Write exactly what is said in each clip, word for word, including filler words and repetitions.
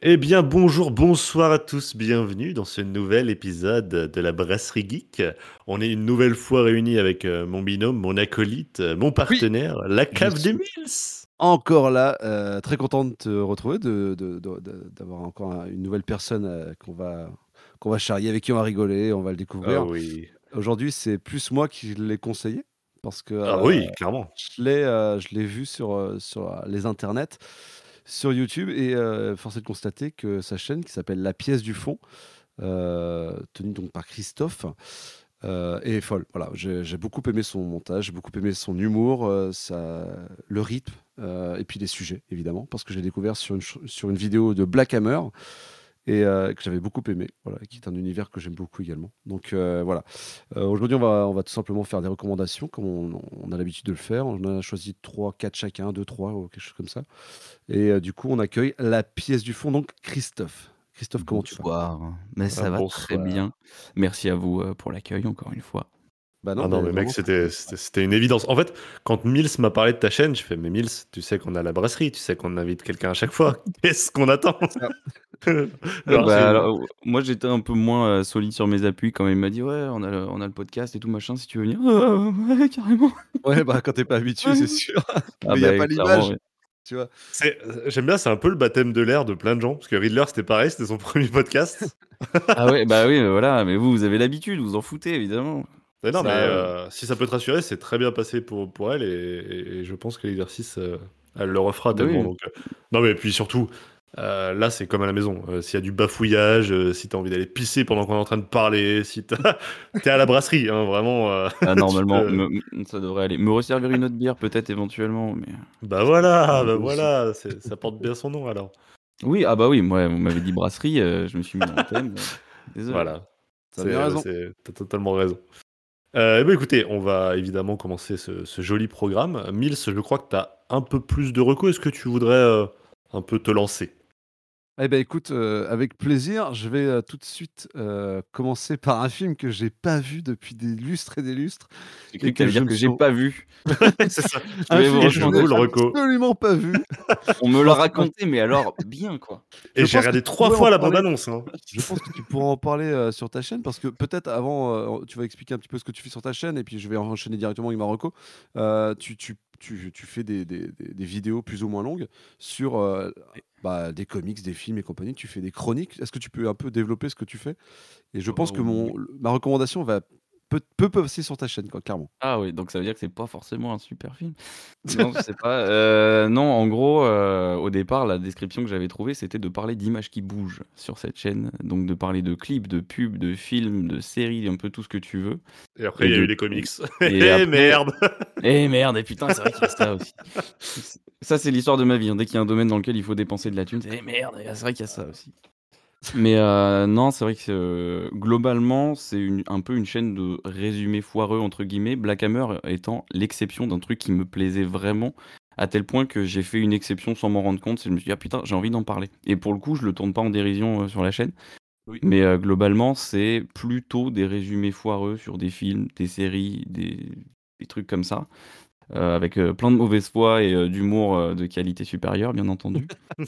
Eh bien, bonjour, bonsoir à tous, bienvenue dans ce nouvel épisode de la Brasserie Geek. On est une nouvelle fois réunis avec euh, mon binôme, mon acolyte, euh, mon Oui, partenaire, la je cave des suis Mills. encore là, heu, très content de te retrouver, de de de de d'avoir encore un une nouvelle personne, heu, qu'on va qu'on va charrier, avec qui on va rigoler, on va le Ah découvrir. oui, Aujourd'hui, c'est plus moi qui l'ai conseillé parce que, ah heu, oui, clairement. je l'ai, heu, je l'ai vu sur, heu, sur, heu, les internets, sur YouTube et heu, force est de constater que sa chaîne qui s'appelle La Pièce du Fond, heu, tenue donc par Christophe, heu, est folle. Voilà, j'ai j'ai beaucoup aimé son montage, j'ai beaucoup aimé son humour, heu, sa le rythme, heu et puis les sujets évidemment, parce que j'ai découvert sur une ch sur une vidéo de Black Hammer et heu, que j'avais beaucoup aimé, voilà, qui est un univers que j'aime beaucoup également. Donc heu, voilà, heu, aujourd'hui on va on va tout simplement faire des recommandations comme on on a l'habitude de le faire. On a choisi trois, quatre chacun, deux, trois ou quelque chose comme ça et heu, du coup on accueille la pièce du fond, donc Christophe. Christophe, comment tu vas? Bonsoir, mais Ah, ça va très bonsoir. bien. Merci à vous, heu, pour l'accueil encore une fois. Bah non, Ah non, mais mais mec, vraiment c'était c'était c'était c'était une évidence. En fait, quand Mills m'a parlé de ta chaîne, je fais, mais Mills, tu sais qu'on a la brasserie, tu sais qu'on invite quelqu'un à chaque fois. Qu'est-ce qu'on attend? c'est ça. Heu, Genre, j'ai bah, une... alors, moi j'étais un peu moins, heu, solide sur mes appuis quand il m'a dit: «Ouais, on a le on a le podcast et tout machin, si tu veux venir». «Heu, ouais, carrément». Ouais, bah, quand tu es pas habitué, Ouais. c'est sûr, Ah mais il y a bah, pas clairement, l'image, ouais. tu vois? C'est, euh, j'aime bien, c'est un peu le baptême de l'air de plein de gens, parce que Riddler, c'était pareil, c'était son premier podcast. Ah ouais, bah, oui, heu, voilà, mais vous, vous avez l'habitude, vous en foutez évidemment. Mais non, mais Ça, heu heu, si ça peut te rassurer, c'est très bien passé pour pour elle et et et je pense que l'exercice, heu, elle le refera bah, tellement oui. donc heu, non, mais puis surtout, heu, là, c'est comme à la maison, heu, s'il y a du bafouillage, heu, si tu as envie d'aller pisser pendant qu'on est en train de parler, si tu as tu es à la brasserie, hein, vraiment, heu, Ah tu normalement, peux... me m ça devrait aller. Me resservir une autre bière peut-être éventuellement, mais Bah c'est voilà, c'est bah aussi. voilà, c'est ça porte bien son nom alors. Oui, ah bah, oui, moi, vous m'avez dit brasserie, heu, je me suis mis dans le thème, heu, désolé. Voilà, Tu as bien c'est bah, raison. c'est tu as totalement raison. Heu, et bah, écoutez, on va évidemment commencer ce ce joli programme. Mills, je crois que tu as un peu plus de recos. Est-ce que tu voudrais, heu, un peu te lancer? Eh ben écoute, heu, avec plaisir, je vais, heu, tout de suite, heu, commencer par un film que j'ai pas vu depuis des lustres et des lustres J'ai et cru que tu que allais je dire me que suis j'ai pas vu. C'est ça. Je un vais vous film Et que je je n'ai vous recommander. le reco. absolument pas vu. On me l'a Alors c'est pas raconté, mais alors bien, quoi. Et je j'ai pense que regardé tu trois pourrais en fois la bande parler. annonce, hein. Je pense que tu pourras en parler, heu, sur ta chaîne parce que peut-être avant, heu, tu vas expliquer un petit peu ce que tu fais sur ta chaîne et puis je vais enchaîner directement avec ma reco. Heu, tu tu tu tu fais des des des des vidéos plus ou moins longues sur, heu, bah, des comics, des films et compagnie. Tu fais des chroniques. Est-ce que tu peux un peu développer ce que tu fais? Et je pense que Oh oui. mon le ma recommandation va peut peut passer sur ta chaîne quoi, clairement. Ah oui, donc ça veut dire que c'est pas forcément un super film? Non, je sais pas, heu, non, en gros, heu, au départ, la description que j'avais trouvée, c'était de parler d'images qui bougent sur cette chaîne, donc de parler de clips, de pubs, de films, de séries, un peu tout ce que tu veux Et après, et il y a eu de les comics. et Eh après merde! eh merde et putain, c'est vrai qu'il y a ça aussi. C Ça, c'est l'histoire de ma vie, hein. Dès qu'il y a un domaine dans lequel il faut dépenser de la thune, c'est: «Eh merde, c'est vrai qu'il y a ça aussi». Mais heu, non, c'est vrai que, heu, globalement, c'est une un peu une chaîne de «résumés foireux» entre guillemets, Black Hammer étant l'exception d'un truc qui me plaisait vraiment, à tel point que j'ai fait une exception sans m'en rendre compte. C'est je me suis dit: «Ah putain, j'ai envie d'en parler» et pour le coup, je le tourne pas en dérision, heu, sur la chaîne, Oui. mais heu, globalement, c'est plutôt des résumés foireux sur des films, des séries, des des trucs comme ça, heu, avec, heu, plein de mauvaise foi et heu, d'humour, heu, de qualité supérieure, bien entendu.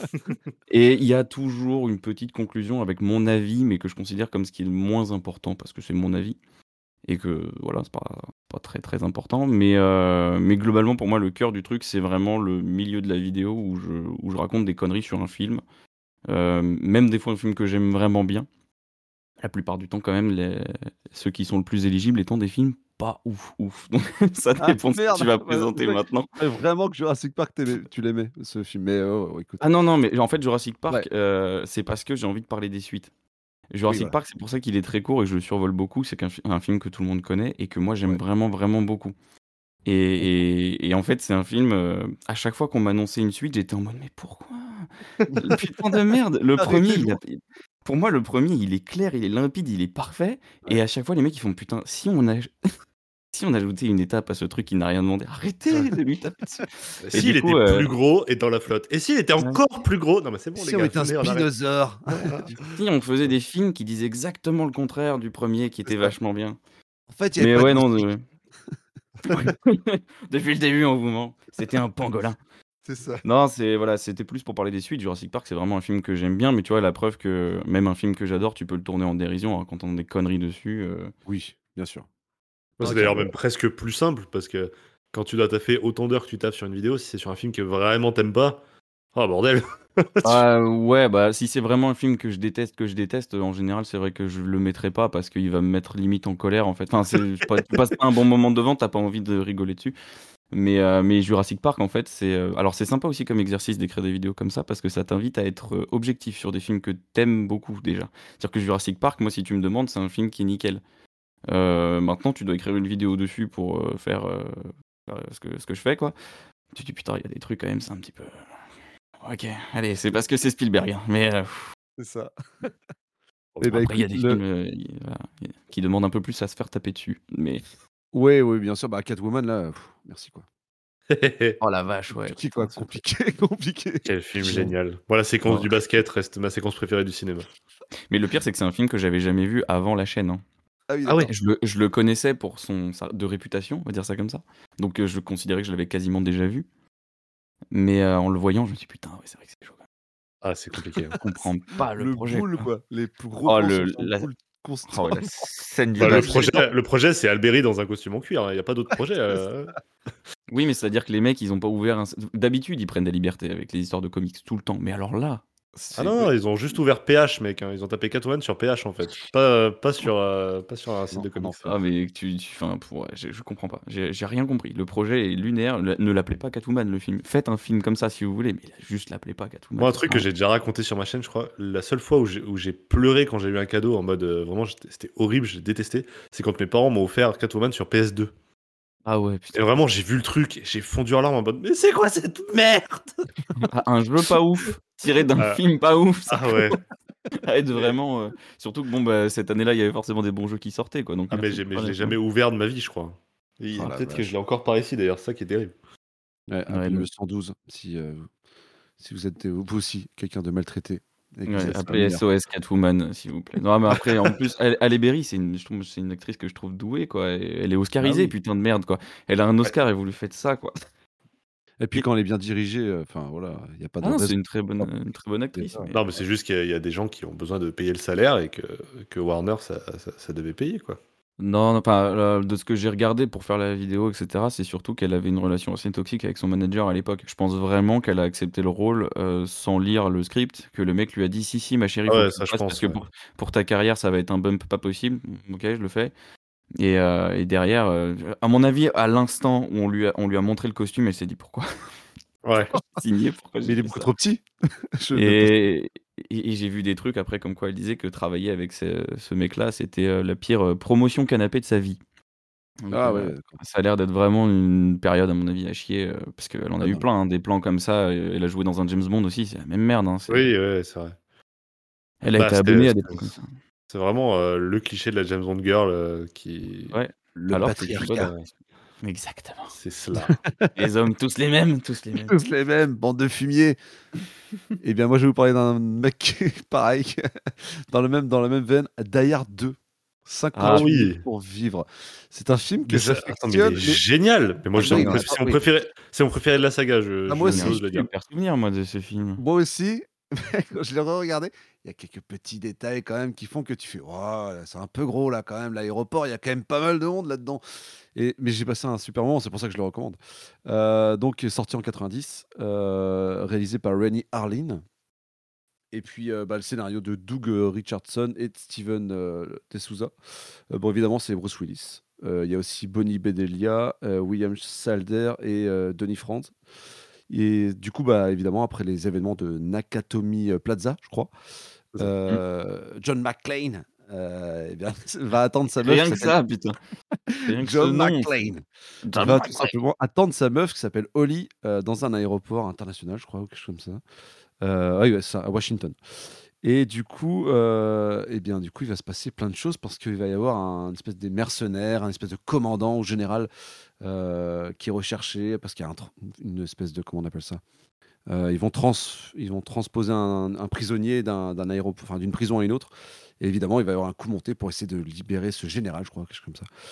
Et il y a toujours une petite conclusion avec mon avis, mais que je considère comme ce qui est le moins important parce que c'est mon avis et que voilà, c'est pas pas très, très important. Mais heu, mais globalement, pour moi, le cœur du truc, c'est vraiment le milieu de la vidéo où je où je raconte des conneries sur un film, hem, même des fois un film que j'aime vraiment bien. La plupart du temps quand même, les ceux qui sont le plus éligibles étant des films pas ouf, ouf. Donc ça Ah dépend de ce que merde! tu vas Ouais, je présenter croyais maintenant. je croyais vraiment que Jurassic Park tu aimais tu l'aimais ce film, mais oh, oh, écoute. Ah non, non, mais en fait, Jurassic Ouais, Park, heu, c'est parce que j'ai envie de parler des suites. oui, Jurassic voilà. Park, c'est pour ça qu'il est très court et que je le survole beaucoup. C'est qu'un fi un film que tout le monde connaît et que moi j'aime Ouais, vraiment, vraiment beaucoup. Et je comprends. et et en fait, c'est un film, heu, à chaque fois qu'on m'annonçait une suite, j'étais en mode: «Mais pourquoi? Putain de merde!» Le premier, il a Arrêtez-vous! pour moi, le premier, il est clair, il est limpide, il est parfait et Ouais. à chaque fois, les mecs, ils font: «Putain, si on a si on ajoutait une étape à ce truc qui n'a rien demandé, arrêtez de lui taper dessus!» et S'il du était coup, heu, plus gros et dans la flotte? Et s'il était encore plus gros? Non, mais c'est bon les Si on gars, était un venez, on arrête. spinosaure! si on faisait des films qui disaient exactement le contraire du premier qui C'est était ça. vachement bien. En fait, il y avait Mais pas de ouais, non, moustiques. heu Depuis le début, on vous ment. C'était un pangolin. C'est ça. Non, c'est voilà, c'était plus pour parler des suites. Jurassic Park, c'est vraiment un film que j'aime bien, mais tu vois, la preuve que même un film que j'adore, tu peux le tourner en dérision, hein, quand on a des conneries dessus. euh. Oui, bien sûr. Moi, Non, c'est d'ailleurs carrément. même presque plus simple parce que quand tu dois taffer autant d'heures que tu taffes sur une vidéo, si c'est sur un film que vraiment t'aimes pas, oh bordel. Ah ouais, bah si c'est vraiment un film que je déteste, que je déteste, en général, c'est vrai que je le mettrai pas parce qu'il va me mettre limite en colère en fait. Enfin, c'est, je sais pas, tu passes pas un bon moment devant, t'as pas envie de rigoler dessus. Mais, euh, mais Jurassic Park, en fait, c'est. euh, Alors, c'est sympa aussi comme exercice d'écrire des vidéos comme ça parce que ça t'invite à être euh, objectif sur des films que t'aimes beaucoup déjà. C'est-à-dire que Jurassic Park, moi, si tu me demandes, c'est un film qui est nickel. Euh, maintenant, tu dois écrire une vidéo dessus pour euh, faire euh, faire ce que, ce que je fais, quoi. Tu te dis, putain, il y a des trucs quand même, c'est un petit peu. Ok, allez, c'est parce que c'est Spielberg. hein. Mais euh, C'est ça. Bon, Eh ben, après, il y a écoute, des le... films euh, y- voilà, y- qui demandent un peu plus à se faire taper dessus. Mais. Ouais, ouais, bien sûr. Bah, Catwoman, là, pff, merci, quoi. Oh la vache, ouais, Compliqué, quoi. putain. ce- Compliqué, compliqué. Quel film J'ai- génial. Moi, la séquence Oh. du basket reste ma séquence préférée du cinéma. Mais le pire, c'est que c'est un film que j'avais jamais vu avant la chaîne. hein. Ah oui, Ah ouais. d'accord. Je le, je le connaissais pour son sa- de réputation, on va dire ça comme ça. Donc euh, je considérais que je l'avais quasiment déjà vu. Mais euh, en le voyant, je me suis dit putain, ouais, c'est vrai que c'est chaud. quand même. Ah, c'est compliqué. hein. Je comprends pas le Le projet. boule, quoi. quoi. Les plus gros Oh plans le sur son la, boule oh, constant. ouais, la scène du Bah, le basket. projet, le projet, c'est Alberi dans un costume en cuir. Il n'y a pas d'autre projet. euh. Oui, mais c'est-à-dire que les mecs, ils ont pas ouvert. Un... D'habitude, ils prennent des libertés avec les histoires de comics tout le temps. Mais alors là, Ah c'est non, non, ils ont juste ouvert P H, mec. hein. Ils ont tapé Catwoman sur P H, en fait. Pas, pas, sur, euh, pas sur un site Non, de en comics. enfer. ah mais tu, tu enfin, pour, ouais, je, je comprends pas. J'ai j'ai rien compris. Le projet est lunaire. Le- ne l'appelez pas Catwoman le film. Faites un film comme ça si vous voulez, mais juste l'appelez pas Catwoman. Moi, un ça truc sert à que rien. j'ai déjà raconté sur ma chaîne, je crois, la seule fois où j'ai, où j'ai pleuré quand j'ai eu un cadeau en mode euh, vraiment, j'étais- c'était horrible, j'ai détesté, c'est quand mes parents m'ont offert Catwoman sur P S deux. Ah ouais, Et putain. vraiment, j'ai vu le truc, et j'ai fondu en larmes en mode, mais c'est quoi cette merde? Ah, un jeu pas ouf, tiré d'un Ah, film pas ouf, ça ah ouais. à être Et- vraiment. euh, Surtout que bon, bah, cette année-là, il y avait forcément des bons jeux qui sortaient, quoi. Donc Ah, mais, merci. j'ai, mais je l'ai honnêtement. jamais ouvert de ma vie, je crois. Et Oh la peut-être que je vache. l'ai encore par ici d'ailleurs, c'est ça qui est terrible. Ouais, Ouais, appelez non. le cent douze si, euh, si vous êtes euh, vous aussi quelqu'un de maltraité et que vous Ouais, êtes appelez familière. S O S Catwoman, s'il vous plaît. Non, mais après, en plus, Ale Halle Berry, c'est une, je trouve, c'est une actrice que je trouve douée, quoi. Et elle est Ah oscarisée, oui. putain de merde, quoi. Elle a un Ouais. Oscar et vous lui faites ça, quoi. Et puis quand elle est bien dirigée, euh, enfin voilà, il n'y a pas de Ah non, c'est raison. une très bonne, une très bonne Et actrice, voilà. mais Non, mais c'est juste qu'il y a, il y a des gens qui ont besoin de payer le salaire et que, que Warner, ça, ça, ça devait payer, quoi. non, non, enfin, euh, de ce que j'ai regardé pour faire la vidéo, et cetera, c'est surtout qu'elle avait une relation assez toxique avec son manager à l'époque. Je pense vraiment qu'elle a accepté le rôle euh, sans lire le script, que le mec lui a dit si, si, ma chérie, Ah faut ouais, que tu ça le je fasses parce pense, que ouais. pour, pour ta carrière, ça va être un bump pas possible. Ok, je le fais. Et, euh, et derrière, euh, à mon avis, à l'instant où on lui a, on lui a montré le costume, elle s'est dit pourquoi Ouais. j'ai signé, pourquoi Mais j'ai il est fait beaucoup ça. trop petit. Je ne peux- Et, et, et j'ai vu des trucs après comme quoi elle disait que travailler avec ce, ce mec-là, c'était euh, la pire euh, promotion canapé de sa vie. Donc, Ah euh, ouais, d'accord. ça a l'air d'être vraiment une période, à mon avis, à chier, euh, parce qu'elle en a Ah eu non. plein, hein, des plans comme ça. euh, Elle a joué dans un James Bond aussi, c'est la même merde. hein, c'est- Oui, ouais, c'est vrai. Elle a Bah, été c'est abonnée à des c'est- plans comme ça. c'est vraiment euh, le cliché de la James Bond girl euh, qui. Ouais. Le Alors que tu vois, patriarcat. dans- exactement. C'est cela. Les hommes, tous les mêmes, tous les mêmes. Tous les mêmes, bande de fumier. Eh bien, moi, je vais vous parler d'un mec qui est pareil, dans le même, dans la même veine, Die Hard deux. Ah cinquante-huit minutes oui. pour vivre. C'est un film que Mais ça- attends, mais il est j'affectionne. Mais... génial. Mais moi, Ah c'est oui, mon, mais préf- attends, c'est mon oui. préféré. C'est mon préféré de la saga. Je, Ah, moi je- J'ai un aussi. j'ose le dire. super souvenir, moi, de ce film. Moi aussi, mais quand je l'ai re-regardé, il y a quelques petits détails quand même qui font que tu fais oh, c'est un peu gros là quand même, l'aéroport, il y a quand même pas mal de monde là-dedans. Et, mais j'ai passé un super moment, c'est pour ça que je le recommande. Euh, donc, sorti en quatre-vingt-dix, euh, réalisé par Rennie Harlin. Et puis, euh, bah, le scénario de Doug euh, Richardson et de Steven euh, De Souza. Euh, bon, évidemment, c'est Bruce Willis. Euh, Il y a aussi Bonnie Bedelia, euh, William Salder et euh, Denis Franz. Et du coup, bah, évidemment, après les événements de Nakatomi euh, Plaza, je crois, C'est ça. euh, John McClane euh, eh bien, va attendre sa meuf Rien qui que s'appelle ça, putain. Rien que ce John nom. McClane. Il John va tout McClane. simplement attendre sa meuf qui s'appelle Holly euh, dans un aéroport international, je crois, ou quelque chose comme ça. Euh, oui, ouais, c'est ça, à Washington. Et du coup, euh, eh bien, du coup, il va se passer plein de choses parce qu'il va y avoir un espèce de mercenaire, un espèce de commandant ou général euh, qui est recherché parce qu'il y a un tr- une espèce de, comment on appelle ça. Euh, ils vont trans, ils vont transposer un, un prisonnier d'un d'un aéroport, enfin d'une prison à une autre. Et évidemment, il va y avoir un coup monté pour essayer de libérer ce général, je crois, quelque chose comme ça.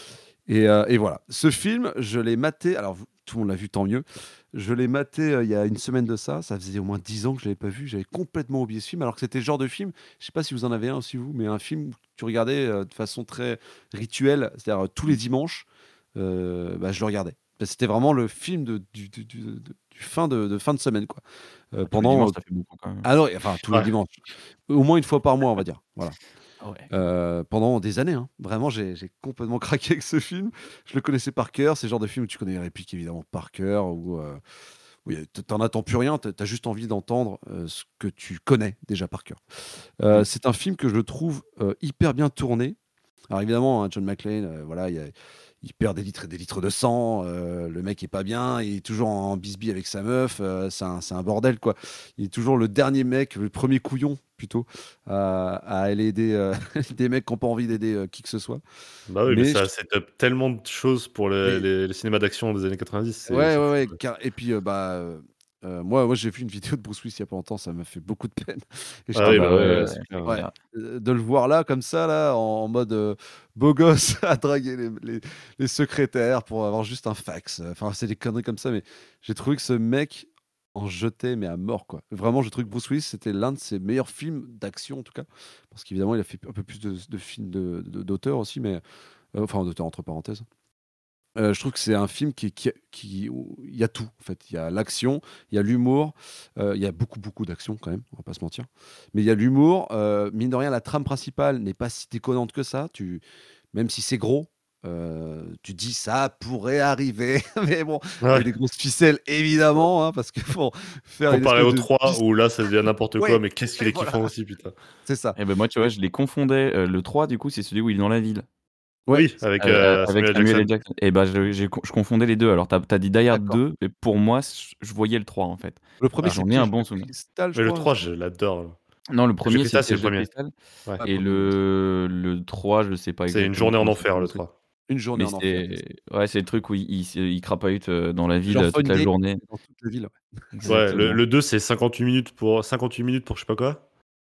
Et, euh, et voilà. Ce film, je l'ai maté. Alors, vous- tout le monde l'a vu, tant mieux. Je l'ai maté euh, il y a une semaine de ça. Ça faisait au moins dix ans que je l'avais pas vu. J'avais complètement oublié ce film, alors que c'était le genre de film. Je sais pas si vous en avez un aussi, vous, mais un film que tu regardais euh, de façon très rituelle, c'est-à-dire euh, tous les dimanches, euh, bah, je le regardais. Bah, c'était vraiment le film de, du, du- du- de- du fin de, de fin de semaine, quoi. Euh, Ah, tous les pendant. dimanches, euh, ça fait beaucoup quand même. ah non, enfin, tous les Ouais. dimanches. Au moins une fois par mois, on va dire. Voilà. Ah ouais. Euh, pendant des années, hein. Vraiment, j'ai j'ai complètement craqué avec ce film. Je le connaissais par cœur. C'est le genre de film où tu connais les répliques évidemment par cœur, où, euh, où y a- t- t'en attends plus rien, t'as as juste envie d'entendre euh, ce que tu connais déjà par cœur. Euh, Mm. c'est un film que je trouve euh, hyper bien tourné. Alors évidemment, hein, John McClane, euh, voilà, il y a- il perd des litres et des litres de sang. Euh, le mec est pas bien, il est toujours en bisbille avec sa meuf. Euh, c'est un, c'est un bordel, quoi. Il est toujours le dernier mec, le premier couillon plutôt, à, à aller aider euh, des mecs qui n'ont pas envie d'aider euh, qui que ce soit. Bah oui, mais Mais, ça je- set up tellement de choses pour le, mais les, le cinéma d'action des années quatre-vingt-dix, c'est ouais, c'est ouais, fou. ouais. Ouais. car- Et puis, euh, bah, euh, euh, moi, moi j'ai vu une vidéo de Bruce Willis il y a pas longtemps, ça m'a fait beaucoup de peine. Et Ah j'étais Ah oui, là, bah bah ouais, ouais, ouais, ouais, ouais, c'est c'est clair. ouais, clair. euh, de le voir là, comme ça, là, en, en mode euh, beau gosse, à draguer les, les- les secrétaires pour avoir juste un fax. Enfin, c'est des conneries comme ça, mais j'ai trouvé que ce mec en jetait, mais à mort, quoi. Vraiment, je trouve que Bruce Willis, c'était l'un de ses meilleurs films d'action, en tout cas. Parce qu'évidemment, il a fait un peu plus de, de films de- de- d'auteur aussi, mais. euh, enfin, d'auteur entre parenthèses. Euh, je trouve que c'est un film qui, qui, qui- où il y a tout en fait. Il y a l'action, il y a l'humour, euh, il y a beaucoup beaucoup d'action quand même, on va pas se mentir. Mais il y a l'humour. Euh, mine de rien, la trame principale n'est pas si déconnante que ça. Tu, même si c'est gros, euh, tu dis ça pourrait arriver. Mais bon, il y a Ouais. des grosses ficelles évidemment, hein, parce que bon, faire une Comparé espèce au de trois, piste. où là, ça devient n'importe quoi, Ouais, mais qu'est-ce qu'il et est voilà, kiffant aussi, putain. c'est ça. Et ben moi, tu vois, je les confondais. euh, le trois, du coup, c'est celui où il est dans la ville. Ouais, Oui, avec Euh, euh, euh, avec Samuel L. Samuel L. Jackson. Jackson. Et bah, je, j'ai- je confondais les deux. Alors, t'as as dit Die Hard d'accord. deux, mais pour moi, je je voyais le trois en fait. Le premier Et Ah. c'est j'en ai un Piège de bon souvenir. cristal, je Mais le crois. trois, je l'adore. Là. Non, le Piège de premier, c'est cristal, c'est le Piège de premier. cristal. Ouais. Ah, Et premier, oui, c'est le, le trois, je sais pas C'est une exactement journée en comment enfer, s'appelle le le truc. trois. une journée Mais en enfer. c'est ouais, c'est le truc où il, il, se- il crapahute euh, dans la ville Genre euh, toute Fun la Day journée. dans toute la ville. Ouais. Ouais, le, Exactement. le deux, c'est cinquante-huit minutes pour cinquantahuit minutes pour je sais pas quoi.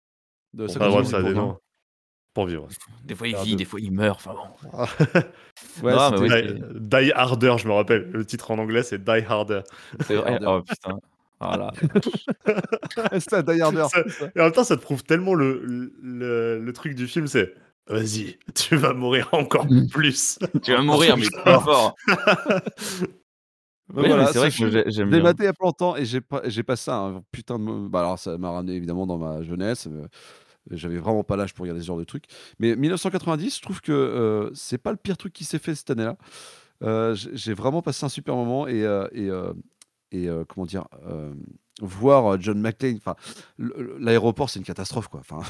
De Pour Ah, cinquante bref, vivre, ça a minutes pour des pour rien. noms. Pour vivre. Des fois, il faire vit, deux. des fois, il meurt. Enfin bon. Ouais, Non, mais c'était ouais, Die, c'est Die Harder, je me rappelle. Le titre en anglais, c'est Die Harder. c'est Die vrai. Harder. Oh putain. Voilà. C'est ça, Die Harder, Ça- c'est ça. et en même temps, ça te prouve tellement le, le, le truc du film, c'est vas-y, tu vas mourir encore plus. Tu vas Encore mourir, mais plus plus fort. fort. Ben Oui, mais voilà, c'est ce vrai que moi, film, j'ai- je j'aime l'ai bien. maté il y a pas longtemps et j'ai pas, j'ai passé un putain de. mo- Bah alors, ça m'a ramené évidemment dans ma jeunesse. euh, J'avais vraiment pas l'âge pour regarder ce genre de truc. Mais mille neuf cent quatre-vingt-dix, je trouve que euh, c'est pas le pire truc qui s'est fait cette année-là. Euh, j'ai j'ai vraiment passé un super moment et, euh, et, euh, et euh, comment dire, euh, voir euh, John McClane. Enfin, le- le- l'aéroport, c'est une catastrophe, quoi. Enfin,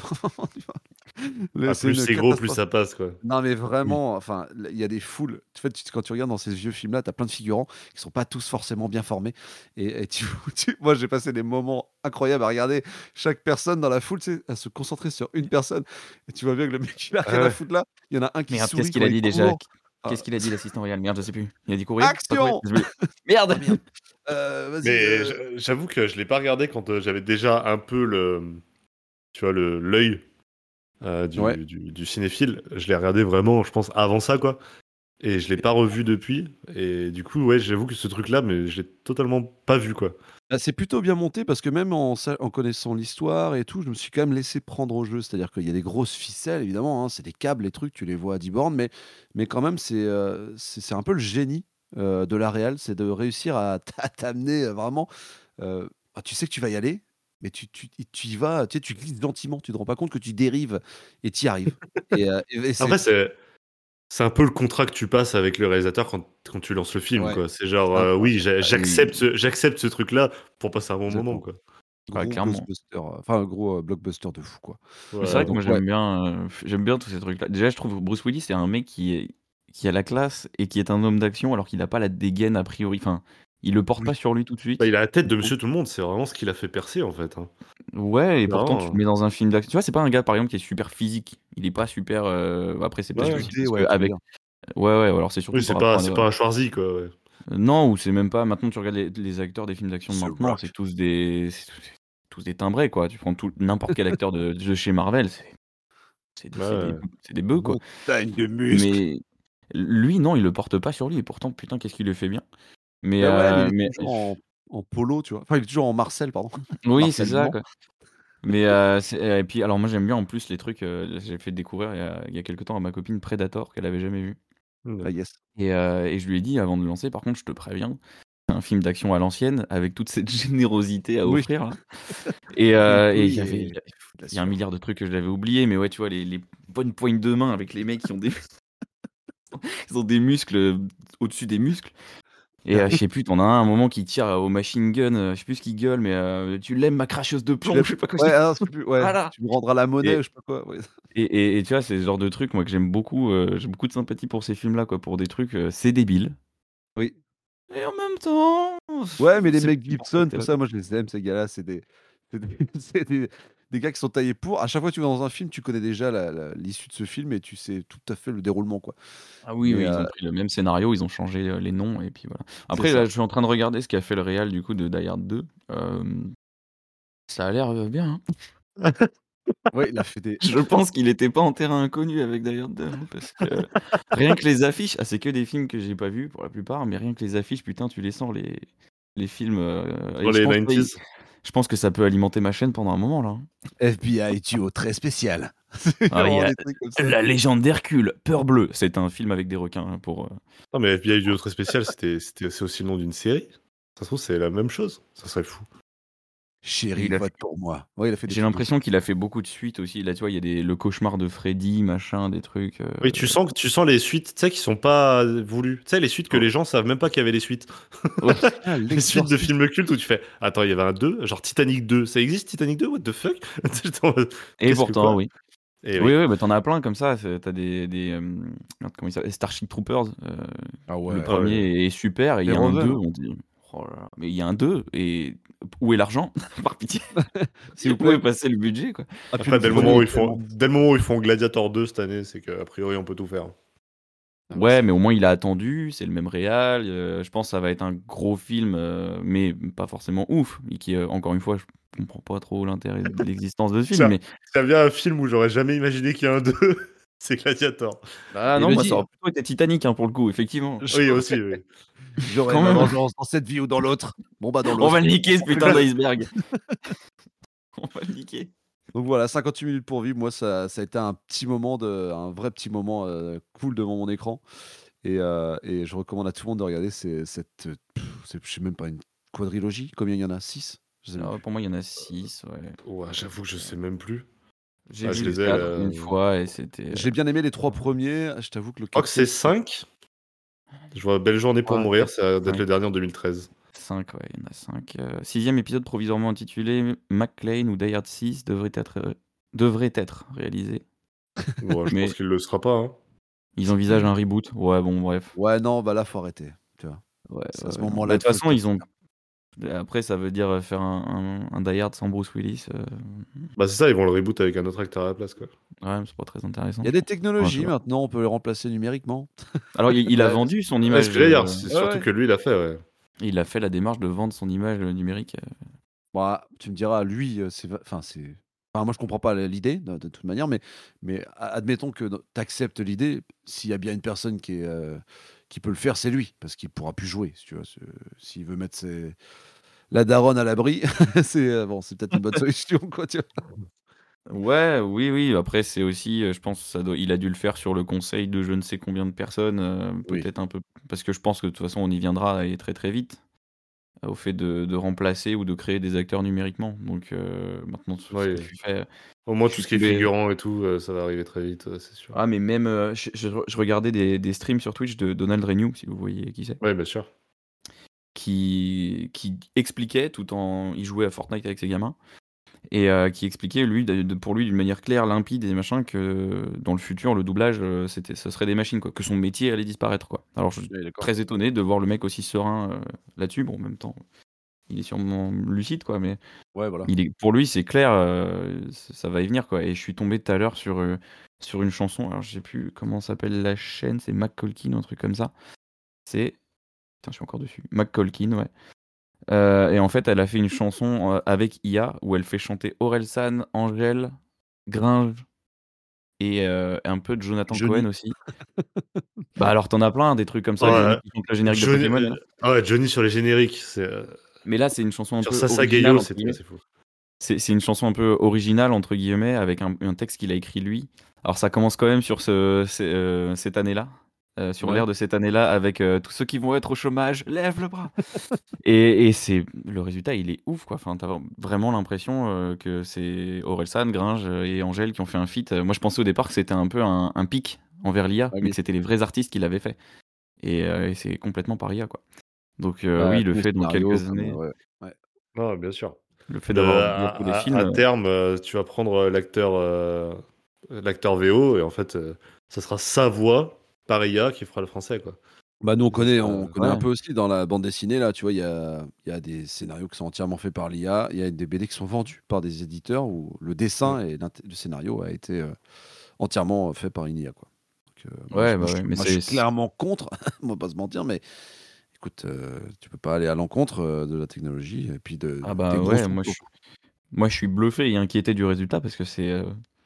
le- Ah, c'est plus une c'est gros, plus catastrophe. ça passe, quoi. Non, mais Oui. vraiment, enfin, l- il y a des foules. En fait, tu- quand tu regardes dans ces vieux films-là, tu as plein de figurants qui sont pas tous forcément bien formés. Et, et tu, tu- moi, j'ai passé des moments incroyables à regarder chaque personne dans la foule, tu sais, à se concentrer sur une personne. Et tu vois bien que le mec, il a Ah rien à ouais. foutre là. Il y en a un qui Merde, qu'est-ce sourit qu'il quand a il dit déjà? court. Ah, Qu'est-ce qu'il a dit, l'assistant royal? Merde, je sais plus. Il a dit courir? Pas courir? action! Désolé. Merde! Ah merde. Euh, vas-y. Mais euh, j'- j'avoue que je l'ai pas regardé quand euh, j'avais déjà un peu le, tu vois, le l'œil euh, Ouais. du, du, du cinéphile. Je l'ai regardé vraiment, je pense, avant ça, quoi. Et je l'ai pas revu depuis. Et du coup, ouais, j'avoue que ce truc-là, mais je l'ai totalement pas vu, quoi. Bah, c'est plutôt bien monté parce que même en, sa- en connaissant l'histoire et tout, je me suis quand même laissé prendre au jeu. C'est-à-dire qu'il y a des grosses ficelles, évidemment, hein, c'est des câbles, les trucs, tu les vois à dix bornes, mais, mais quand même, c'est euh, c'est c'est un peu le génie euh, de la réal, c'est de réussir à t- à t'amener euh, vraiment. euh, ah, tu sais que tu vas y aller, mais tu, tu, tu y vas, tu sais, tu glisses gentiment, tu te rends pas compte que tu dérives et tu y arrives. Et, euh, et- et c'est. Après, c'est c'est un peu le contrat que tu passes avec le réalisateur quand, quand tu lances le film, Ouais, quoi. C'est genre, c'est euh, incroyable. oui, j'a- Ah oui, j'accepte ce, j'accepte ce truc-là pour passer un bon moment, Exactement. quoi. ah, Gros clairement. Ghostbuster, euh, enfin, un gros euh, blockbuster de fou, quoi. Mais c'est Ouais, vrai Euh, que moi donc, ouais. j'aime bien, euh, f- j'aime bien tous ces trucs-là. Déjà, je trouve que Bruce Willis c'est un mec qui est, qui a la classe et qui est un homme d'action alors qu'il n'a pas la dégaine a priori. Enfin, il le porte Oui. pas sur lui tout de Bah, suite. il a la tête de Je trouve. Monsieur Tout le Monde, c'est vraiment ce qui l'a fait percer, en fait. Hein. Ouais, et pourtant tu le Vraiment. mets dans un film d'action. Tu vois, c'est pas un gars par exemple qui est super physique. Il est pas super. euh, Après, c'est peut-être Ouais. aussi Musclé, parce ouais, tu veux qu'avec. dire. Ouais, ouais. Alors c'est Oui, surtout c'est par pas, rapport à. c'est pas un Schwarzy, quoi. Ouais. Non, ou c'est même pas. Maintenant, tu regardes les, les acteurs des films d'action de The maintenant, Rock. c'est tous des, c'est tous tous des timbrés quoi. Tu prends tout n'importe quel acteur de, de chez Marvel, c'est c'est des, c'est des, Ouais. c'est des bœufs quoi. Montagne de muscles. Mais Lui, non, il le porte pas sur lui et pourtant, putain, qu'est-ce qu'il le fait bien. Mais, Bah, ouais, mais il heu, est mais toujours en en polo, tu vois? Enfin, il est toujours en Marcel, pardon. oui, c'est Marcel ça, blanc. quoi. Mais, heu, c'est et puis alors moi, j'aime bien en plus les trucs, heu, j'ai fait découvrir il y a il y a quelque temps à ma copine Predator qu'elle avait jamais vu Mmh, Ah yes. et heu et je lui ai dit avant de le lancer: «Par contre, je te préviens, c'est un film d'action à l'ancienne avec toute cette générosité à Oui, offrir là» et le heu et il bruit y avait il et y a bien il y a un sûr. milliard de trucs que j'avais oubliés, mais ouais, tu vois les les bonnes poignes de main avec les mecs qui ont des ils ont des muscles, heu, au-dessus des muscles et heu, je sais plus, tu en as un à un moment qui tire au machine gun, heu, je sais plus ce qu'il gueule, mais heu: «Tu l'aimes ma cracheuse de Tu plomb?» l'as je sais pas quoi, je ouais, dis ah non, c'est plus ouais, voilà tu me rendras la monnaie ou et je sais pas quoi, ouais. et et et tu vois, c'est ce genre de truc, moi, que j'aime beaucoup, heu, j'ai beaucoup de sympathie pour ces films-là, quoi, pour des trucs, heu, c'est débile Oui. et en même temps, Ouais, mais les c'est mecs parti pour ça que Gibson, tu tout là, ça, quoi. moi je les aime ces gars-là, c'est des c'est des c'est des des gars qui sont taillés pour. À chaque fois que tu vas dans un film, tu connais déjà la la l'issue de ce film et tu sais tout à fait le déroulement, quoi. Ah oui, Mais oui, ils heu, ont pris le même scénario, ils ont changé, heu, les noms et puis voilà. c'est Après, là, ça. je suis en train de regarder ce qu'a fait le réal, du coup, de Die Hard deux, hem, ça a l'air, heu, bien, hein. Ouais, il a fait des Je pense qu'il était pas en terrain inconnu avec Die Hard deux, hein, parce que rien que les affiches ah, c'est que des films que j'ai pas vus pour la plupart, mais rien que les affiches, putain, tu les sens les les films, heu Dans et je les pense oui, nineties. je pense que ça peut alimenter ma chaîne pendant un moment, là, hein. F B I duo très spécial. C'est Ah, il y vraiment a des trucs comme ça. La Légende d'Hercule, Peur bleue, c'est un film avec des requins, hein, pour, heu Non, mais F B I Duo très spécial, c'était c'était c'est aussi le nom d'une série. Ça se trouve, c'est la même chose. Ça serait fou. et Chérie, il a vote fait pour moi. Ouais, il a fait des j'ai films comme ça. l'impression qu'il a fait beaucoup de suites aussi. Là, tu vois, il y a des Le Cauchemar de Freddy, machin, des trucs, heu Oui, tu sens que tu sens les suites, tu sais, qui sont pas voulues. Tu sais, les suites que oh, les gens savent même pas qu'il y avait les suites. ouais Ah, Les suites de l'exorciste. films cultes où tu fais: «Attends, il y avait un deux, genre Titanic deux, ça existe Titanic deux? What the fuck?» J'étais en mode: et «Qu'est-ce que pourtant, quoi?» oui. Et Oui, oui. oui, bah, tu en as plein comme ça, c'est tu as des des, hem, merde, comment il s'appelle? Starship Troopers, heu, Ah le ouais. Ah ouais. premier est super et il y a un Verhoeven, deux, hein. on dit: «Oh là là, mais il y a un deux et où est l'argent? Par pitié, S'il vous où est plaît. passé le budget, quoi?» Ah puis Après, le dès le Oui, moment où premier ils est font tellement dès le moment où ils font Gladiator deux cette année, c'est qu'a priori on peut tout faire. ah bah, ouais, c'est mais au moins il a attendu, c'est le même réal, heu, je pense que ça va être un gros film, heu, mais pas forcément ouf et qui, heu, encore une fois, je comprends pas trop l'intérêt de l'existence de ce film, Tiens, mais s'il y a bien un film où j'aurais jamais imaginé qu'il y ait un deux, c'est Gladiator. bah, il non, le moi ça dit, aurait hein. plutôt été Titanic, hein, pour le coup, effectivement. Oui, J'aurais aussi, oui. j'aurai Quand ma même, vengeance dans cette vie ou dans l'autre. Bon bah dans on va l'autre. le niquer ce En plus putain là d'iceberg. On va le niquer. donc voilà, cinquante-huit minutes pour vivre, moi ça ça a été un petit moment de un vrai petit moment, heu, cool devant mon écran et heu et je recommande à tout le monde de regarder c'est cette, heu, c'est je sais même pas une quadrilogie? Combien il y en a? six? Je sais même Alors, plus. pour moi, il y en a six, ouais. Ouah, j'avoue que je sais même plus. J'ai Ah, vu je le les ai quatre là. une fois et c'était, heu, J'ai bien aimé les trois voilà. premiers. Je t'avoue que le Je crois que c'est quatrième c'est cinq. Je vois Belle journée pour trois, mourir, quatre, ça doit être cinq, le dernier en deux mille treize. cinq, ouais, il y en a cinq. Heu, sixième épisode provisoirement intitulé McClane ou Die Hard six devrait être, heu, devrait être réalisé. Ouais, je pense Mais qu'il le sera pas, hein. ils envisagent un reboot. Ouais, bon, bref. ouais, non, bah là, faut arrêter, tu vois? Ouais, C'est à ouais, ce ouais, non. Bah, moment-là, de il toute faut façon, qu'il ils ont après ça veut dire, heu, faire un un un Die Hard sans Bruce Willis, heu, Bah, c'est ça, ils vont le reboot avec un autre acteur à la place, quoi. ouais, c'est pas très il intéressant, y a je des pense. Enfin, je sais technologies pas. maintenant, on peut les remplacer numériquement. Alors il il a Bah, vendu son ouais, ce image, que j'allais dire, heu, c'est Ouais, surtout ouais. que lui, il a fait, ouais. il a fait la démarche de vendre son image, heu, numérique, heu Bah, tu me diras, lui, heu, c'est va enfin, c'est enfin, moi, je comprends pas l'idée de de toute manière, mais mais a admettons que tu acceptes l'idée, s'il y a bien une personne qui est, heu, qui peut le faire, c'est lui, parce qu'il pourra plus jouer, si tu vois? Ce s'il veut mettre ses la daronne à l'abri, c'est, heu, bon, c'est peut-être une bonne solution, quoi, tu vois? Ouais, oui, oui, après c'est aussi, heu, je pense ça doit il a dû le faire sur le conseil de je ne sais combien de personnes, heu, Oui. peut-être un peu parce que je pense que de toute façon on y viendra et très, très vite, euh, au fait de de remplacer ou de créer des acteurs numériquement. Donc heu, maintenant ce ce que Oui. tu fais Au moins, je tout suis ce qui est tombé figurant et tout, heu, ça va arriver très vite, ouais, c'est sûr. ah mais même, heu, je je je regardais des des streams sur Twitch de Donald Renew, si vous voyez qui c'est, Ouais, bien sûr. qui qui expliquait tout en il jouait à Fortnite avec ses gamins. Et heu, qui expliquait lui de de pour lui d'une manière claire, limpide et machin que dans le futur le doublage, heu, c'était ce serait des machines quoi, que son métier allait disparaître quoi. Alors je suis Oui, d'accord. très étonné de voir le mec aussi serein, heu, là-dessus. Bon en même temps, il est sûrement lucide quoi, mais Ouais, voilà. il est pour lui c'est clair, heu, ç ça va y venir quoi et je suis tombé tout à l'heure sur, heu, sur une chanson, alors je sais plus comment s'appelle la chaîne, c'est McColkin ou un truc comme ça. C'est putain je suis encore dessus, McColkin ouais. Heu et en fait, elle a fait une chanson, heu, avec I A où elle fait chanter Orelsan, Angèle, Gringe et heu, un peu de Jonathan Cohen Johnny. aussi. Bah, alors tu en as plein des trucs comme ça, Johnny Ouais, qui chante le générique de Johnny, Pokémon heu, là. ah ouais, Johnny sur les génériques, c'est, heu, Mais là, c'est une chanson un sur peu Sasageyo, «originale» entre c'était guillemets. assez fou. C'est c'est une chanson un peu «originale» entre guillemets avec un un texte qu'il a écrit lui. Alors ça commence quand même sur ce c'est, heu, cette année-là, heu, sur Ouais. l'air de cette année-là avec, heu, tous ceux qui vont être au chômage, lève le bras et et c'est le résultat, il est ouf quoi. Enfin, tu as vraiment l'impression, heu, que c'est Orelsan, Gringe, heu et Angèle qui ont fait un feat. Moi, je pensais au départ que c'était un peu un un pic envers l'I A, Ah mais oui. que c'était les vrais artistes qui l'avaient fait et heu et c'est complètement par l'I A quoi. Donc heu, Bah, oui, le comme les fait dans scénarios, quelques comme, heu, années ouais, ouais. Non, bien sûr. le fait Le d'avoir à bientôt des à films, à heu terme, heu, tu vas prendre, heu, l'acteur, heu, l'acteur V O et en fait, heu, ça sera sa voix par I A qui fera le français, quoi. Bah, nous, on Et ça connaît sera on connaît un ouais. peu aussi dans la bande dessinée là, tu vois, il y a il y a des scénarios qui sont entièrement faits par l'I A, il y a des B D qui sont vendus par des éditeurs où le mmh. dessin et l'int le scénario a été, heu, entièrement fait par une I A, quoi. Donc, heu, moi je Ouais, moi bah, je ouais, suis mais moi je c'est suis c clairement contre, on va pas se mentir, mais écoute, heu, tu peux pas aller à l'encontre, heu, de la technologie et puis de ah des bah, gros ouais, moi je studios, suis quoi. moi je suis bluffé et inquiété du résultat parce que c'est, heu,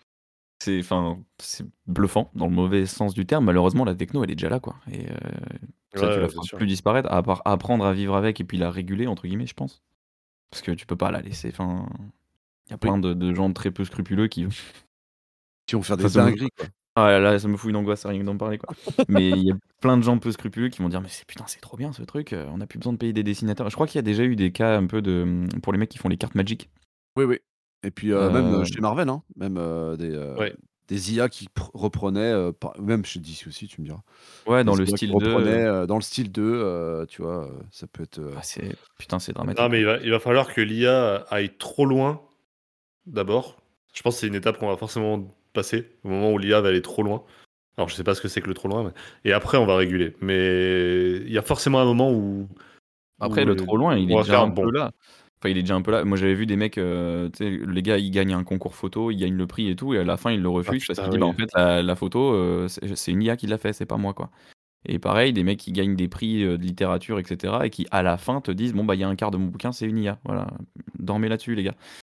c'est enfin, c'est bluffant dans le mauvais sens du terme. Malheureusement, la techno, elle est déjà là, quoi et heu, ça, tu la Ouais, bien feras sûr. plus disparaître à part apprendre à vivre avec et puis «la réguler» entre guillemets, je pense. Parce que tu peux pas la laisser enfin, il y a Oui, plein de de gens très peu scrupuleux qui qui vont faire enfin des ça me dingueries, quoi. ah là là, ça me fout une angoisse rien que d'en parler, quoi. Mais il y a plein de gens peu scrupuleux qui vont dire: «Mais c'est putain, c'est trop bien ce truc, heu, on a plus besoin de payer des dessinateurs». Je crois qu'il y a déjà eu des cas un peu de, mmh, pour les mecs qui font les cartes Magic. Oui, oui et puis, heu, même, heu, Heu, chez Marvel, hein, même, heu, des, heu, Ouais. des I A qui pr reprenaient, heu, par même chez D C aussi, tu me diras. ouais, Des dans le I A qui style de, heu, reprenaient, heu, dans le style d'eux, heu, tu vois? Heu, ça peut être, heu ah c'est putain, c'est Non, dramatique, mais quoi. il va il va falloir que l'I A aille trop loin, d'abord. Je pense que c'est une étape qu'on va forcément passer, au moment où l'I A va aller trop loin. Alors je sais pas ce que c'est que le trop loin, mais et après on va réguler. Mais il y a forcément un moment où Après où le le trop loin, il est on va déjà faire un peu bon. là. Enfin, il est déjà un peu là. Moi, j'avais vu des mecs, heu, tu sais, les gars, ils gagnent un concours photo, ils gagnent le prix et tout et à la fin, ils le Ah refusent parce qu'il putain, dit: «Bah, en oui. fait, la la photo, heu, c'est c'est une I A qui l'a fait, c'est pas moi, quoi». Et pareil, des mecs qui gagnent des prix, heu, de littérature et cetera et qui, à la fin, te disent: «Bon, bah, il y a un quart de mon bouquin, c'est une I A». Voilà, dormez là-dessus, les gars.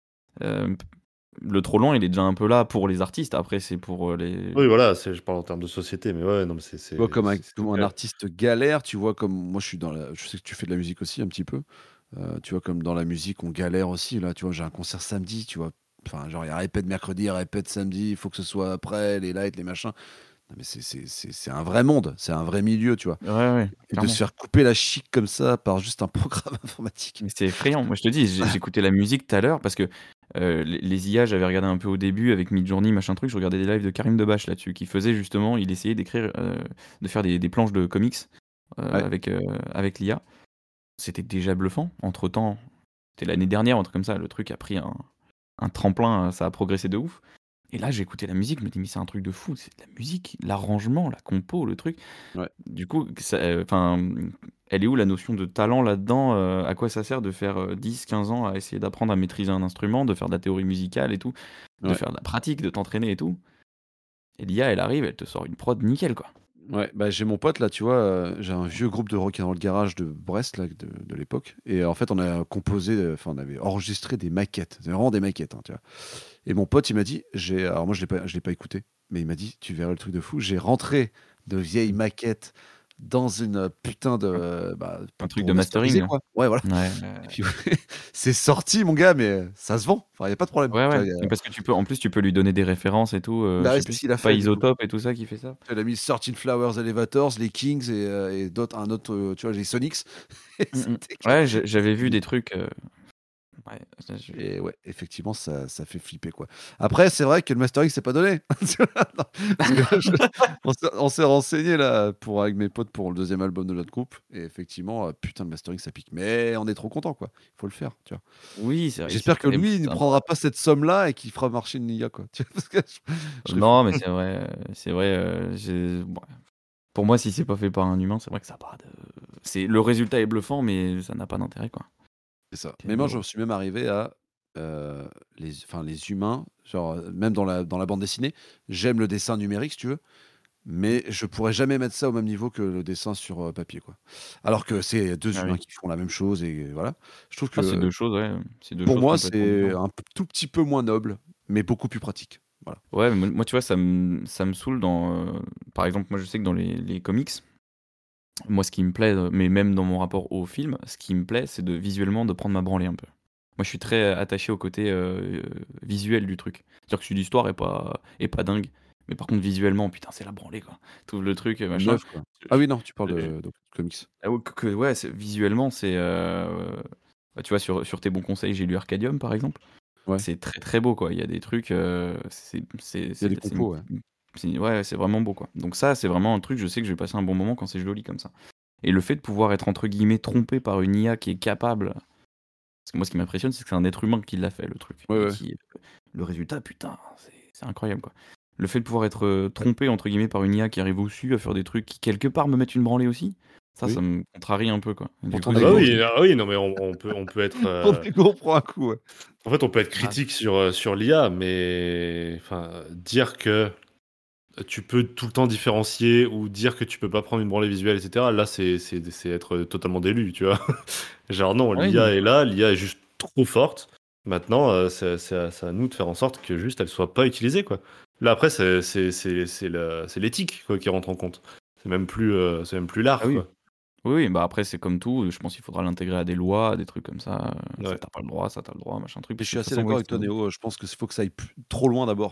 Hem, le trop long, il est déjà un peu là pour les artistes. Après, c'est pour, heu, les Oui, voilà, c'est je parle en termes de société, mais ouais, non, mais c'est tu vois, c'est comme un c'est c'est comme un clair. artiste galère, tu vois? Comme moi, je suis dans la je sais que tu fais de la musique aussi un petit peu, heu, tu vois? Comme dans la musique, on galère aussi, là, tu vois? J'ai un concert samedi, tu vois? Enfin, genre, il y a répète mercredi, il y a répète samedi, il faut que ce soit après, les lights, les machins. Non, mais c'est c'est c'est c'est un vrai monde, c'est un vrai milieu, tu vois? ouais, ouais, Et de se clairement. faire couper la chic comme ça par juste un programme informatique. Mais c'est effrayant. Moi, je te dis, j'ai j'écoutais la musique tout à l'heure parce que, heu, les les I A, j'avais regardé un peu au début avec Midjourney, machin truc. Je regardais des lives de Karim Debache là-dessus, qui faisait justement il essayait d'écrire, heu, de faire des des planches de comics, heu, Ouais, avec, heu, avec l'I A. C'était déjà bluffant. Entre temps, c'était l'année dernière, un truc comme ça, le truc a pris un un tremplin, ça a progressé de ouf. Et là, j'écoutais la musique, je me dis: «Mais c'est un truc de fou, c'est de la musique, l'arrangement, la compo, le truc». ouais. Du coup, ça, heu, enfin, mmh, elle est où la notion de talent là-dedans? Heu, à quoi ça sert de faire, heu, dix quinze ans à essayer d'apprendre à maîtriser un instrument, de faire de la théorie musicale et tout, de Ouais, faire de la pratique, de t'entraîner et tout? Et l'I A, elle arrive, elle te sort une prod nickel, quoi. ouais, bah, j'ai mon pote là, tu vois? Heu, j'ai un vieux groupe de rock dans le garage de Brest là, de de l'époque et en fait, on a composé, heu, enfin, on avait enregistré des maquettes. C'est vraiment des maquettes, hein, tu vois? Et mon pote, il m'a dit j'ai alors moi, je l'ai pas je l'ai pas écouté, mais il m'a dit: «Tu verrais le truc de fou». J'ai rentré de vieilles Mmh. maquettes dans une, putain Un de, bah, un pour truc pour de masteriser, mastering? quoi. Ouais, voilà. Ouais, ouais, Et ouais. puis c'est sorti mon gars, mais ça se vend. Enfin, il y a pas de problème. Ouais, Tu ouais, vois? Il y a parce que tu peux en plus, tu peux lui donner des références et tout, heu, bah, je ouais, sais c'est plus ce si qu'il a c'est pas fait du coup. Isotope et tout ça qui fait ça? Elle a mis Certain Flowers Elevators, les Kings et heu et d'autres un autre, heu, tu vois? Les Sonics et Mmh mh. c'était Ouais, je j'avais vu c'était des trucs, heu, ouais, ça je et ouais, effectivement, ça ça fait flipper, quoi. Après, c'est vrai que le mastering, c'est pas donné. Tu vois? Non, parce que je on s'est on s'est renseigné là, pour avec mes potes pour le deuxième album de notre groupe et effectivement, heu, putain, le mastering, ça pique. Mais on est trop content, quoi. Il faut le faire, tu vois? oui, c'est vrai, c'est J'espère que et lui, il ne putain. prendra pas cette somme-là et qu'il fera marcher une I A, quoi. Tu vois? Parce que je je serais fou. Non, mais c'est vrai, heu, c'est vrai, heu, j'ai bon, pour moi, si c'est pas fait par un humain, c'est vrai que ça a pas de c'est le résultat est bluffant, mais ça n'a pas d'intérêt, quoi. C'est ça. C'est Mais moi, j'en le suis même arrivé à, heu, les enfin, les humains, genre, heu, même dans la dans la bande dessinée, j'aime le dessin numérique, si tu veux, mmh, mais je pourrais jamais mettre ça au même niveau que le dessin sur, heu, papier, quoi. Alors que c'est deux ah humains oui. qui font la même chose et voilà. Je trouve Ah, c'est que deux choses, ouais, c'est deux pour choses moi, complètement c'est différentes. un p tout petit peu moins noble, mais beaucoup plus pratique. Voilà. Ouais, mais moi, moi, tu vois, ça me, ça me saoule dans. euh, Par exemple, moi, je sais que dans les, les comics, moi, ce qui me plaît, euh, mais même dans mon rapport au film, ce qui me plaît, c'est de visuellement de prendre ma branlée un peu. Moi, je suis très attaché au côté euh, euh, visuel du truc. C'est-à-dire que si l'histoire est pas, est pas dingue, mais par contre, visuellement, putain, c'est la branlée, quoi. Tout le truc, euh, machin. Neuf, quoi. Je- Ah je- oui, non, tu parles je- de, de comics. ah ouais, que, que- ouais, c'est- visuellement, c'est. euh, bah, tu vois, sur, sur tes bons conseils, j'ai lu Arcadium, par exemple. Ouais. C'est très très beau, quoi. Il y a des trucs. euh, c'est, c'est, Il y a c'est, des c'est- compos, ouais. c'est- ouais, c'est vraiment beau, quoi. Donc, ça, c'est vraiment un truc, je sais que je vais passer un bon moment quand c'est joli comme ça. Et le fait de pouvoir être, entre guillemets, trompé par une I A qui est capable. Parce que moi, ce qui m'impressionne, c'est que c'est un être humain qui l'a fait, le truc. Ouais, Et ouais. qui. Le résultat, putain, c'est, c'est incroyable, quoi. Le fait de pouvoir être euh, trompé, entre guillemets, par une I A qui arrive au-dessus à faire des trucs qui, quelque part, me mettent une branlée aussi. Ça, ça Oui. me contrarie un peu, quoi. Du Pour coup, ton Ah bah ego c'est. oui, aussi. ah oui, non mais on, on peut, on peut être, Ton euh, ego prend un coup, ouais. en fait, on peut être Ah, critique sur euh, sur l'I A, mais enfin dire que tu peux tout le temps différencier ou dire que tu peux pas prendre une branlée visuelle, et cetera. Là, c'est c'est c'est être totalement délu, tu vois. Genre non, ouais, l'I A non. est là, l'I A est juste trop forte. Maintenant, euh, c'est c'est à, c'est à nous de faire en sorte que juste elle soit pas utilisée, quoi. Là après, c'est c'est c'est c'est la- c'est l'éthique quoi qui rentre en compte. C'est même plus euh, c'est même plus Ah l'art, oui. quoi. Oui, oui, bah après, c'est comme tout. Je pense qu'il faudra l'intégrer à des lois, à des trucs comme ça. euh, Ça, Ouais. t'as pas le droit, ça, t'as le droit, machin truc. Et je Parce que suis de toute assez façon, d'accord oui, avec toi, c'est- Néo. Je pense qu'il faut que ça aille plus- trop loin d'abord.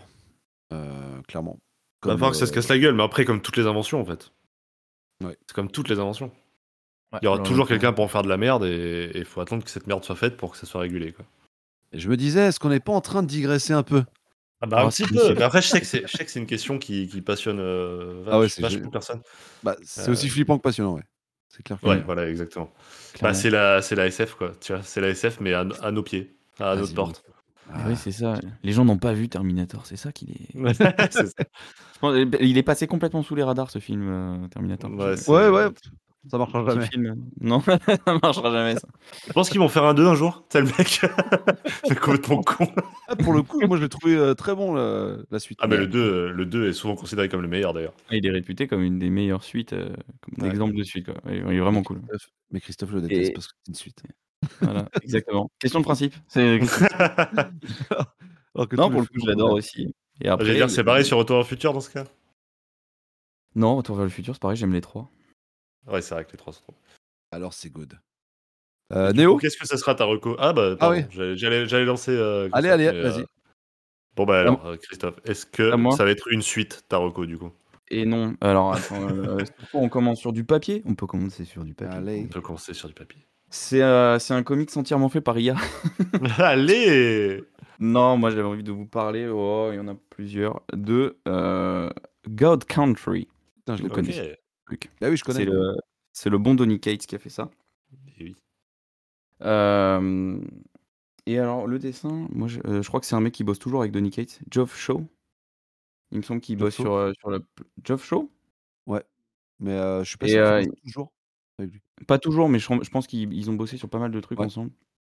Euh, clairement. Va Comme. falloir que ça se euh, casse la gueule, mais après, comme toutes les inventions, en fait. Ouais. C'est comme toutes les inventions. ouais, Il y aura là, en toujours l'occurrence. quelqu'un pour en faire de la merde et il faut attendre que cette merde soit faite pour que ça soit régulé, quoi. Et je me disais, est-ce qu'on n'est pas en train de digresser un peu? Ah bah un Ah, petit c'est peu. possible. Mais après, je sais que c'est, je sais que c'est une question qui, qui passionne euh, Ah ouais, vache- c'est vachement gé- de personnes. bah, c'est Euh, aussi flippant que passionnant, ouais. C'est clair que. ouais, Hmm, voilà, exactement. Bah clairement. c'est la, c'est la S F, quoi. Tu vois, c'est la S F, mais à, à nos pieds, à notre Vas-y, montre. porte. Mais oui, Ah. c'est ça. Les gens n'ont pas vu Terminator. C'est ça qu'il est. C'est ça. Je pense- Il est passé complètement sous les radars, ce film euh, Terminator. Ouais, Je- Ouais, ouais, c'est... ça marchera Petit jamais. film. euh, Non, ça marchera jamais, ça. Je pense qu'ils vont faire un deux un jour. C'est le mec. C'est complètement con. Ah, pour le coup, moi je l'ai trouvé euh, très bon la, la suite. Ah, mais Mais le deux, euh, le deux est souvent considéré comme le meilleur, d'ailleurs. Il est réputé comme une des meilleures suites, euh, comme Ouais. exemple de suite, quoi. Il il est mais vraiment cool. Christophe, mais Christophe le déteste Et parce que c'est une suite. voilà, exactement. Question de principe. C'est question de principe. Alors que tous Non, les pour le coup, films je sont l'adore mauvais. aussi. Et Ah, j'allais après, dire, il y c'est a pareil des- sur Retour vers le futur dans ce cas. non, Retour vers le futur, c'est pareil, j'aime les trois. Ouais, c'est vrai que les trois sont trop. Alors c'est good. Et Euh, du coup, Néo? qu'est-ce que ça sera ta reco? Ah bah Ah oui. pardon, j'allais j'allais j'allais lancer euh, Allez, Christophe, allez, mais vas-y. euh, bon bah À, alors euh, Christophe, est-ce à que moi. ça va être une suite ta reco du coup? Et non. Alors, attends, euh, sur quoi on commence sur du papier? On peut commencer sur du papier. On Allez. peut commencer sur du papier. C'est euh, c'est un comics entièrement fait par I A. Allez! Non, moi j'avais envie de vous parler, oh, il y en a plusieurs, de euh, God Country. Putain, je l'ai Vous pas Ok. vu. connaissez le truc. Bah oui, je connais. C'est le, c'est le bon Donny Cates qui a fait ça. Et oui. Euh, et alors, le dessin, moi je, euh, je crois que c'est un mec qui bosse toujours avec Donny Cates, Geoff Shaw. Il me semble qu'il Geoff bosse Shaw? sur, euh, sur le. Geoff Shaw? Ouais. Mais euh, je suis pas Et sûr qu'il euh, bosse toujours avec lui. pas toujours, mais je, je pense qu'ils ils ont bossé sur pas mal de trucs Ouais. ensemble.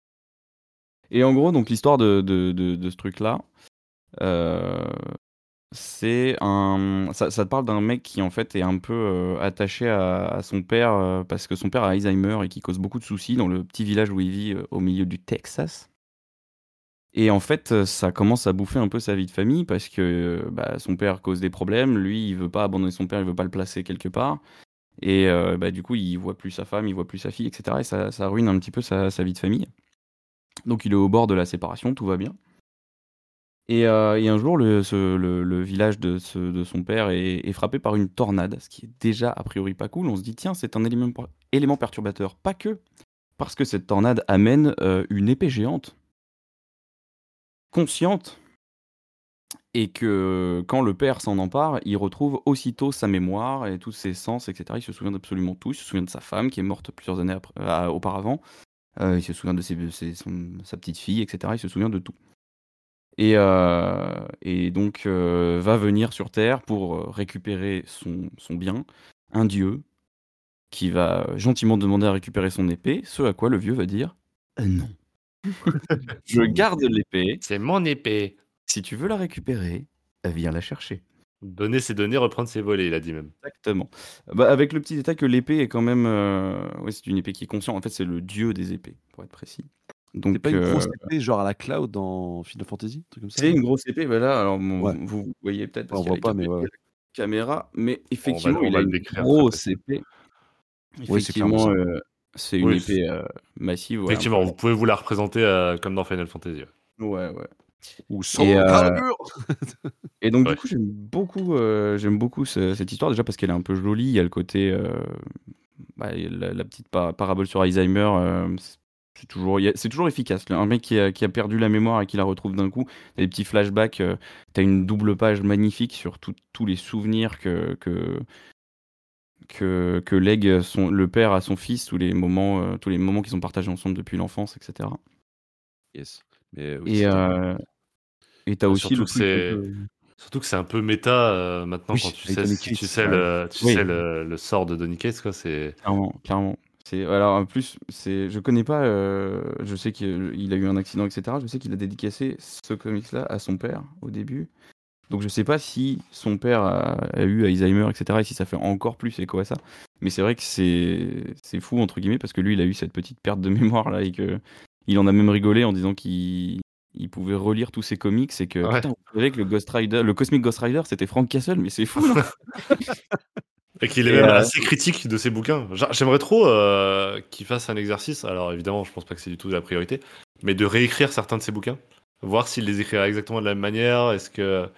Et en gros, donc l'histoire de, de, de, de ce truc-là, euh, c'est un. Ça, ça te parle d'un mec qui en fait est un peu euh, attaché à, à son père euh, parce que son père a Alzheimer et qui cause beaucoup de soucis dans le petit village où il vit euh, au milieu du Texas. Et en fait, euh, ça commence à bouffer un peu sa vie de famille parce que euh, bah, son père cause des problèmes, lui il veut pas abandonner son père, il veut pas le placer quelque part. Et euh, bah, du coup, il voit plus sa femme, il voit plus sa fille, et cetera. Et ça, ça ruine un petit peu sa, sa vie de famille. Donc il est au bord de la séparation, tout va bien. Et, euh, et un jour, le, ce- le, le village de, ce- de son père est, est frappé par une tornade, ce qui est déjà a priori pas cool. On se dit, tiens, c'est un élément, élément perturbateur. Pas que, parce que cette tornade amène euh, une épée géante, consciente, et que quand le père s'en empare, il retrouve aussitôt sa mémoire et tous ses sens, et cetera. Il se souvient d'absolument tout. Il se souvient de sa femme qui est morte plusieurs années après- euh, auparavant. Euh, il se souvient de ses- ses- son- sa petite fille, et cetera. Il se souvient de tout. Et, euh, et donc euh, va venir sur Terre pour euh, récupérer son, son bien, un dieu qui va gentiment demander à récupérer son épée, ce à quoi le vieux va dire Euh, non. Je garde l'épée, C'est mon épée. si tu veux la récupérer, viens la chercher. Donner ses données, reprendre ses volets, il a dit même. Exactement. Bah, avec le petit détail que l'épée est quand même. Euh... ouais, c'est une épée qui est consciente. En fait, c'est le dieu des épées, pour être précis. C'est Donc, pas une heu, grosse épée, genre à la Cloud dans Final Fantasy? Un truc comme ça, c'est non? une grosse épée, voilà, alors bon, Ouais. vous vous voyez peut-être Enfin, parce on qu'il y a voit les pas, cam mais il ouais, y ouais. a la caméra, mais On va, le- effectivement, on il va a le une décrire très grosse précis. épée. Oui, c'est clairement Effectivement, ça. heu, c'est une Oui, épée, heu, massive, ouais, un peu effectivement, vous pouvez vous la représenter euh, comme dans Final Fantasy. Ouais. ouais, ouais Ou et Soul heu Calibur! et donc du Ouais. coup, j'aime beaucoup, heu, j'aime beaucoup ce cette histoire déjà parce qu'elle est un peu jolie. Il y a le côté, heu, bah, il y a la la petite pa parabole sur Alzheimer, hem, c c'est toujours il y a c'est toujours efficace. Un mec qui a qui a perdu la mémoire et qui la retrouve d'un coup, tu des petits flashbacks, heu, tu une double page magnifique sur tous tous les souvenirs que que que que lègue son le père à son fils, tous les moments, heu, tous les moments qu'ils ont partagés ensemble depuis l'enfance et cetera Yes. Mais oui, et c'était cool. heu et tu Bah, aussi surtout le que truc un c'est peu surtout que c'est un peu méta euh, maintenant quand Oui, tu avec sais Donny si tu Cates. sais ouais. le tu sais Oui. le, le sort de Donny Cates quoi. C'est Clairement, clairement. C'est alors en plus, c'est je connais pas, heu, je sais qu'il a eu un accident et cetera. Je sais qu'il a dédicacé ce comics-là à son père au début. Donc je sais pas si son père a a eu Alzheimer et cetera et si ça fait encore plus écho à ça. Mais c'est vrai que c'est c'est «fou» entre guillemets parce que lui, il a eu cette petite perte de mémoire là et qu'il en a même rigolé en disant qu'il il pouvait relire tous ses comics et que: ouais. «Putain, vous savez que le Ghost Rider le Cosmic Ghost Rider, c'était Frank Castle, mais c'est fou, non?» Et qu'il est et même heu assez critique de ses bouquins. Genre, j'aimerais trop euh, qu'il fasse un exercice. Alors évidemment, je pense pas que c'est du tout la priorité, mais de réécrire certains de ses bouquins, voir s'il les écrira exactement de la même manière. Est-ce que,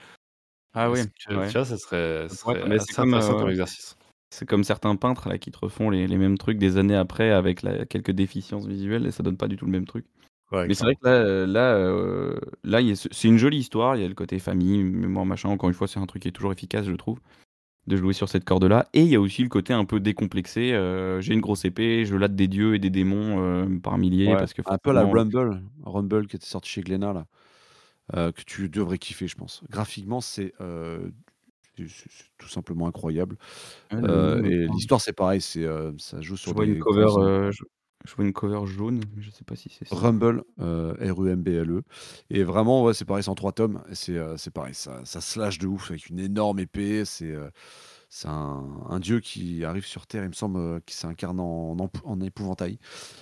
ah oui, est-ce que ouais. tu vois, ça serait, Ça ça pourrait être serait mais c'est assez comme, intéressant heu, comme ouais. exercice. C'est comme certains peintres là qui te refont les les mêmes trucs des années après avec la quelques déficiences visuelles et ça donne pas du tout le même truc. Ouais, Mais c'est vrai clairement. que là, heu, là, heu, là, il y a ce c'est une jolie histoire, il y a le côté famille, mémoire, machin. Encore une fois, c'est un truc qui est toujours efficace, je trouve, de jouer sur cette corde-là et il y a aussi le côté un peu décomplexé, heu, j'ai une grosse épée, je latte des dieux et des démons, heu, par milliers Ouais, parce que un peu la forcément, heu Rumble, Rumble qui était sorti chez Glénat là, heu, que tu devrais kiffer, je pense. Graphiquement, c'est, heu, c'est c'est c'est tout simplement incroyable, ah le nom heu me et parle. l'histoire, c'est pareil, c'est, heu, ça joue Je sur vois une des cover, grands enjeux. heu, je je vois une cover jaune, mais je sais pas si c'est ça. Rumble, heu, R U M B L E et vraiment, ouais, c'est pareil, c'est en trois tomes et c'est, heu, c'est pareil, ça ça slash de ouf avec une énorme épée. C'est, heu, c'est un un dieu qui arrive sur terre, il me semble, heu, qui s'incarne en en en épouvantail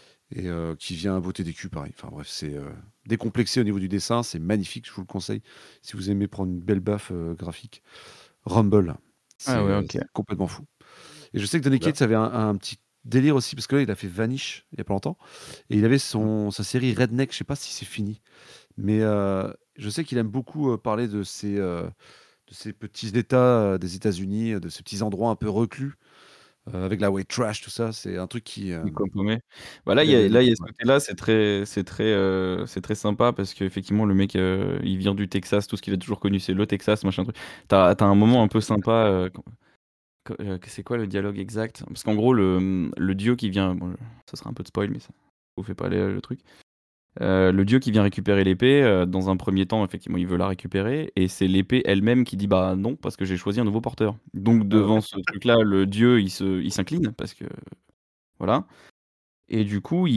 et heu, qui vient botter des culs, pareil. Enfin bref, c'est, heu, décomplexé au niveau du dessin, c'est magnifique, je vous le conseille si vous aimez prendre une belle baffe, heu, graphique. Rumble, Ah c'est, ouais, heu, OK. c'est complètement fou et je sais que Donny Bien. Cates avait un un petit délire aussi parce que là, il a fait Vanish il y a pas longtemps et il avait Mmh. son sa série Redneck, je sais pas si c'est fini, mais heu, je sais qu'il aime beaucoup, heu, parler de ces, heu, de ces petits États, heu, des États-Unis, heu, de ces petits endroits un peu reclus, heu, avec la white trash, tout ça. C'est un truc qui, Il hem, comprenait. Bah, là, il qu'il y aime a bien là, il y beaucoup, a ce ouais. côté-là, c'est très c'est très, heu, c'est très sympa parce qu'effectivement le mec, heu, il vient du Texas, tout ce qu'il a toujours connu, c'est le Texas, machin truc. Tu as tu as un moment un peu sympa, heu, quand quand, heu, c'est quoi le dialogue exact? Parce qu'en gros le, mmh, le dieu qui vient bon, ça sera un peu de spoil, mais ça vous fait pas le le truc. Heu, le dieu qui vient récupérer l'épée, heu, dans un premier temps, effectivement, il veut la récupérer et c'est l'épée elle-même qui dit: «Bah, non, parce que j'ai choisi un nouveau porteur». Donc Ouais, ouais. devant ce truc-là, le dieu, il se il s'incline parce que voilà. Et du coup,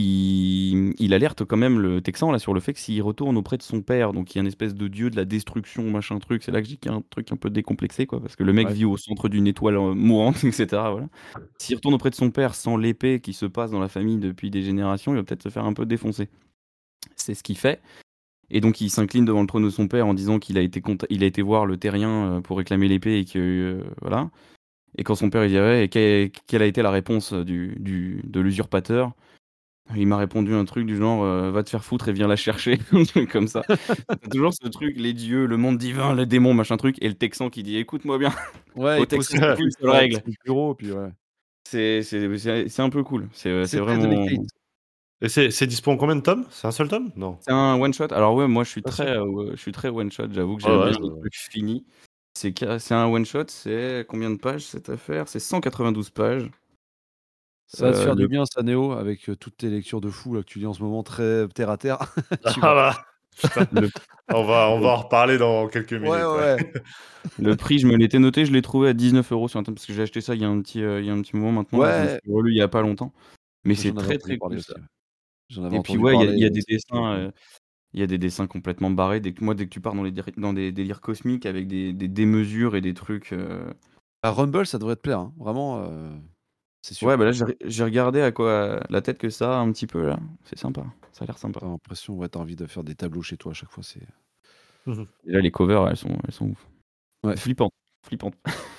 il il alerte quand même le Texan là sur le fait que s'il retourne auprès de son père, donc il y a une espèce de dieu de la destruction, machin truc, c'est là que je dis qu'il y a un truc un peu décomplexé quoi, parce que le mec Ouais. vit au centre d'une étoile, heu, mourante et cetera, voilà. S'il retourne auprès de son père sans l'épée qui se passe dans la famille depuis des générations, il va peut-être se faire un peu défoncer. C'est ce qu'il fait et donc il s'incline devant le trône de son père en disant qu'il a été conta il a été voir le terrien, heu, pour réclamer l'épée et que, heu, voilà et quand son père il dit: «Ouais et qué quelle a été la réponse, du du de l'usurpateur?» Il m'a répondu un truc du genre, heu: «Va te faire foutre et viens la chercher», un truc comme ça. Tu toujours ce truc, les dieux, le monde divin, les démons, machin truc et le Texan qui dit: «Écoute-moi bien, Ouais, au il pose Texas, ses il y a couilles, qu'une seule ouais, règle». sur le bureau, puis ouais. C'est c'est c'est c'est un peu cool. C'est, heu, c'est C'est très Donny vraiment Cates. Et c'est c'est dispo en combien de tomes? C'est un seul tome? Non. c'est un one shot. Alors ouais, moi je suis Un seul? très, heu, je suis très one shot, j'avoue que Ouais, j'aime ouais, bien je... les trucs finis. C'est ca c'est un one shot, c'est combien de pages cette affaire? C'est cent quatre-vingt-douze pages. Ça va te Heu, faire du le bien ça, Néo, avec, heu, toutes tes lectures de fou là que tu lis en ce moment très terre à terre. Ah Tu vas bah, putain. le On va, on le va en reparler dans quelques ouais, minutes, ouais, ouais. ouais. Le prix, je me l'étais noté, je l'ai trouvé à dix-neuf euros sur internet parce que j'ai acheté ça il y a un petit, heu, il y a un petit moment maintenant et je me suis Ouais, relu il y a pas longtemps. Mais mais c'est j'en avais très, entendu très parler cool ça. aussi, ouais. J'en avais Et puis entendu ouais, il y a parler il y a et des c'est plutôt dessins, cool. heu, il y a des dessins complètement barrés. Dès que moi, dès que tu pars dans les déri dans des délires cosmiques avec des des démesures et des trucs, heu Bah, Rumble, ça devrait te plaire, hein, vraiment, heu c'est sûr. Ouais, bah là, j'ai j'ai regardé à quoi la tête que ça a un petit peu là. C'est sympa. Ça a l'air sympa. T'as l'impression, ouais, t'as envie de faire des tableaux chez toi à chaque fois. C'est Mhm. Et là, les covers, elles sont, elles sont ouf. ouais. Flippantes. Flippantes.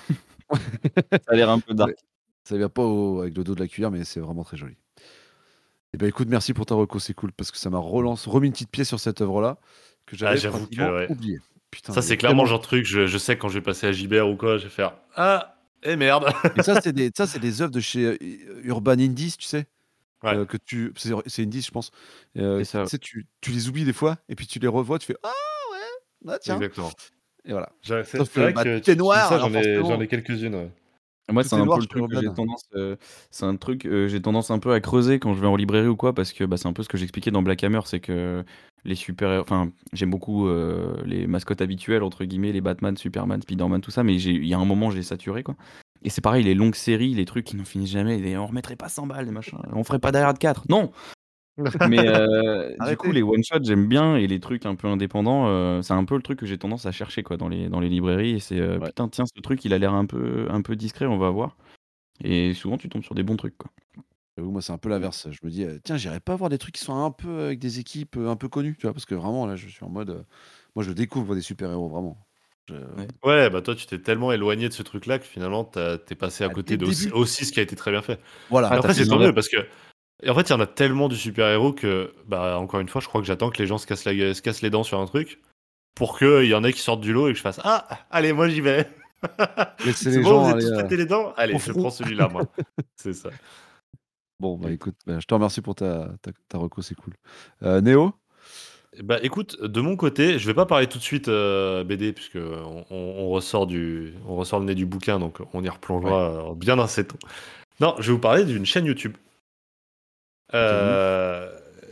Ça a l'air un peu Ça dark. ça vient pas au- avec le dos de la cuillère, mais c'est vraiment très joli. Et ben écoute, merci pour ta reco, c'est cool parce que ça m'a relance, remis une petite pièce sur cette œuvre-là que Ah, j'avais j'avoue que, pratiquement ouais. oubliée. Putain, Ça, il y a c'est clairement tellement. le genre de truc, je, je sais que quand je vais passer à Gibert ou quoi, je vais faire Ah, eh merde. Et ça, c'est des, ça, c'est des œuvres de chez euh, Urban Indies, tu sais, Ouais, euh, que tu, c'est c'est Indies, je pense. Euh, C'est tu ça. sais, tu, tu les oublies des fois et puis tu les revois, tu fais ah ouais, ah tiens, exactement. et voilà. J'ai- C'est Sauf c'est que vrai bah, que tout est tu, tu dis noir, ça, alors j'en ai, j'en forcément, ai quelques-unes. Ouais. Moi, c'est tout est un peu noir le chez truc que j'ai Urban. tendance, euh, c'est un truc, euh, j'ai tendance un peu à creuser quand je vais en librairie ou quoi, parce que bah, c'est un peu ce que j'expliquais dans Black Hammer, c'est que les super, enfin, j'aime beaucoup euh, les mascottes habituelles entre guillemets, les Batman, Superman, Spider-Man, tout ça, mais j'ai- il y a un moment, j'ai saturé quoi. Et c'est pareil, les longues séries, les trucs qui n'en finissent jamais, les- on remettrait pas cent balles, les machins, on ferait pas Die Hard quatre, non. Mais euh, du coup, Arrêtez. les one-shots, j'aime bien, et les trucs un peu indépendants, euh, c'est un peu le truc que j'ai tendance à chercher quoi dans les dans les librairies. Et c'est euh, Ouais. putain, tiens, ce truc, il a l'air un peu un peu discret, on va voir. Et souvent, tu tombes sur des bons trucs, quoi. J'avoue, moi, c'est un peu l'inverse. Je me dis, euh, tiens, j'irais pas voir des trucs qui sont un peu avec des équipes euh, un peu connues, tu vois, parce que vraiment, là, je suis en mode, euh, moi, je découvre des super-héros, vraiment. Je- Ouais. Ouais, bah toi, tu t'es tellement éloigné de ce truc-là que finalement, t'as- t'es passé à Ah, côté dès de le aussi, début. aussi ce qui a été très bien fait. Voilà. Ah, Mais t'as après, fait c'est tant l'inverse. mieux parce que, et en fait, il y en a tellement du super-héros que, bah, encore une fois, je crois que j'attends que les gens se cassent, la- se cassent les dents sur un truc pour qu'il y en ait qui sortent du lot et que je fasse Ah, allez, moi j'y vais. Laissez C'est les bon, gens vous êtes aller tous euh, pété les dents? au Allez, je front. prends celui-là, moi. C'est ça. Bon, bah écoute, bah, je te remercie pour ta, ta, ta reco, c'est cool. Euh, Néo? Bah écoute, de mon côté, je vais pas parler tout de suite euh, B D puisque on, on- on ressort du, on ressort le nez du bouquin, donc on y Ouais. replongera euh, bien dans ces temps. Non, je vais vous parler d'une chaîne YouTube. Ok, vas-y. Euh...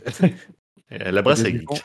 La La brasse pièce est du fond. geek.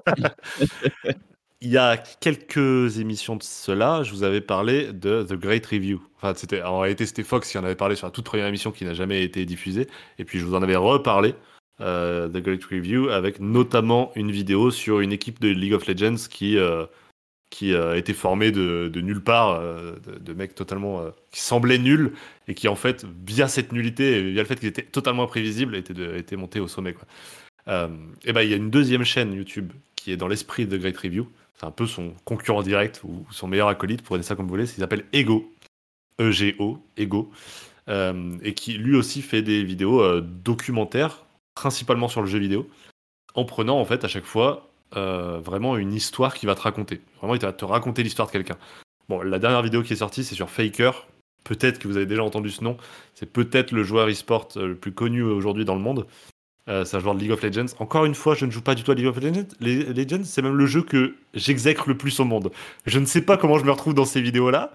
Il y a quelques émissions de cela, je vous avais parlé de The Great Review. Enfin, c'était, en réalité, c'était Fox qui en avait parlé sur la toute première émission qui n'a jamais été diffusée. Et puis, je vous en avais reparlé, euh, The Great Review, avec notamment une vidéo sur une équipe de League of Legends qui, euh, qui euh, a été formée de, de nulle part, euh, de, de mecs totalement euh, qui semblaient nuls et qui, en fait, via cette nullité et via le fait qu'ils étaient totalement imprévisibles, étaient, de, étaient montés au sommet, quoi. Euh, et ben, il y a une deuxième chaîne YouTube qui est dans l'esprit de The Great Review. C'est un peu son concurrent direct ou son meilleur acolyte, prenez ça comme vous voulez. Il s'appelle Ego, E G O, Ego, euh, et qui lui aussi fait des vidéos euh, documentaires, principalement sur le jeu vidéo, en prenant en fait à chaque fois euh, vraiment une histoire qu'il va te raconter. Vraiment, il va te raconter l'histoire de quelqu'un. Bon, la dernière vidéo qui est sortie, c'est sur Faker. Peut-être que vous avez déjà entendu ce nom. C'est peut-être le joueur e-sport euh, le plus connu aujourd'hui dans le monde. Euh, c'est un joueur de League of Legends. Encore une fois, je ne joue pas du tout à League of Legends. Les Legends, c'est même le jeu que j'exècre le plus au monde. Je ne sais pas comment je me retrouve dans ces vidéos-là.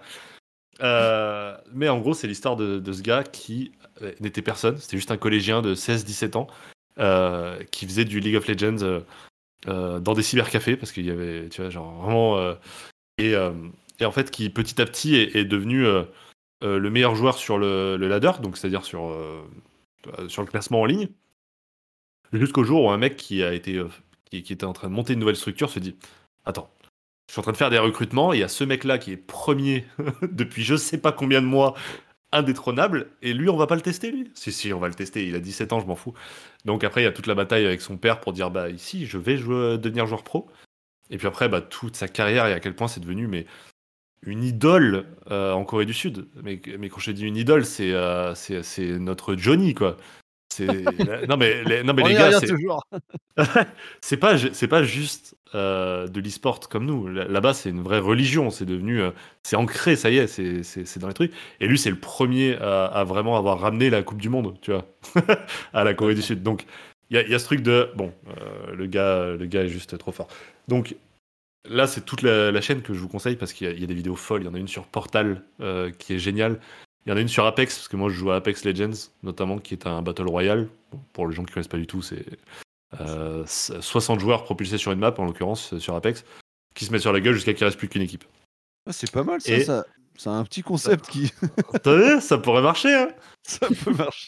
Euh, mais en gros, c'est l'histoire de, de ce gars qui euh, n'était personne. C'était juste un collégien de seize dix-sept ans euh, qui faisait du League of Legends euh, euh, dans des cybercafés parce qu'il y avait, tu vois, genre vraiment. Euh, et, euh, et en fait, qui petit à petit est, est devenu euh, euh, le meilleur joueur sur le, le ladder, donc c'est-à-dire sur, euh, sur le classement en ligne. Jusqu'au jour où un mec qui a été, euh, qui, qui était en train de monter une nouvelle structure se dit Attends, je suis en train de faire des recrutements, et il y a ce mec-là qui est premier depuis je sais pas combien de mois, indétrônable, et lui, on va pas le tester, lui Si, si, on va le tester, il a dix-sept ans, je m'en fous. Donc après, il y a toute la bataille avec son père pour dire Bah, ici, je vais jouer, devenir joueur pro. Et puis après, bah, toute sa carrière et à quel point c'est devenu mais, une idole euh, en Corée du Sud. Mais, mais quand je te dis une idole, c'est, euh, c'est, c'est notre Johnny, quoi. C'est... Non, mais les, non, mais On les y gars, revient c'est. toujours. c'est pas ju- c'est pas juste euh, de l'e-sport comme nous. Là- Là-bas, c'est une vraie religion. C'est devenu, euh, c'est ancré. Ça y est, c'est c'est c'est dans les trucs. Et lui, c'est le premier à, à vraiment avoir ramené la Coupe du Monde, tu vois, à la Corée du D'accord. Sud. Donc, il y a, il y a ce truc de bon, euh, le gars, le gars est juste trop fort. Donc là, c'est toute la, la chaîne que je vous conseille parce qu'il y a, il y a des vidéos folles. Il y en a une sur Portal euh, qui est géniale. Il y en a une sur Apex parce que moi, je joue à Apex Legends notamment, qui est un battle royale. Bon, pour les gens qui connaissent pas du tout, c'est euh, soixante joueurs propulsés sur une map, en l'occurrence sur Apex, qui se mettent sur la gueule jusqu'à qu'il reste plus qu'une équipe. Ah, c'est pas mal ça, Et ça. C'est un petit concept qui t'as vu, ça pourrait marcher, hein. ça peut marcher.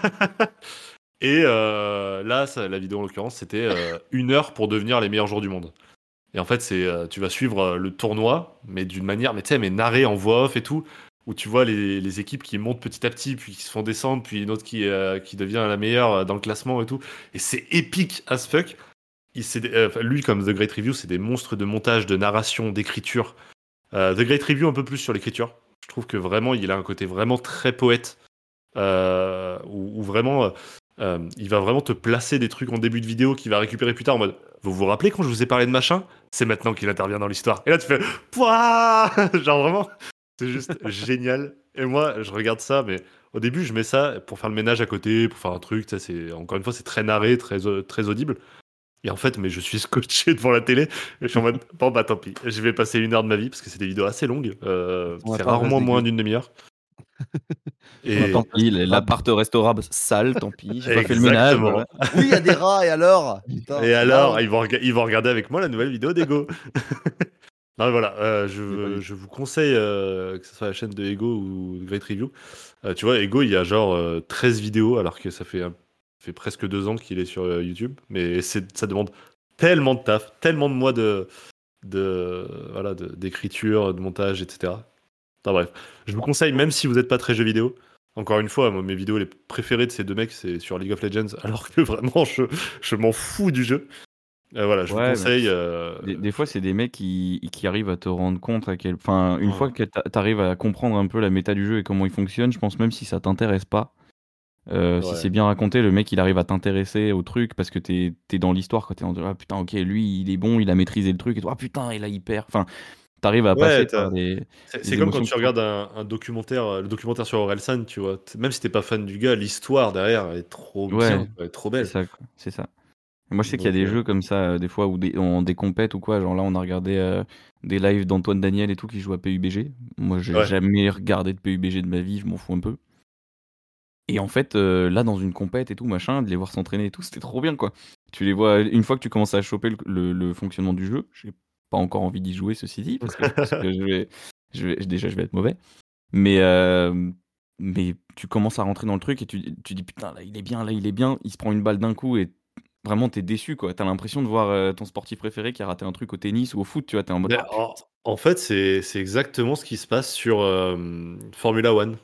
Et euh, là, ça, la vidéo en l'occurrence, c'était euh, une heure pour devenir les meilleurs joueurs du monde. Et en fait, c'est, euh, tu vas suivre euh, le tournoi, mais d'une manière, mais tu sais, mais narré en voix off et tout. où tu vois les, les équipes qui montent petit à petit, puis qui se font descendre, puis une autre qui, euh, qui devient la meilleure euh, dans le classement et tout. Et c'est épique as fuck. Il, c'est des- euh, enfin, lui, comme The Great Review, c'est des monstres de montage, de narration, d'écriture. Euh, The Great Review, un peu plus sur l'écriture. Je trouve que vraiment, il a un côté vraiment très poète, euh, où, où vraiment, euh, euh, il va vraiment te placer des trucs en début de vidéo qu'il va récupérer plus tard en mode vous vous rappelez quand je vous ai parlé de machin? C'est maintenant qu'il intervient dans l'histoire. Et là, tu fais Pouah genre vraiment, c'est juste génial. Et moi, je regarde ça, mais au début, je mets ça pour faire le ménage à côté, pour faire un truc. Ça, c'est encore une fois, c'est très narré, très, euh, très audible. Et en fait, mais je suis scotché devant la télé. Et je suis en mode bon, bah tant pis. Je vais passer une heure de ma vie parce que c'est des vidéos assez longues. Euh, On va c'est pas, reste rarement moins dégueu. d'une demi-heure. Bah, tant Et pis, Reste grave. l'appart restera sale, tant pis, j'ai pas fait le ménage, exactement. voilà. Oui, il y a des rats, et alors? Putain, Et c'est grave, alors, hein. ils vont, rega- ils vont regarder avec moi la nouvelle vidéo d'Ego. Non, mais voilà, euh, C'est pas je, du je vous conseille, euh, que ce soit la chaîne de Ego ou de Great Review. Euh, tu vois, Ego, il y a genre euh, treize vidéos, alors que ça fait, un- ça fait presque deux ans qu'il est sur euh, YouTube. Mais c'est, ça demande tellement de taf, tellement de mois de, de, voilà, de- d'écriture, de montage, et cetera. Enfin bref, je vous conseille, même si vous n'êtes pas très jeu vidéo. Encore une fois, moi, mes vidéos les préférées de ces deux mecs, c'est sur League of Legends, alors que vraiment, je, je m'en fous du jeu. Euh, voilà, je vous Ouais, mais conseille. euh, des, des fois, c'est des mecs qui, qui arrivent à te rendre compte à quel. Enfin, une fois Ouais. que t'a- t'arrives à comprendre un peu la méta du jeu et comment il fonctionne, je pense même si ça t'intéresse pas, euh, si Ouais. c'est bien raconté, le mec il arrive à t'intéresser au truc parce que t'es t'es dans l'histoire, quand t'es en ah putain, ok, lui il est bon, il a maîtrisé le truc et toi, ah putain, et là il perd. Enfin, t'arrives à Ouais, passer par t'as- des, c'est c'est des comme quand émotions tu qui sont. regardes un, un documentaire, euh, le documentaire sur Orelsan, tu vois. T- Même si t'es pas fan du gars, l'histoire derrière elle est trop Ouais, bien, elle est trop c'est belle. ça, quoi, c'est ça. Moi, je sais qu'il y a Donc, des euh, jeux comme ça, euh, des fois, où des, on des compètes ou quoi. Genre là, on a regardé euh, des lives d'Antoine Daniel et tout qui joue à P U B G. Moi, j'ai ouais. jamais regardé de P U B G de ma vie, je m'en fous un peu. Et en fait, euh, là, dans une compète et tout, machin, de les voir s'entraîner et tout, c'était trop bien, quoi. Tu les vois, une fois que tu commences à choper le, le- le fonctionnement du jeu, j'ai pas encore envie d'y jouer, ceci dit, parce que je pense que je vais, je vais, déjà, je vais être mauvais. Mais, euh, mais tu commences à rentrer dans le truc et tu, tu dis putain, là il est bien, là il est bien, il se prend une balle d'un coup et vraiment t'es déçu, quoi. T'as l'impression de voir euh, ton sportif préféré qui a raté un truc au tennis ou au foot, tu vois. T'es en mode Mais oh en, putain. en fait, c'est c'est exactement ce qui se passe sur euh, Formula One,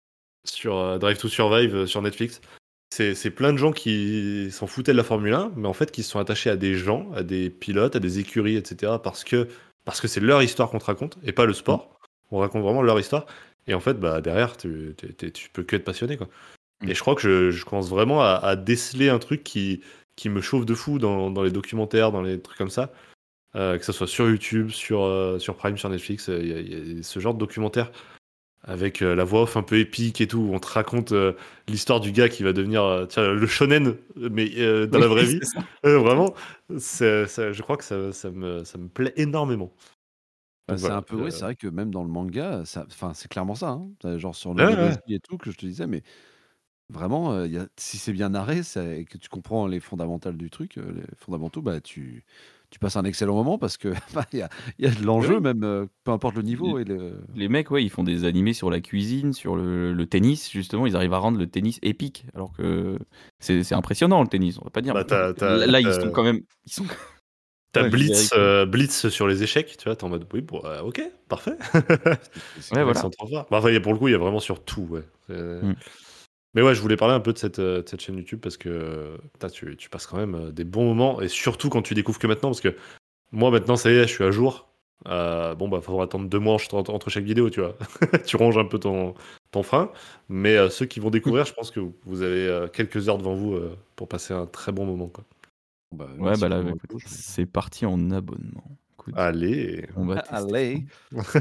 sur euh, Drive to Survive euh, sur Netflix. C'est c'est plein de gens qui s'en foutaient de la Formule un, mais en fait qui se sont attachés à des gens, à des pilotes, à des écuries, et cetera. Parce que parce que c'est leur histoire qu'on te raconte et pas le Mm, sport. On raconte vraiment leur histoire. Et en fait, bah derrière, tu, t'es- t'es- tu peux que être passionné, quoi. mm. Et je crois que je, je commence vraiment à, à déceler un truc qui, qui me chauffe de fou dans, dans les documentaires, dans les trucs comme ça. Euh, que ce soit sur YouTube, sur, euh, sur Prime, sur Netflix, euh, il y, a- il y a ce genre de documentaire avec euh, la voix off un peu épique et tout, où on te raconte euh, l'histoire du gars qui va devenir euh, tiens, le shonen, mais euh, dans Oui, la vraie vie. c'est ça. Euh, vraiment, c'est- ça- je crois que ça, ça me, ça me plaît énormément. Bah, Donc c'est voilà. un peu, oui, Euh, c'est vrai que même dans le manga, ça, enfin, c'est clairement ça, hein. T'as genre sur le ouais, Legoshi ouais. et tout que je te disais, mais vraiment, euh, il y a, si c'est bien narré, c'est- et que tu comprends les fondamentales du truc, euh, les fondamentaux, bah tu, tu passes un excellent moment parce que bah, il y a, il y a de Mais l'enjeu oui. même, euh, peu importe le Les niveau et le. les mecs, ouais, ils font des animés sur la cuisine, sur le, le tennis, justement, ils arrivent à rendre le tennis épique, alors que c'est c'est impressionnant le tennis, on va pas dire, Bah, mais non, t'as, là, t'as, là, ils sont t'as- quand même, ils sont, t'as Ouais, ils Blitz, méritent. euh, Blitz sur les échecs, tu vois, t'es en mode oui, bon, euh, ok, parfait. c'est c'est Ouais, clair. voilà. Alexandre Favre. Bah, enfin, il y a- pour le coup, il y a vraiment sur tout, ouais. C'est- Mm. Mais ouais, je voulais parler un peu de cette, euh, de cette chaîne YouTube parce que euh, putain, tu, tu passes quand même euh, des bons moments et surtout quand tu découvres que maintenant, parce que moi maintenant, ça y est, je suis à jour. Euh, bon, bah, faudra attendre deux mois entre, entre chaque vidéo, tu vois. Tu ronges un peu ton, ton frein. Mais euh, ceux qui vont découvrir, je pense que vous, vous avez euh, quelques heures devant vous euh, pour passer un très bon moment, quoi. Bah, Ouais, merci bah là, pour le écoute, retour. je- c'est parti en abonnement. Écoute, Allez. on va tester ça. Allez.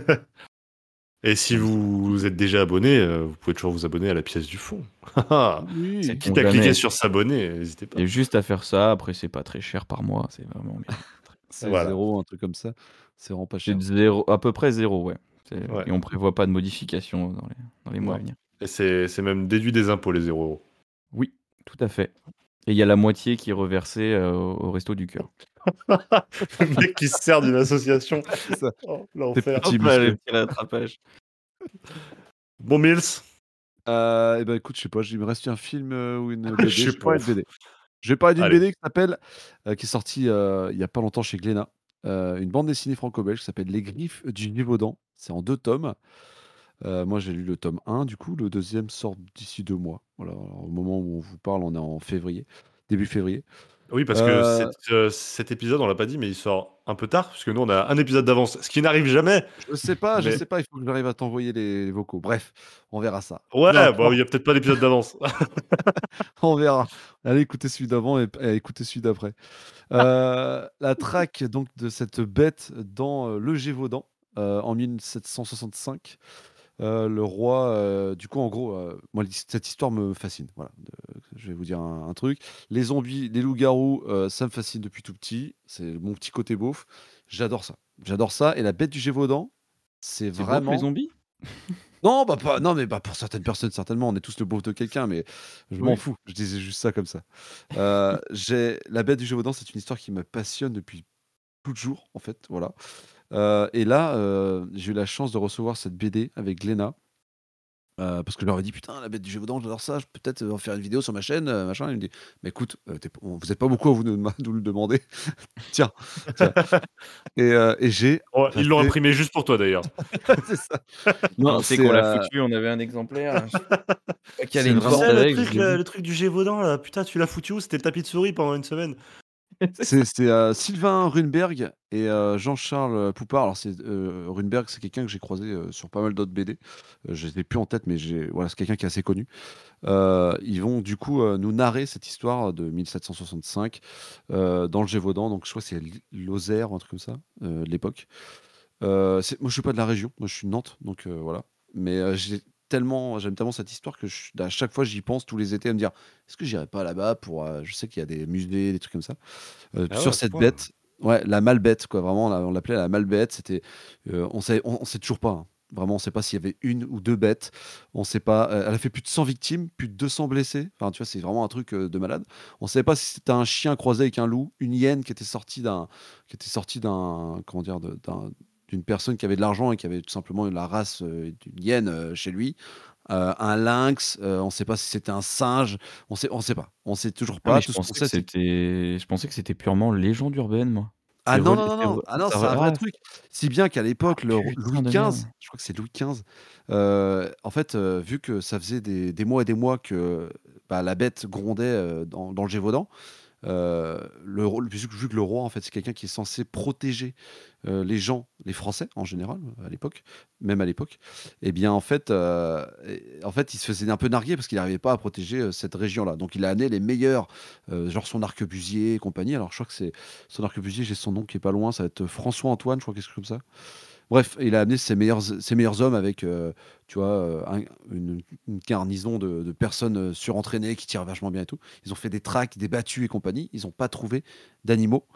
Et si Comme ça. vous êtes déjà abonné, euh, vous pouvez toujours vous abonner à la pièce du fond. C'est Oui. Sait-on quitte à cliquer jamais. sur s'abonner, n'hésitez Il y pas. a juste à faire ça. Après, c'est pas très cher par mois. C'est vraiment bien. C'est Voilà. zéro, un truc comme ça. C'est vraiment pas C'est cher. de zéro, à peu près zéro, ouais. C'est- Ouais. Et on prévoit pas de modification dans les, dans les mois à Non. venir. Et c'est c'est même déduit des impôts, les zéro euros. Oui, tout à fait. Et il y a la moitié qui est reversée euh, au au Resto du Cœur. Le mec qui se sert d'une association. C'est ça. Oh, Tes l'enfer. petits Hop là, le muscles. petit rattrapage. Bon, Mills, Euh, et ben écoute, je sais pas, il me reste un film euh, ou une je B D. sais Je vais pas. parler de B D. Je vais parler d'une Allez. B D qui s'appelle, euh, qui est sortie euh, il y a pas longtemps chez Glénat. Euh, une bande dessinée franco-belge qui s'appelle Les Griffes du Gévaudan. C'est en deux tomes. Heu, moi, j'ai lu le tome un du coup, le deuxième sort d'ici deux mois. Voilà, alors au moment où on vous parle, on est en février, début février. Oui, parce que Heu, cet, heu, cet épisode, on l'a pas dit, mais il sort un peu tard, parce que nous, on a un épisode d'avance, ce qui n'arrive jamais, je sais pas je mais sais pas, il faut que j'arrive à t'envoyer les vocaux. Bref, on verra ça. Peu ouais, bon, il y importe, a peut-être pas d'épisode d'avance. on verra. Allez écouter celui d'avant et p et écouter celui d'après. Heu, la traque donc de cette bête dans, heu, le Gévaudan, heu, en mille sept cent soixante-cinq. Heu, le roi, heu, du coup, en gros, heu, moi, l'his cette histoire me fascine, voilà, de je vais vous dire un un truc. Les zombies, les loups-garous, heu, ça me fascine depuis tout petit. C'est mon petit côté beauf. J'adore ça. J'adore ça et la bête du Gévaudan, c'est C'est beauf les vraiment zombies? non, bah, pas non, mais bah, pour certaines personnes, certainement, on est tous le beauf de quelqu'un, mais je m'en Oui. fous. Je disais juste ça comme ça. Heu, j'ai la bête du Gévaudan, c'est une histoire qui me passionne depuis toujours, en fait, voilà. Heu et là, heu, j'ai eu la chance de recevoir cette B D avec Glénat. Heu, parce que je leur ai dit: «Putain, la bête du Gévaudan, j'adore ça, je peux peut-être, heu, en faire une vidéo sur ma chaîne, heu, machin». Il me dit: «Mais écoute, heu, tu on vous êtes pas beaucoup à vous de ma nous le demander. Tiens, tiens» et heu et j'ai Oh, ils l'ont passé imprimé juste pour toi, d'ailleurs. c'est ça. Quand Non, c'est c'est, qu'on l'a heu, foutu, on avait un exemplaire, je pas caler c'est une Tu vraiment porte sais, le avec, je truc l'ai là, vu. le truc du Gévaudan là, putain, tu l'as foutu où? C'était le tapis de souris pendant une semaine. C'est ça. c'est c'est, heu, Sylvain Runberg et heu, Jean-Charles Poupart. Alors c'est, heu, Runberg, c'est quelqu'un que j'ai croisé, heu, sur pas mal d'autres B D. Heu, je les ai plus en tête, mais j'ai voilà, c'est quelqu'un qui est assez connu. Heu, ils vont du coup, heu, nous narrer cette histoire de mille sept cent soixante-cinq, heu, dans le Gévaudan, donc je crois que c'est L Lozère ou un truc comme ça, heu, de l'époque. Heu, c'est moi je suis pas de la région, moi je suis de Nantes, donc heu, voilà. Mais heu, j'ai tellement j'aime tellement cette histoire que je à chaque fois j'y pense tous les étés à me dire: «Est-ce que j'irai pas là-bas pour», heu je sais qu'il y a des musées, des trucs comme ça, heu, Ah ouais, sur à ce cette point. bête. Ouais, la Malbête quoi, vraiment on l'a on l'appelait la Malbête, c'était, heu, on sait on on sait toujours pas, hein. Vraiment, on sait pas s'il y avait une ou deux bêtes. On sait pas, heu, elle a fait plus de cent victimes, plus de deux cents blessés. Enfin, tu vois, c'est vraiment un truc, heu, de malade. On savait pas si c'était un chien croisé avec un loup, une hyène qui était sortie d'un qui était sortie d'un comment dire? De d'un d'une personne qui avait de l'argent et qui avait tout simplement la race, heu, d'une hyène, heu, chez lui, heu, un lynx, heu, on sait pas si c'était un singe, on sait on sait pas. On sait toujours Ah mais pas. je Tout ce qu'on pensais que sait, c'est que c'était je pensais que c'était purement légende urbaine moi. ah C'est non, rel non, non, c'est non, re ah non, ça c'est re un vrai ah truc. Si bien qu'à ah l'époque, le r putain Louis de quinze, merde. je crois que c'est Louis quinze, heu, en fait, heu, vu que ça faisait des des mois et des mois que, bah, la bête grondait, heu, dans dans le Gévaudan. Heu, le roi vu que vu que le roi, en fait, c'est quelqu'un qui est censé protéger, heu, les gens, les Français en général, à l'époque, même à l'époque et bien, en fait, heu et en fait, il se faisait un peu narguer parce qu'il n'arrivait pas à protéger, heu, cette région-là. Donc il a amené les meilleurs, heu, genre son arquebusier et compagnie. Alors je crois que c'est son arquebusier, j'ai son nom qui est pas loin, ça va être François-Antoine, je crois, quelque chose comme ça. Bref, il a amené ses meilleurs ses meilleurs hommes avec, heu, tu vois, heu, un une une garnison de de personnes, heu, surentraînées qui tirent vachement bien et tout. Ils ont fait des tracks, des battues et compagnie. Ils ont pas trouvé d'animaux.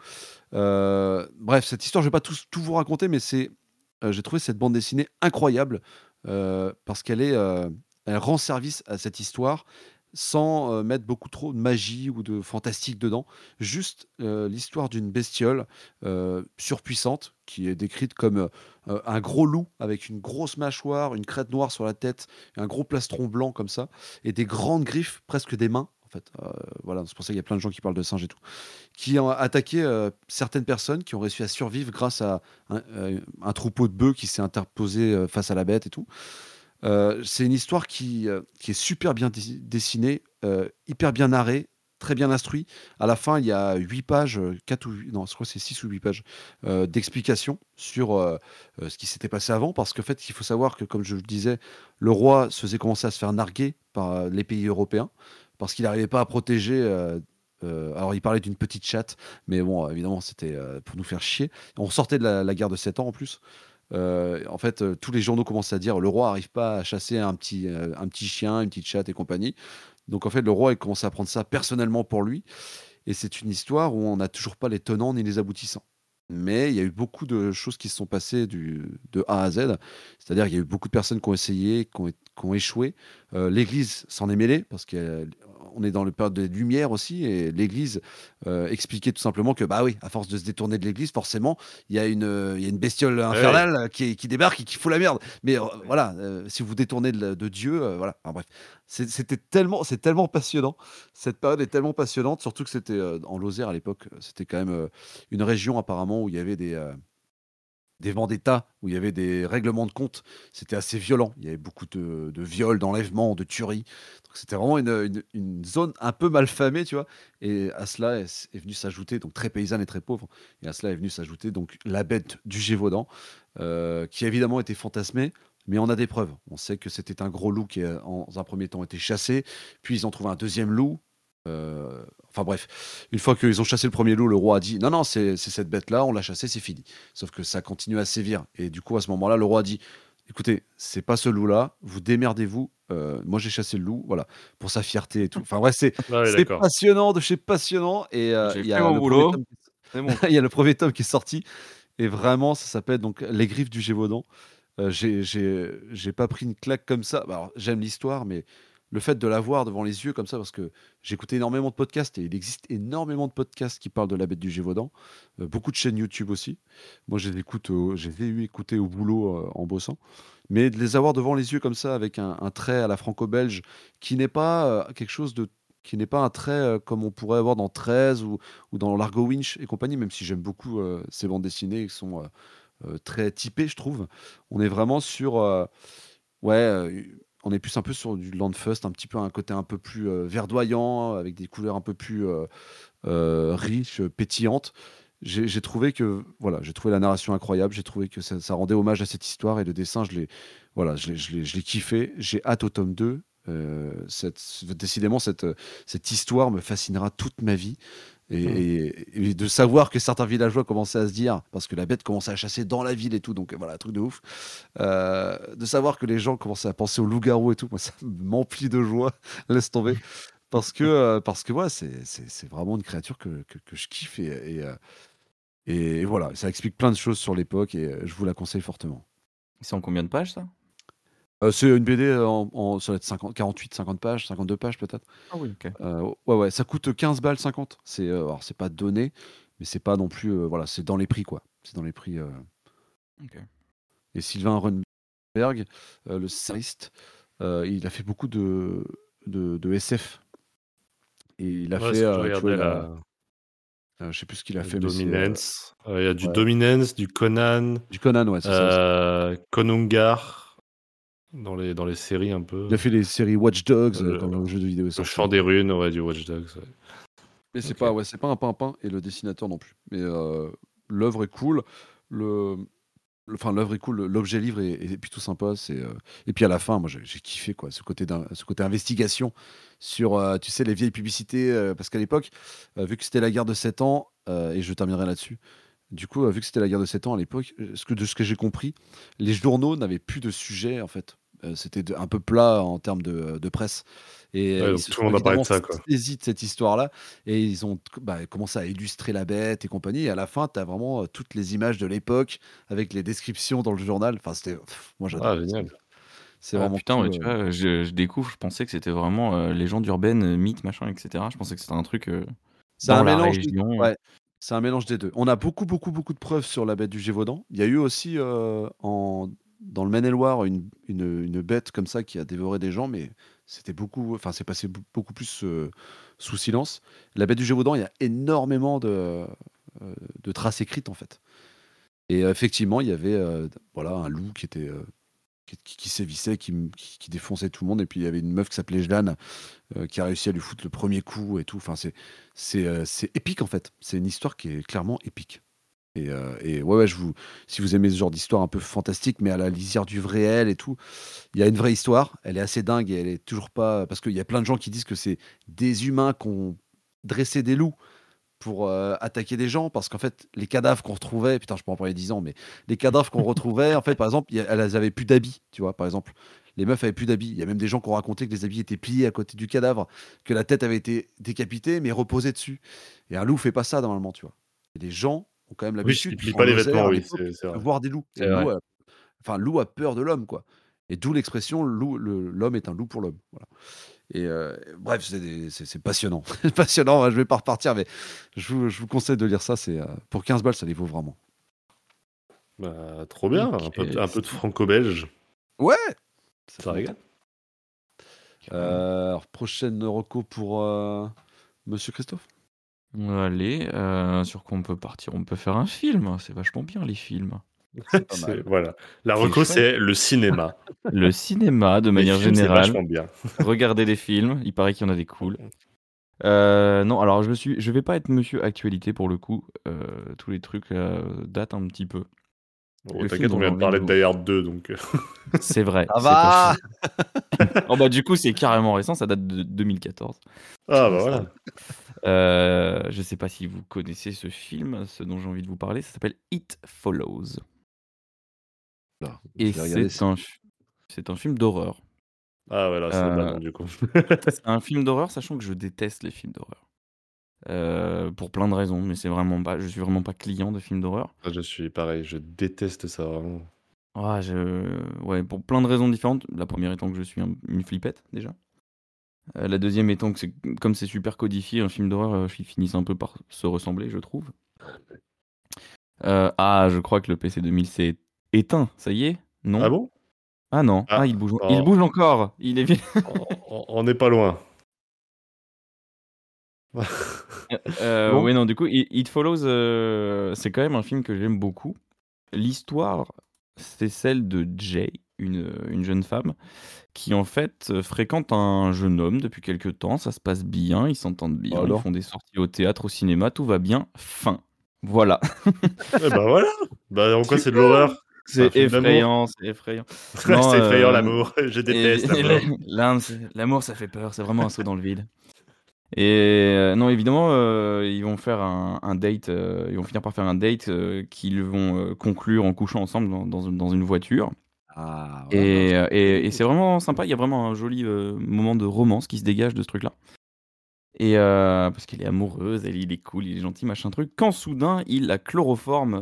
Heu, bref, cette histoire, je vais pas tous tout vous raconter, mais c'est, heu, j'ai trouvé cette bande dessinée incroyable, heu, parce qu'elle est, heu, elle rend service à cette histoire sans, heu, mettre beaucoup trop de magie ou de fantastique dedans. Juste, heu, l'histoire d'une bestiole, heu, surpuissante qui est décrite comme, heu heu, un gros loup avec une grosse mâchoire, une crête noire sur la tête, un gros plastron blanc comme ça et des grandes griffes, presque des mains, en fait, heu, voilà, c'est pour ça qu'il y a plein de gens qui parlent de singes et tout qui ont attaqué, heu, certaines personnes qui ont réussi à survivre grâce à un, heu, un troupeau de bœufs qui s'est interposé, heu, face à la bête et tout. Heu, c'est une histoire qui, heu, qui est super bien desi dessinée, heu, hyper bien narrée, très bien instruit. À la fin, il y a huit pages, heu, quatre ou huit non, je crois que c'est six ou huit pages, heu, d'explications sur, heu heu, ce qui s'était passé avant. Parce qu'en fait, il faut savoir que, comme je le disais, le roi se faisait commencer à se faire narguer par, heu, les pays européens parce qu'il n'arrivait pas à protéger, heu heu, alors il parlait d'une petite chatte, mais bon, évidemment, c'était, heu, pour nous faire chier. On sortait de la la guerre de sept ans en plus. Heu, en fait, heu, tous les journaux commencent à dire: «Le roi arrive pas à chasser un petit, heu, un petit chien, une petite chatte et compagnie». Donc en fait, le roi, il commence à prendre ça personnellement pour lui et c'est une histoire où on n'a toujours pas les tenants ni les aboutissants. Mais il y a eu beaucoup de choses qui se sont passées du de A à Z. C'est-à-dire, il y a eu beaucoup de personnes qui ont essayé, qui ont é qui ont échoué. Heu, l'Église s'en est mêlée parce qu'on est dans le période des Lumières aussi et l'Église, heu, expliquait tout simplement que, bah, oui, à force de se détourner de l'Église, forcément, il y a une, heu, il y a une bestiole Ah ouais. infernale qui qui débarque et qui fout la merde. Mais, heu, voilà, heu, si vous vous détournez de la de Dieu, heu, voilà, enfin bref. C'est c'était tellement c'est tellement passionnant. Cette période est tellement passionnante, surtout que c'était, heu, en Lozère à l'époque, heu, c'était quand même, heu, une région apparemment où il y avait des, heu, des vendettas, où il y avait des règlements de compte. C'était assez violent. Il y avait beaucoup de, de viols, d'enlèvements, de tueries. Donc c'était vraiment une, une- une zone un peu mal famée, tu vois. Et à cela est, est venu s'ajouter, donc très paysanne et très pauvre, et à cela est venu s'ajouter donc la bête du Gévaudan, euh, qui a évidemment été fantasmée. Mais on a des preuves. On sait que c'était un gros loup qui, a, en, dans un premier temps, été chassé. Puis ils ont trouvé un deuxième loup. Euh, enfin bref, une fois qu'ils ont chassé le premier loup, le roi a dit non, non, c'est c'est cette bête-là, on l'a chassée, c'est fini. Sauf que ça continue à sévir. Et du coup, à ce moment-là, le roi a dit écoutez, c'est pas ce loup-là, vous démerdez-vous. Euh, moi, j'ai chassé le loup, voilà, pour sa fierté et tout. Enfin bref, c'est Ah ouais, c'est d'accord. passionnant de chez passionnant. Et euh, J'ai il y fait a mon le premier boulot, tome, c'est bon. il y a le premier tome qui est sorti. Et vraiment, ça s'appelle donc Les Griffes du Gévaudan. Euh, j'ai j'ai j'ai pas pris une claque comme ça. Bah, alors, j'aime l'histoire, mais le fait de la voir devant les yeux comme ça, parce que j'écoutais énormément de podcasts et il existe énormément de podcasts qui parlent de la bête du Gévaudan. Euh, beaucoup de chaînes YouTube aussi. Moi, je les écoute, au- je les ai eu écouter au boulot euh, en bossant. Mais de les avoir devant les yeux comme ça, avec un, un trait à la franco-belge, qui n'est pas euh, quelque chose de qui n'est pas un trait euh, comme on pourrait avoir dans treize ou, ou dans Largo Winch et compagnie, même si j'aime beaucoup euh, ces bandes dessinées qui sont euh, euh, très typées, je trouve. On est vraiment sur, euh, ouais, euh, on est plus un peu sur du Landfust, un petit peu un côté un peu plus euh, verdoyant, avec des couleurs un peu plus euh, euh, riches, euh, pétillantes. J'ai j'ai trouvé que, voilà, j'ai trouvé la narration incroyable, j'ai trouvé que ça, ça rendait hommage à cette histoire et le dessin, je l'ai, voilà, je l'ai, je l'ai, je l'ai kiffé. J'ai hâte au tome deux. Euh, cette, décidément, cette, cette histoire me fascinera toute ma vie. Et, Hmm. et- et de savoir que certains villageois commençaient à se dire, parce que la bête commençait à chasser dans la ville et tout, donc voilà, un truc de ouf. Euh, de savoir que les gens commençaient à penser aux loups-garous et tout, moi ça m'emplit de joie, laisse tomber. Parce que, euh, parce que voilà, c'est c'est- c'est vraiment une créature que, que, que je kiffe et, et, euh, et voilà, ça explique plein de choses sur l'époque et euh, je vous la conseille fortement. C'est en combien de pages ça? Euh, c'est une B D en, en- ça va être cinquante, quarante-huit, cinquante pages, cinquante-deux pages peut-être. Ah oui, ok. Euh, ouais, ouais, ça coûte quinze balles cinquante. C'est, euh, alors c'est pas donné, mais c'est pas non plus, euh, voilà, c'est dans les prix quoi. C'est dans les prix. euh. Ok. Et Sylvain Runberg, euh, le scénariste, euh, il a fait beaucoup de, de, de S F. Et il a Ouais, fait, ce que je euh, tu vois, regardais il a, là, euh, je sais plus ce qu'il a euh, fait, mais c'est euh, Dominance. Euh, Il y a du ouais, Dominance, du Conan, du Conan, ouais, c'est ça aussi. euh, Konungar, dans les, dans les séries un Il a peu. fait les séries Watch Dogs euh, Le, quand le jeu de vidéo est le chant sorti. des runes, ouais, du Watch Dogs. Ouais. Mais c'est Ok. pas, ouais, c'est pas un pimpin et le dessinateur non plus. Mais euh, l'œuvre est cool. Le, le- enfin, l'œuvre est cool. L'objet livre est, est plutôt sympa. C'est euh, et puis à la fin, moi, j'ai j'ai kiffé quoi, ce côté d'un, ce côté investigation sur, euh, tu sais, les vieilles publicités, euh, parce qu'à l'époque, euh, vu que c'était la guerre de sept ans, euh, et je terminerai là-dessus. Du coup, euh, vu que c'était la guerre de sept ans à l'époque, euh, ce que, de ce que j'ai compris, les journaux n'avaient plus de sujet en fait. Euh, c'était de- un peu plat en termes de, de presse. Et euh, Ouais, ils donc se tout le sont monde a parlé de évidemment ça, quoi. saisis de cette histoire-là et ils ont bah, commencé à illustrer la bête et compagnie. Et à la fin, tu as vraiment euh, toutes les images de l'époque avec les descriptions dans le journal. Enfin, c'était, pff, moi Ah, j'adore. C'est génial. c'est Ah vraiment putain, ouais, cool. tu euh. vois, je, je découvre, je pensais que c'était vraiment euh, légende urbaine, euh, mythe, machin, et cetera. Je pensais que c'était un truc euh, C'est dans un la mélange des... région. ouais, c'est un mélange des deux. On a beaucoup, beaucoup, beaucoup de preuves sur la bête du Gévaudan. Il y a eu aussi euh, en... dans le Maine-et-Loire une, une, une bête comme ça qui a dévoré des gens, mais c'était beaucoup, enfin, c'est passé b- beaucoup plus euh, sous silence. La bête du Gévaudan, il y a énormément de, euh, de traces écrites en fait. Et euh, effectivement, il y avait euh, voilà, un loup qui était euh, qui, qui- qui sévissait, qui, m- qui- qui défonçait tout le monde. Et puis il y avait une meuf qui s'appelait Jeanne euh, qui a réussi à lui foutre le premier coup et tout. Enfin, c'est c'est euh, c'est épique en fait. C'est une histoire qui est clairement épique. Et, euh, et ouais, ouais, je vous, si vous aimez ce genre d'histoire un peu fantastique, mais à la lisière du vrai réel et tout, il y a une vraie histoire. Elle est assez dingue et elle est toujours pas. Parce qu'il y a plein de gens qui disent que c'est des humains qui ont dressé des loups pour euh, attaquer des gens parce qu'en fait les cadavres qu'on retrouvait, putain je peux en parler dix ans, mais les cadavres qu'on retrouvait en fait par exemple il y a- elles avaient plus d'habits, tu vois, par exemple les meufs avaient plus d'habits. Il y a même des gens qui ont raconté que les habits étaient pliés à côté du cadavre, que la tête avait été décapitée mais reposée dessus. Et un loup fait pas ça normalement, tu vois. Et les gens ont quand même Oui, il l'habitude plie en pas les vêtements, Lozère à oui, l'époque c'est c'est de vrai. voir des loups. Et C'est le loup vrai. a, enfin le loup a peur de l'homme quoi. Et d'où l'expression loup- le- l'homme est un loup pour l'homme. Voilà. Et euh, bref, c'est des- c'est c'est passionnant. passionnant, je vais pas repartir, mais je vous, je vous conseille de lire ça. C'est euh, pour quinze balles, ça les vaut vraiment. Bah, trop bien, Ok, un peu, un peu de stylé, franco-belge, Ouais, ça ça fait longtemps. régale. carrément. Euh, alors, prochaine reco pour euh, Monsieur Christophe. Allez, euh, sur quoi on peut partir? On peut faire un film, c'est vachement bien les films. C'est pas C'est mal. voilà. La C'est reco, chouette. c'est le cinéma. Le cinéma, de Les manière films, c'est générale. vachement bien. Regardez des films, il paraît qu'il y en a des cools. Euh, non, alors je suis, je vais pas être monsieur actualité pour le coup. Euh, tous les trucs euh, datent un petit peu. Oh, Le film t'inquiète, on dont j'ai vient de envie de parler de vous... Die Hard deux, donc... euh, C'est vrai, Ça c'est pas va! faux. Oh bah du coup c'est carrément récent, ça date de deux mille quatorze. Ah, bah Comment ça? voilà. Euh, je sais pas si vous connaissez ce film, ce dont j'ai envie de vous parler, ça s'appelle It Follows. Alors, Et je vais regarder c'est ça. un, fi- c'est un film d'horreur. Ah, voilà, c'est bah Euh, non, du coup. c'est un film d'horreur, sachant que je déteste les films d'horreur. Euh, pour plein de raisons, mais c'est vraiment pas, je suis vraiment pas client de films d'horreur. Ah, je suis pareil, je déteste ça, vraiment. Ah, je... Ouais, pour plein de raisons différentes. La première étant que je suis un- une flippette, déjà. Euh, la deuxième étant que c'est, comme c'est super codifié, un film d'horreur, euh, ils finissent un peu par se ressembler, je trouve. Euh, ah, je crois que le P C deux mille s'est éteint, ça y est? Ah Non? bon? Ah non, ah, Ah, il bouge, il on bouge encore! Il est... on- on n'est pas loin. Euh, Bon? ouais, non, du coup, It It Follows, euh, c'est quand même un film que j'aime beaucoup. L'histoire, c'est celle de Jay, une, une jeune femme, qui en fait euh, fréquente un jeune homme depuis quelques temps. Ça se passe bien, ils s'entendent bien, ils Alors? font des sorties au théâtre, au cinéma, tout va bien. Fin. Voilà. Eh bah voilà! Bah en quoi c'est de Super. l'horreur? C'est un C'est film d'amour. effrayant, c'est effrayant. Non, C'est effrayant euh, l'amour, je et- déteste et l'amour. l'âme, c'est- l'amour, ça fait peur, c'est vraiment un saut dans le vide. Et euh, non, évidemment, euh, ils vont faire un, un date, euh, ils vont finir par faire un date euh, qu'ils vont euh, conclure en couchant ensemble dans, dans, dans une voiture. Ah, voilà. Et, euh, et, et Cool. c'est vraiment sympa, il y a vraiment un joli euh, moment de romance qui se dégage de ce truc-là. Et euh, parce qu'elle est amoureuse, elle, il est cool, il est gentil, machin truc. Quand soudain, il la chloroforme,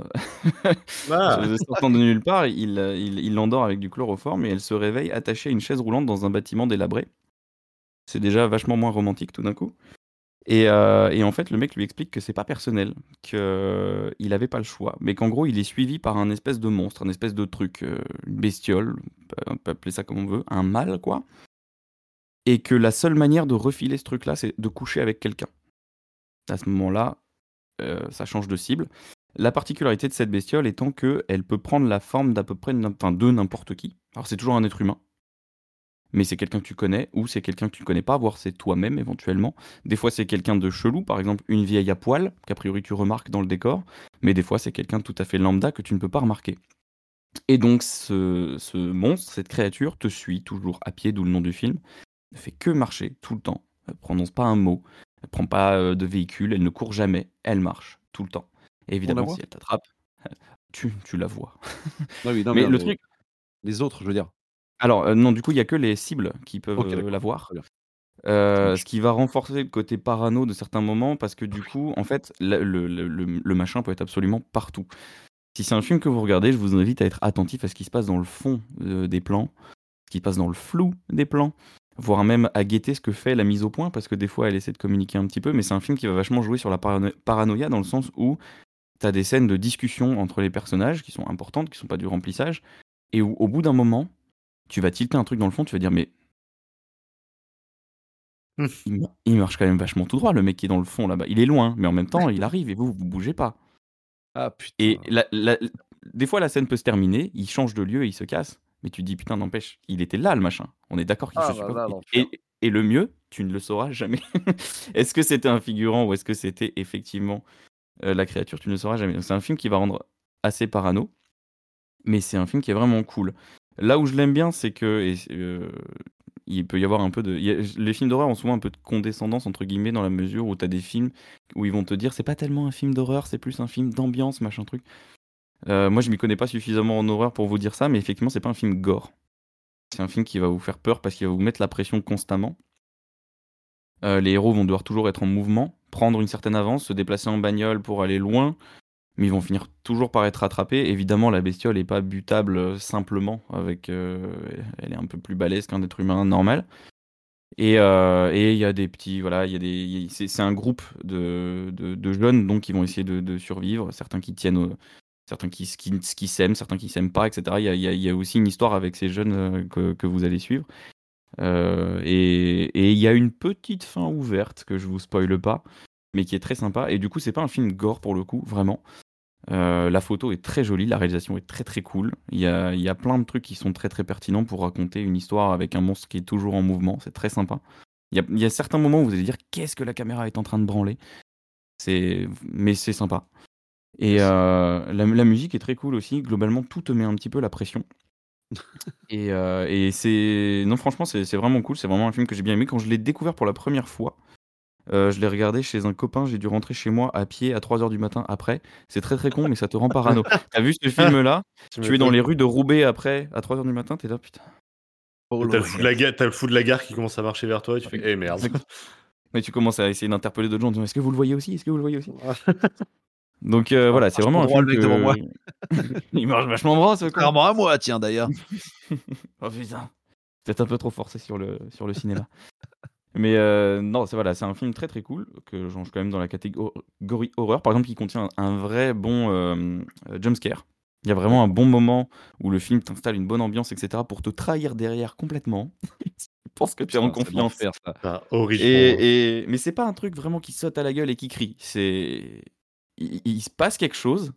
Ah! je- sortant de nulle part, il euh, il il l'endort avec du chloroforme et elle se réveille attachée à une chaise roulante dans un bâtiment délabré. C'est déjà vachement moins romantique tout d'un coup. Et, euh, et en fait, le mec lui explique que c'est pas personnel, qu'il avait pas le choix, mais qu'en gros, il est suivi par un espèce de monstre, un espèce de truc, euh, une bestiole, on peut appeler ça comme on veut, un mâle, quoi. Et que la seule manière de refiler ce truc-là, c'est de coucher avec quelqu'un. À ce moment-là, euh, ça change de cible. La particularité de cette bestiole étant qu'elle peut prendre la forme d'à peu près n'im- enfin, de n'importe qui. Alors, c'est toujours un être humain, mais c'est quelqu'un que tu connais ou c'est quelqu'un que tu ne connais pas, voire c'est toi-même éventuellement. Des fois, c'est quelqu'un de chelou, par exemple une vieille à poil, qu'a priori tu remarques dans le décor, mais des fois, c'est quelqu'un de tout à fait lambda que tu ne peux pas remarquer. Et donc, ce, ce monstre, cette créature, te suit toujours à pied, d'où le nom du film, ne fait que marcher tout le temps, elle ne prononce pas un mot, elle prend pas euh, de véhicule, elle ne court jamais, elle marche tout le temps. Et On la évidemment, voit? si elle t'attrape, tu, tu la vois. Ah oui, non, mais Mais non, le mais truc, les autres, je veux dire. alors euh, non, du coup, il y a que les cibles qui peuvent OK, euh, la d'accord. voir. Très bien. Ça Euh, ce marche. qui va renforcer le côté parano de certains moments parce que du coup, en fait, la- le, le- le- le machin peut être absolument partout. Si c'est un film que vous regardez, je vous invite à être attentif à ce qui se passe dans le fond euh, des plans, ce qui se passe dans le flou des plans, voire même à guetter ce que fait la mise au point parce que des fois elle essaie de communiquer un petit peu, mais c'est un film qui va vachement jouer sur la parano- paranoïa dans le sens où tu as des scènes de discussion entre les personnages qui sont importantes, qui sont pas du remplissage, et où au bout d'un moment, tu vas tilter un truc dans le fond, tu vas dire mais Il, ma- il marche quand même vachement tout droit, le mec qui est dans le fond là-bas. Il est loin, mais en même temps, il arrive et vous, vous bougez pas. Ah Et putain. la- la- des fois, la scène peut se terminer, il change de lieu et il se casse. Mais tu te dis, putain, n'empêche, il était là, le machin. On est d'accord qu'il Ah je là suis pas. là, l'enfer. Et, et le mieux, tu ne le sauras jamais. Est-ce que c'était un figurant ou est-ce que c'était effectivement euh, la créature? Tu ne le sauras jamais. Donc, c'est un film qui va rendre assez parano, mais c'est un film qui est vraiment cool. Là où je l'aime bien, c'est que et, euh, il peut y avoir un peu de. il y a- les films d'horreur ont souvent un peu de condescendance, entre guillemets, dans la mesure où tu as des films où ils vont te dire c'est pas tellement un film d'horreur, c'est plus un film d'ambiance, machin truc. Euh, moi, je m'y connais pas suffisamment en horreur pour vous dire ça, mais effectivement, c'est pas un film gore. C'est un film qui va vous faire peur parce qu'il va vous mettre la pression constamment. Euh, les héros vont devoir toujours être en mouvement, prendre une certaine avance, se déplacer en bagnole pour aller loin, mais ils vont finir toujours par être rattrapés. Évidemment, la bestiole n'est pas butable euh, simplement, avec, euh, elle est un peu plus balèze qu'un être humain normal. Et euh, et il y a des petits, voilà, il y a des, il y a- c'est c'est un groupe de, de, de jeunes donc qui vont essayer de, de survivre, certains qui tiennent, au- certains qui, qui, qui s'aiment, certains qui s'aiment pas, et cetera. Il y a, il y a- il y a aussi une histoire avec ces jeunes euh, que, que vous allez suivre. Euh, et et il y a une petite fin ouverte que je vous spoile pas, mais qui est très sympa. Et du coup, c'est pas un film gore pour le coup, vraiment. Euh, la photo est très jolie, la réalisation est très très cool. Il y a, il y a plein de trucs qui sont très très pertinents pour raconter une histoire avec un monstre qui est toujours en mouvement. C'est très sympa. Il y a, il y a certains moments où vous allez dire qu'est-ce que la caméra est en train de branler. C'est, mais c'est sympa. Et Yes. euh, la, la musique est très cool aussi. Globalement, tout te met un petit peu la pression. Et, euh, et c'est. Non, franchement, c'est c'est vraiment cool. C'est vraiment un film que j'ai bien aimé. Quand je l'ai découvert pour la première fois, euh, je l'ai regardé chez un copain. J'ai dû rentrer chez moi à pied à trois heures du matin après. C'est très très con, mais ça te rend parano. T'as vu ce film-là? Tu Tu es dans m'étonnes. les rues de Roubaix après, à trois heures du matin, t'es là, putain. Oh, Et T'as le, le fou de la ga- t'as le fou de la gare qui commence à marcher vers toi et tu fais, eh merde. Exact. Mais tu commences à essayer d'interpeller d'autres gens en disant est-ce que vous le voyez aussi? Est-ce que vous le voyez aussi? Donc euh, voilà, c'est Vachement vraiment un droit, film le mec devant moi. que. Il marche vachement droit, ce con. Contrairement à moi, tiens, d'ailleurs. Oh putain. Peut-être un peu trop forcé sur le, sur le cinéma. Mais euh, non, c'est voilà, c'est un film très très cool que j'en suis quand même dans la catégorie horreur. Par exemple, qui contient un, un vrai bon euh, euh, jumpscare. Il y a vraiment un bon moment où le film t'installe une bonne ambiance, et cetera, pour te trahir derrière complètement. Tu penses que tu es en Putain, c'est confiance. l'enfer, ça. Ah, horrible pour moi. Et, et... Mais c'est pas un truc vraiment qui saute à la gueule et qui crie. C'est. Il, il se passe quelque chose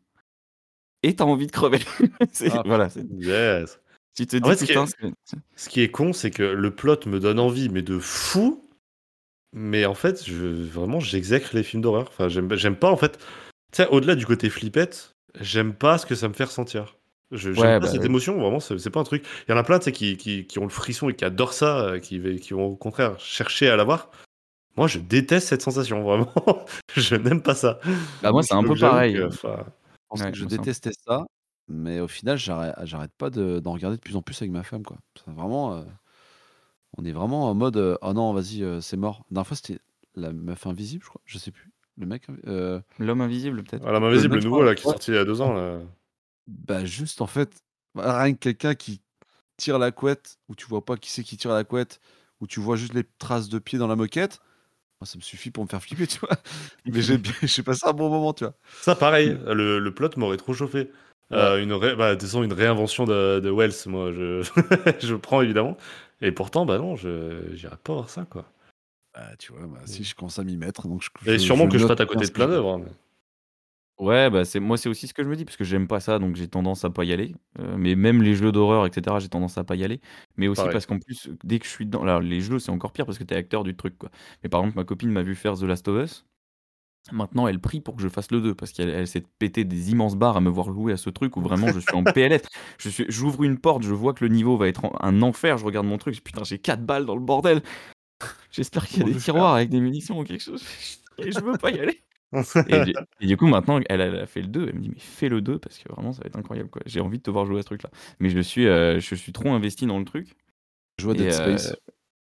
et t'as envie de crever. C'est- Ah, voilà. c'est- Yes. Tu te En dis, fait, ce qui putain, est, c'est- ce qui est con, c'est que le plot me donne envie, mais de fou. Mais en fait, je, vraiment, j'exècre les films d'horreur. Enfin, j'aime, j'aime pas, en fait. Tu sais, au-delà du côté flippette, j'aime pas ce que ça me fait ressentir. Je, j'aime Ouais, pas bah cette oui. émotion, vraiment, c'est, c'est pas un truc. Il y en a plein, tu sais, qui, qui, qui ont le frisson et qui adorent ça, euh, qui, va- qui vont au contraire chercher à l'avoir. Moi, je déteste cette sensation, vraiment. Je n'aime pas ça. Bah moi, c'est un Donc, peu j'avoue pareil. que, enfin, Je pense Ouais, que je moi, c'est un peu- détestais ça, mais au final, j'arrête j'arrête pas de d'en regarder de plus en plus avec ma femme, quoi. C'est vraiment, heu, on est vraiment en mode, heu: «Oh non, vas-y, heu, c'est mort». La dernière fois, c'était La Meuf Invisible, je crois, je sais plus. Le mec, heu, L'homme invisible, peut-être. à la main le visible, le mec, je nouveau, crois, là, qui est ouais, sorti il y a deux ans, là. bah, juste, en fait, bah, rien que quelqu'un qui tire la couette, où tu vois pas qui c'est qui tire la couette, où tu vois juste les traces de pieds dans la moquette, moi, ça me suffit pour me faire flipper, tu vois? Mais j'ai bien j'ai passé un bon moment, tu vois? Ça, pareil, le, le plot m'aurait trop chauffé. Ouais. Euh, une ré- bah, disons une réinvention de, de Wells, moi, je, je prends évidemment. Et pourtant, bah non, je j'irai pas voir ça, quoi. Bah, tu vois, bah, si je commence à m'y mettre, donc je Et je sûrement je que je note passe à bien côté ce de que je plein dis. d'œuvres. hein, mais- Ouais, bah c'est moi, c'est aussi ce que je me dis, parce que j'aime pas ça, donc j'ai tendance à pas y aller. Euh, mais même les jeux d'horreur, et cetera, j'ai tendance à pas y aller. Mais aussi Pareil. parce qu'en plus, dès que je suis dans. Alors, les jeux, c'est encore pire parce que t'es acteur du truc, quoi. Mais par exemple, ma copine m'a vu faire The Last of Us. Maintenant, elle prie pour que je fasse le deux parce qu'elle elle s'est pété des immenses barres à me voir jouer à ce truc où vraiment je suis en P L S. Je suis, j'ouvre une porte, je vois que le niveau va être en- un enfer, je regarde mon truc, je dis, putain, j'ai quatre balles dans le bordel. J'espère qu'il y a Comment des je vais tiroirs avec des munitions ou quelque chose. Et je veux pas y aller. Et, du- et du coup, maintenant, elle, elle a fait le deux. Elle me dit, mais fais le deux parce que vraiment, ça va être incroyable, quoi. J'ai envie de te voir jouer à ce truc-là. Mais je suis, euh, je suis trop investi dans le truc. Je joue à Et Dead euh, Space.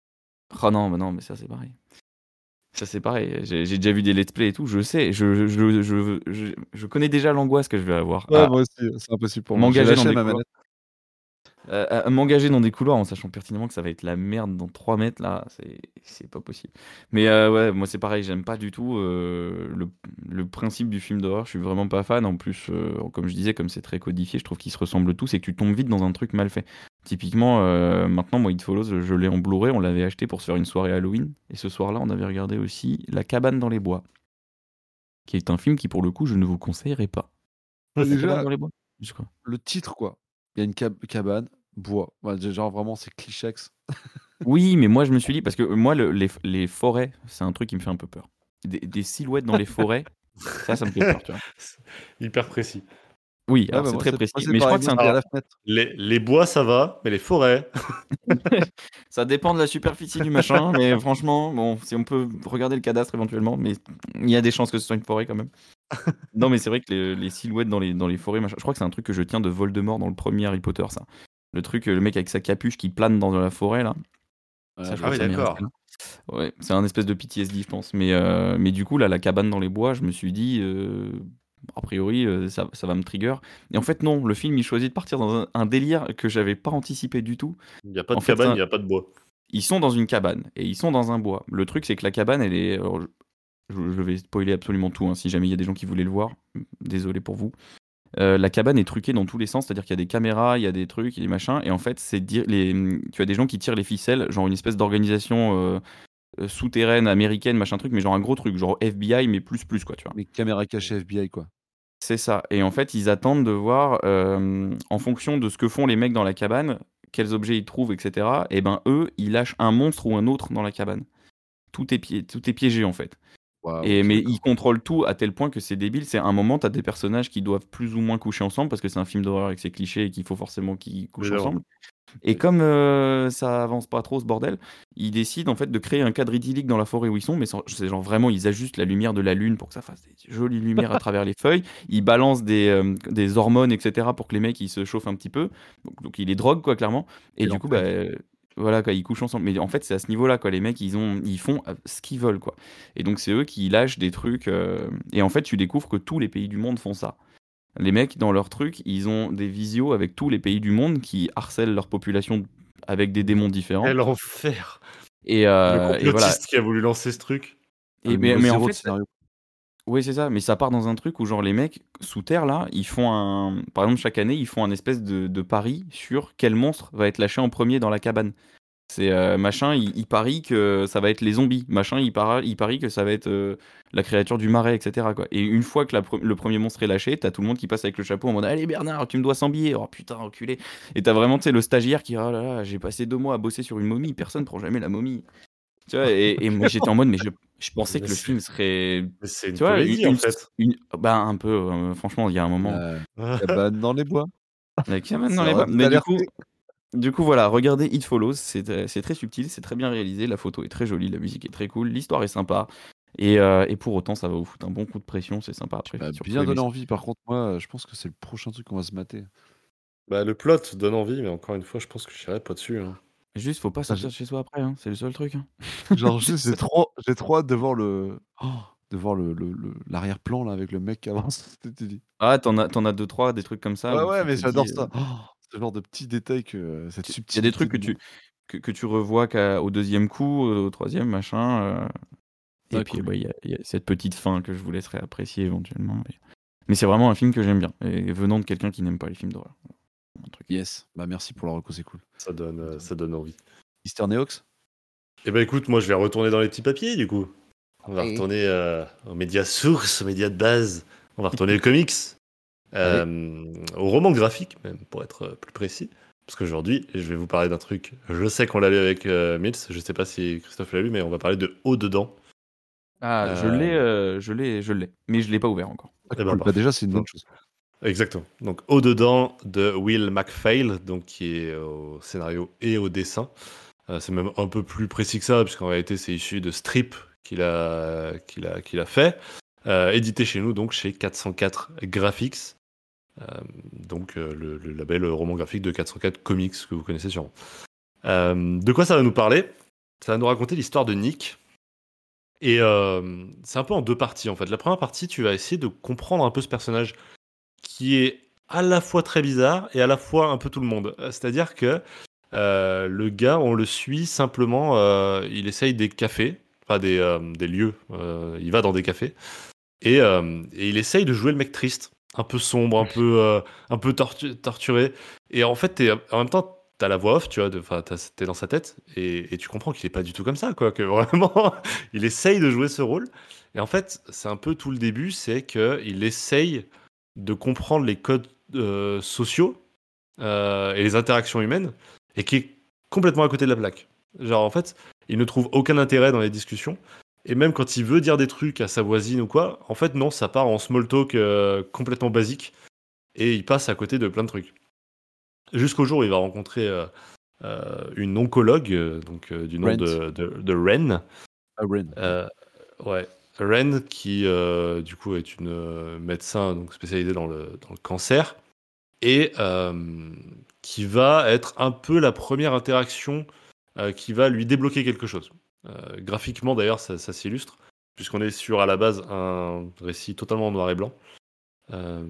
oh non, mais non, mais ça, c'est pareil. Ça, c'est pareil. J'ai j'ai déjà vu des let's play et tout. Je sais, je, je, je, je, je connais déjà l'angoisse que je vais avoir Ouais, à moi aussi, c'est impossible pour moi. J'ai m'engager dans lâché des ma couloirs. manette. Euh, à m'engager dans des couloirs en sachant pertinemment que ça va être la merde dans trois mètres, là, c'est c'est pas possible. Mais euh, ouais, moi c'est pareil, j'aime pas du tout euh, le, le principe du film d'horreur, je suis vraiment pas fan. En plus, euh, comme je disais, comme c'est très codifié, je trouve qu'ils se ressemblent tous et que tu tombes vite dans un truc mal fait. Typiquement, euh, maintenant, moi, It Follows, je l'ai en Blu-ray, on l'avait acheté pour se faire une soirée Halloween. Et ce soir-là, on avait regardé aussi La cabane dans les bois, qui est un film qui, pour le coup, je ne vous conseillerais pas. Bah, La cabane déjà, dans les bois? Je crois. le titre, quoi. Il y a une cab cabane, bois. Ouais, d genre vraiment, c'est clichex. Oui, mais moi je me suis dit, parce que moi le- les, les forêts, c'est un truc qui me fait un peu peur. Des, des silhouettes dans les forêts, ça, ça me fait peur, tu vois. C'est hyper précis. Oui, Ouais, alors bah, c'est moi, très c'est moi, précis, c'est mais je crois pareil. que Moi, c'est un c'était à truc. la fenêtre. Les, les bois, ça va, mais les forêts. Ça dépend de la superficie du machin, mais franchement, bon, si on peut regarder le cadastre éventuellement, mais il y a des chances que ce soit une forêt quand même. Non, mais c'est vrai que les, les silhouettes dans les, dans les forêts, machin, je crois que c'est un truc que je tiens de Voldemort dans le premier Harry Potter, ça. Le truc, euh, le mec avec sa capuche qui plane dans la forêt, là. Ça, Ouais, je bah, Ah crois que oui, ça m'est resté d'accord. là. Ouais, c'est un espèce de P T S D, je pense. Mais, euh, mais du coup, là, la cabane dans les bois, je me suis dit, euh, a priori, euh, ça, ça va me trigger. Et en fait, non, le film, il choisit de partir dans un, un délire que j'avais pas anticipé du tout. Il n'y a pas En de fait, c'est cabane, il un- n'y a pas de bois. ils sont dans une cabane et ils sont dans un bois. Le truc, c'est que la cabane, elle est. Alors, je, je vais spoiler absolument tout, hein, si jamais il y a des gens qui voulaient le voir. Désolé pour vous. Euh, la cabane est truquée dans tous les sens, c'est-à-dire qu'il y a des caméras, il y a des trucs, il y a des machins, et en fait, c'est dire les, tu as des gens qui tirent les ficelles, genre une espèce d'organisation euh, euh, souterraine américaine, machin truc, mais genre un gros truc, genre F B I, mais plus plus quoi, tu vois. Mais caméra cachée F B I, quoi. C'est ça et en fait, ils attendent de voir, hem, en fonction de ce que font les mecs dans la cabane, quels objets ils trouvent et cetera et ben, eux, ils lâchent un monstre ou un autre dans la cabane. Tout est pié tout est piégé, en fait Waouh, et OK, mais d'accord. ils contrôlent tout à tel point que c'est débile. C'est un moment, tu as des personnages qui doivent plus ou moins coucher ensemble parce que c'est un film d'horreur avec ses clichés et qu'il faut forcément qu'ils couchent Évidemment. ensemble et comme, heu, ça avance pas trop ce bordel, ils décident en fait de créer un cadre idyllique dans la forêt où ils sont, mais sans c'est genre vraiment ils ajustent la lumière de la lune pour que ça fasse des jolies lumières à travers les feuilles. Ils balancent des, hem, des hormones et cetera pour que les mecs ils se chauffent un petit peu. Donc donc ils les droguent quoi clairement et Ils du coup, bah, l'empêchent. heu, voilà quoi, ils couchent ensemble. Mais en fait, c'est à ce niveau-là quoi, les mecs ils ont ils font, heu, ce qu'ils veulent quoi et donc c'est eux qui lâchent des trucs, heu et en fait, tu découvres que tous les pays du monde font ça. Les mecs dans leur truc, ils ont des visios avec tous les pays du monde qui harcèlent leur population avec des démons différents Quel enfer! et Le heu et voilà complotiste qui a voulu lancer ce truc. Le et mais niveau mais en zéro de fait, ça scénario. oui, c'est ça, mais ça part dans un truc où genre les mecs sous terre là, ils font un par exemple chaque année, ils font un espèce de de pari sur quel monstre va être lâché en premier dans la cabane. C'est, heu, machin, il il parie que ça va être les zombies. Machin, il para il parie que ça va être, heu, la créature du marais et cetera, quoi et une fois que la pre le premier monstre est lâché, tu as tout le monde qui passe avec le chapeau en mode: «Allez Bernard, tu me dois cent billets». «Oh putain, enculé» et tu as vraiment, tu sais, le stagiaire qui: «Oh là là, j'ai passé deux mois à bosser sur une momie, personne prend jamais la momie». Tu vois? Et et moi j'étais en mode, mais je je pensais Mais que le c'est film serait, mais c'est une tu vois, u comédie, en une s fait. une bah, un peu, heu, franchement, il y a un moment, La cabane dans les bois, la cabane dans ça les aurait bois, pu mais du coup alerter. du coup, voilà, regardez It Follows, c'est t c'est très subtil, c'est très bien réalisé, la photo est très jolie, la musique est très cool, l'histoire est sympa et heu et pour autant, ça va vous foutre un bon coup de pression, c'est sympa Tu après, m'as faut surtout bien aimer donné ça. envie. Par contre, moi, je pense que c'est le prochain truc qu'on va se mater. Bah, le plot donne envie, mais encore une fois, je pense que j'irai pas dessus, hein. Juste, faut pas Enfin, j'ai sortir de chez soi après, hein, c'est le seul truc, hein. genre C'est juste, j'ai ça. trop j'ai trop hâte de voir le de voir le le le l'arrière-plan là avec le mec qui avance. Tu tu dis Ah, tu en as tu en as deux trois des trucs comme ça ouais, où ouais, tu mais te dis, j'adore heu, ça. Ce genre de petits détails que cette tu il y a des subtilité trucs de que mon tu que que tu revois qu'à au deuxième coup, heu, au troisième machin, heu et ah puis, cool. bah, il y a il y a cette petite fin que je vous laisserai apprécier éventuellement, mais mais c'est vraiment un film que j'aime bien et venant de quelqu'un qui n'aime pas les films d'horreur. Un truc. Yes, bah, merci pour la reco, c'est cool. Ça donne, heu, ça donne envie. Mister Neox? Eh ben, écoute, moi, je vais retourner dans les petits papiers, du coup. On va Allez, retourner, heu, aux médias sources, aux médias de base. On va retourner aux comics, allez. hem, aux romans graphiques même, pour être, heu, plus précis. Parce qu'aujourd'hui, je vais vous parler d'un truc, je sais qu'on l'a lu avec, heu, Mills, je sais pas si Christophe l'a lu, mais on va parler de Au dedans. Ah, je l'ai, Hem, heu, je l'ai je l'ai, mais je l'ai pas ouvert encore. Ah et ben, cool, bah, parfait. déjà, c'est une bonne Donc chose. exactement. Donc Au dedans de Will MacPhail, donc qui est au scénario et au dessin. Heu, c'est même un peu plus précis que ça, puisqu'en réalité, c'est issu de Strip qu'il a qu'il a qu'il a fait, heu, édité chez nous, donc chez quatre cent quatre Graphics, hem, donc heu, le le label roman graphique de quatre cent quatre Comics que vous connaissez sûrement. Hem, de quoi ça va nous parler? Ça va nous raconter l'histoire de Nick et hem, c'est un peu en deux parties, en fait. La première partie, tu vas essayer de comprendre un peu ce personnage qui est à la fois très bizarre et à la fois un peu tout le monde. Heu, c'est-à-dire que Heu, le gars, on le suit simplement, heu, il essaye des cafés, enfin des, hem, des lieux, heu, il va dans des cafés et hem et il essaye de jouer le mec triste, un peu sombre, un peu, heu, un peu tortu torturé et en fait, tu en même temps, t'as la voix off, tu vois? De enfin, tu as dans sa tête et et tu comprends qu'il est pas du tout comme ça, quoi, que vraiment il essaye de jouer ce rôle et en fait, c'est un peu tout le début, c'est qu'il essaye de comprendre les codes, heu, sociaux, heu et les interactions humaines et qui est complètement à côté de la plaque. Genre, en fait, il ne trouve aucun intérêt dans les discussions. Et même quand il veut dire des trucs à sa voisine ou quoi, en fait, non, ça part en small talk euh, complètement basique. Et il passe à côté de plein de trucs. Jusqu'au jour où il va rencontrer euh, euh, une oncologue, euh, donc euh, du nom Brent, de, de, de Ren. ah Ren, OK. Euh, ouais. Ren, qui euh, du coup est une euh, médecin donc, spécialisée dans le, dans le cancer. Et euh, qui va être un peu la première interaction euh, qui va lui débloquer quelque chose. Euh, graphiquement, d'ailleurs, ça, ça s'illustre, puisqu'on est sur, à la base, un récit totalement en noir et blanc. Euh,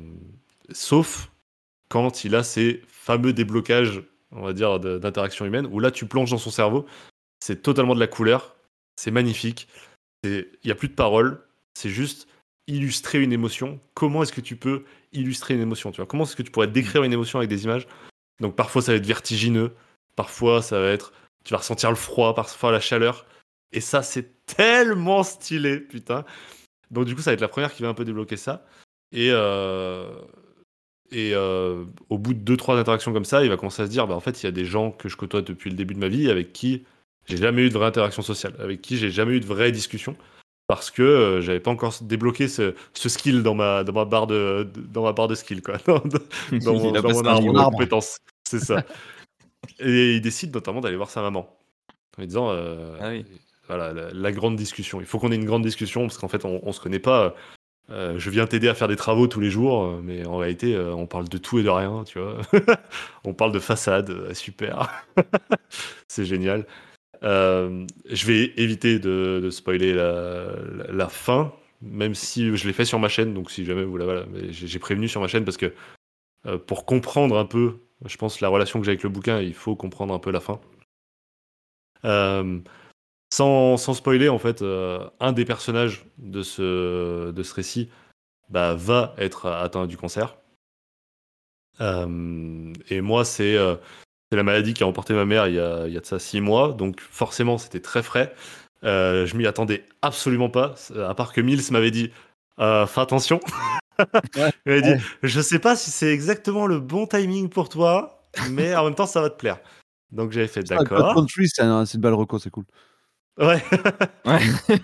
sauf quand il a ces fameux déblocages, on va dire, de- d'interaction humaine, où là, tu plonges dans son cerveau, c'est totalement de la couleur, c'est magnifique, il n'y a plus de paroles, c'est juste illustrer une émotion. Comment est-ce que tu peux illustrer une émotion, tu vois? Comment est-ce que tu pourrais Mmh. décrire une émotion avec des images? Donc parfois ça va être vertigineux, parfois ça va être tu vas ressentir le froid, parfois la chaleur et ça c'est tellement stylé, putain. Donc du coup ça va être la première qui va un peu débloquer ça Et, euh, et euh, au bout de deux, trois interactions comme ça, il va commencer à se dire, bah, en fait, il y a des gens que je côtoie depuis le début de ma vie avec qui j'ai jamais eu de vraie interaction sociale, avec qui j'ai jamais eu de vraie discussion, parce que euh, j'avais pas encore débloqué ce, ce skill dans ma, dans ma barre de, de- dans ma barre de skill, quoi, dans, dans Il mon, a dans mon passé un arbre Ton de niveau. arbre. compétences. C'est ça. Et il décide notamment d'aller voir sa maman, en lui disant, euh, Ah oui. voilà, la, la grande discussion. Il faut qu'on ait une grande discussion, parce qu'en fait, on, on se connaît pas. Euh, je viens t'aider à faire des travaux tous les jours, euh, mais en réalité, euh, on parle de tout et de rien, tu vois. On parle de façade, euh, super. C'est génial. Euh, je vais éviter de, de spoiler la, la- la fin, même si je l'ai fait sur ma chaîne, donc si jamais vous la voilà, mais j'ai j'ai prévenu sur ma chaîne parce que euh, pour comprendre un peu, je pense, la relation que j'ai avec le bouquin, il faut comprendre un peu la fin. Euh, sans, sans spoiler, en fait, euh, un des personnages de ce, de ce récit bah, va être atteint du cancer. Euh, et moi, c'est euh, c'est la maladie qui a emporté ma mère il y a, il y a de ça six mois, donc forcément, c'était très frais. Euh, je m'y attendais absolument pas, à part que Mills m'avait dit euh, fais attention. Ouais, Il m'avait dit ouais. je sais pas si c'est exactement le bon timing pour toi, mais en même temps, ça va te plaire. Donc j'avais fait Ça, God d'accord. Country, c'est un- c'est une belle reco, c'est cool. Ouais. Ouais.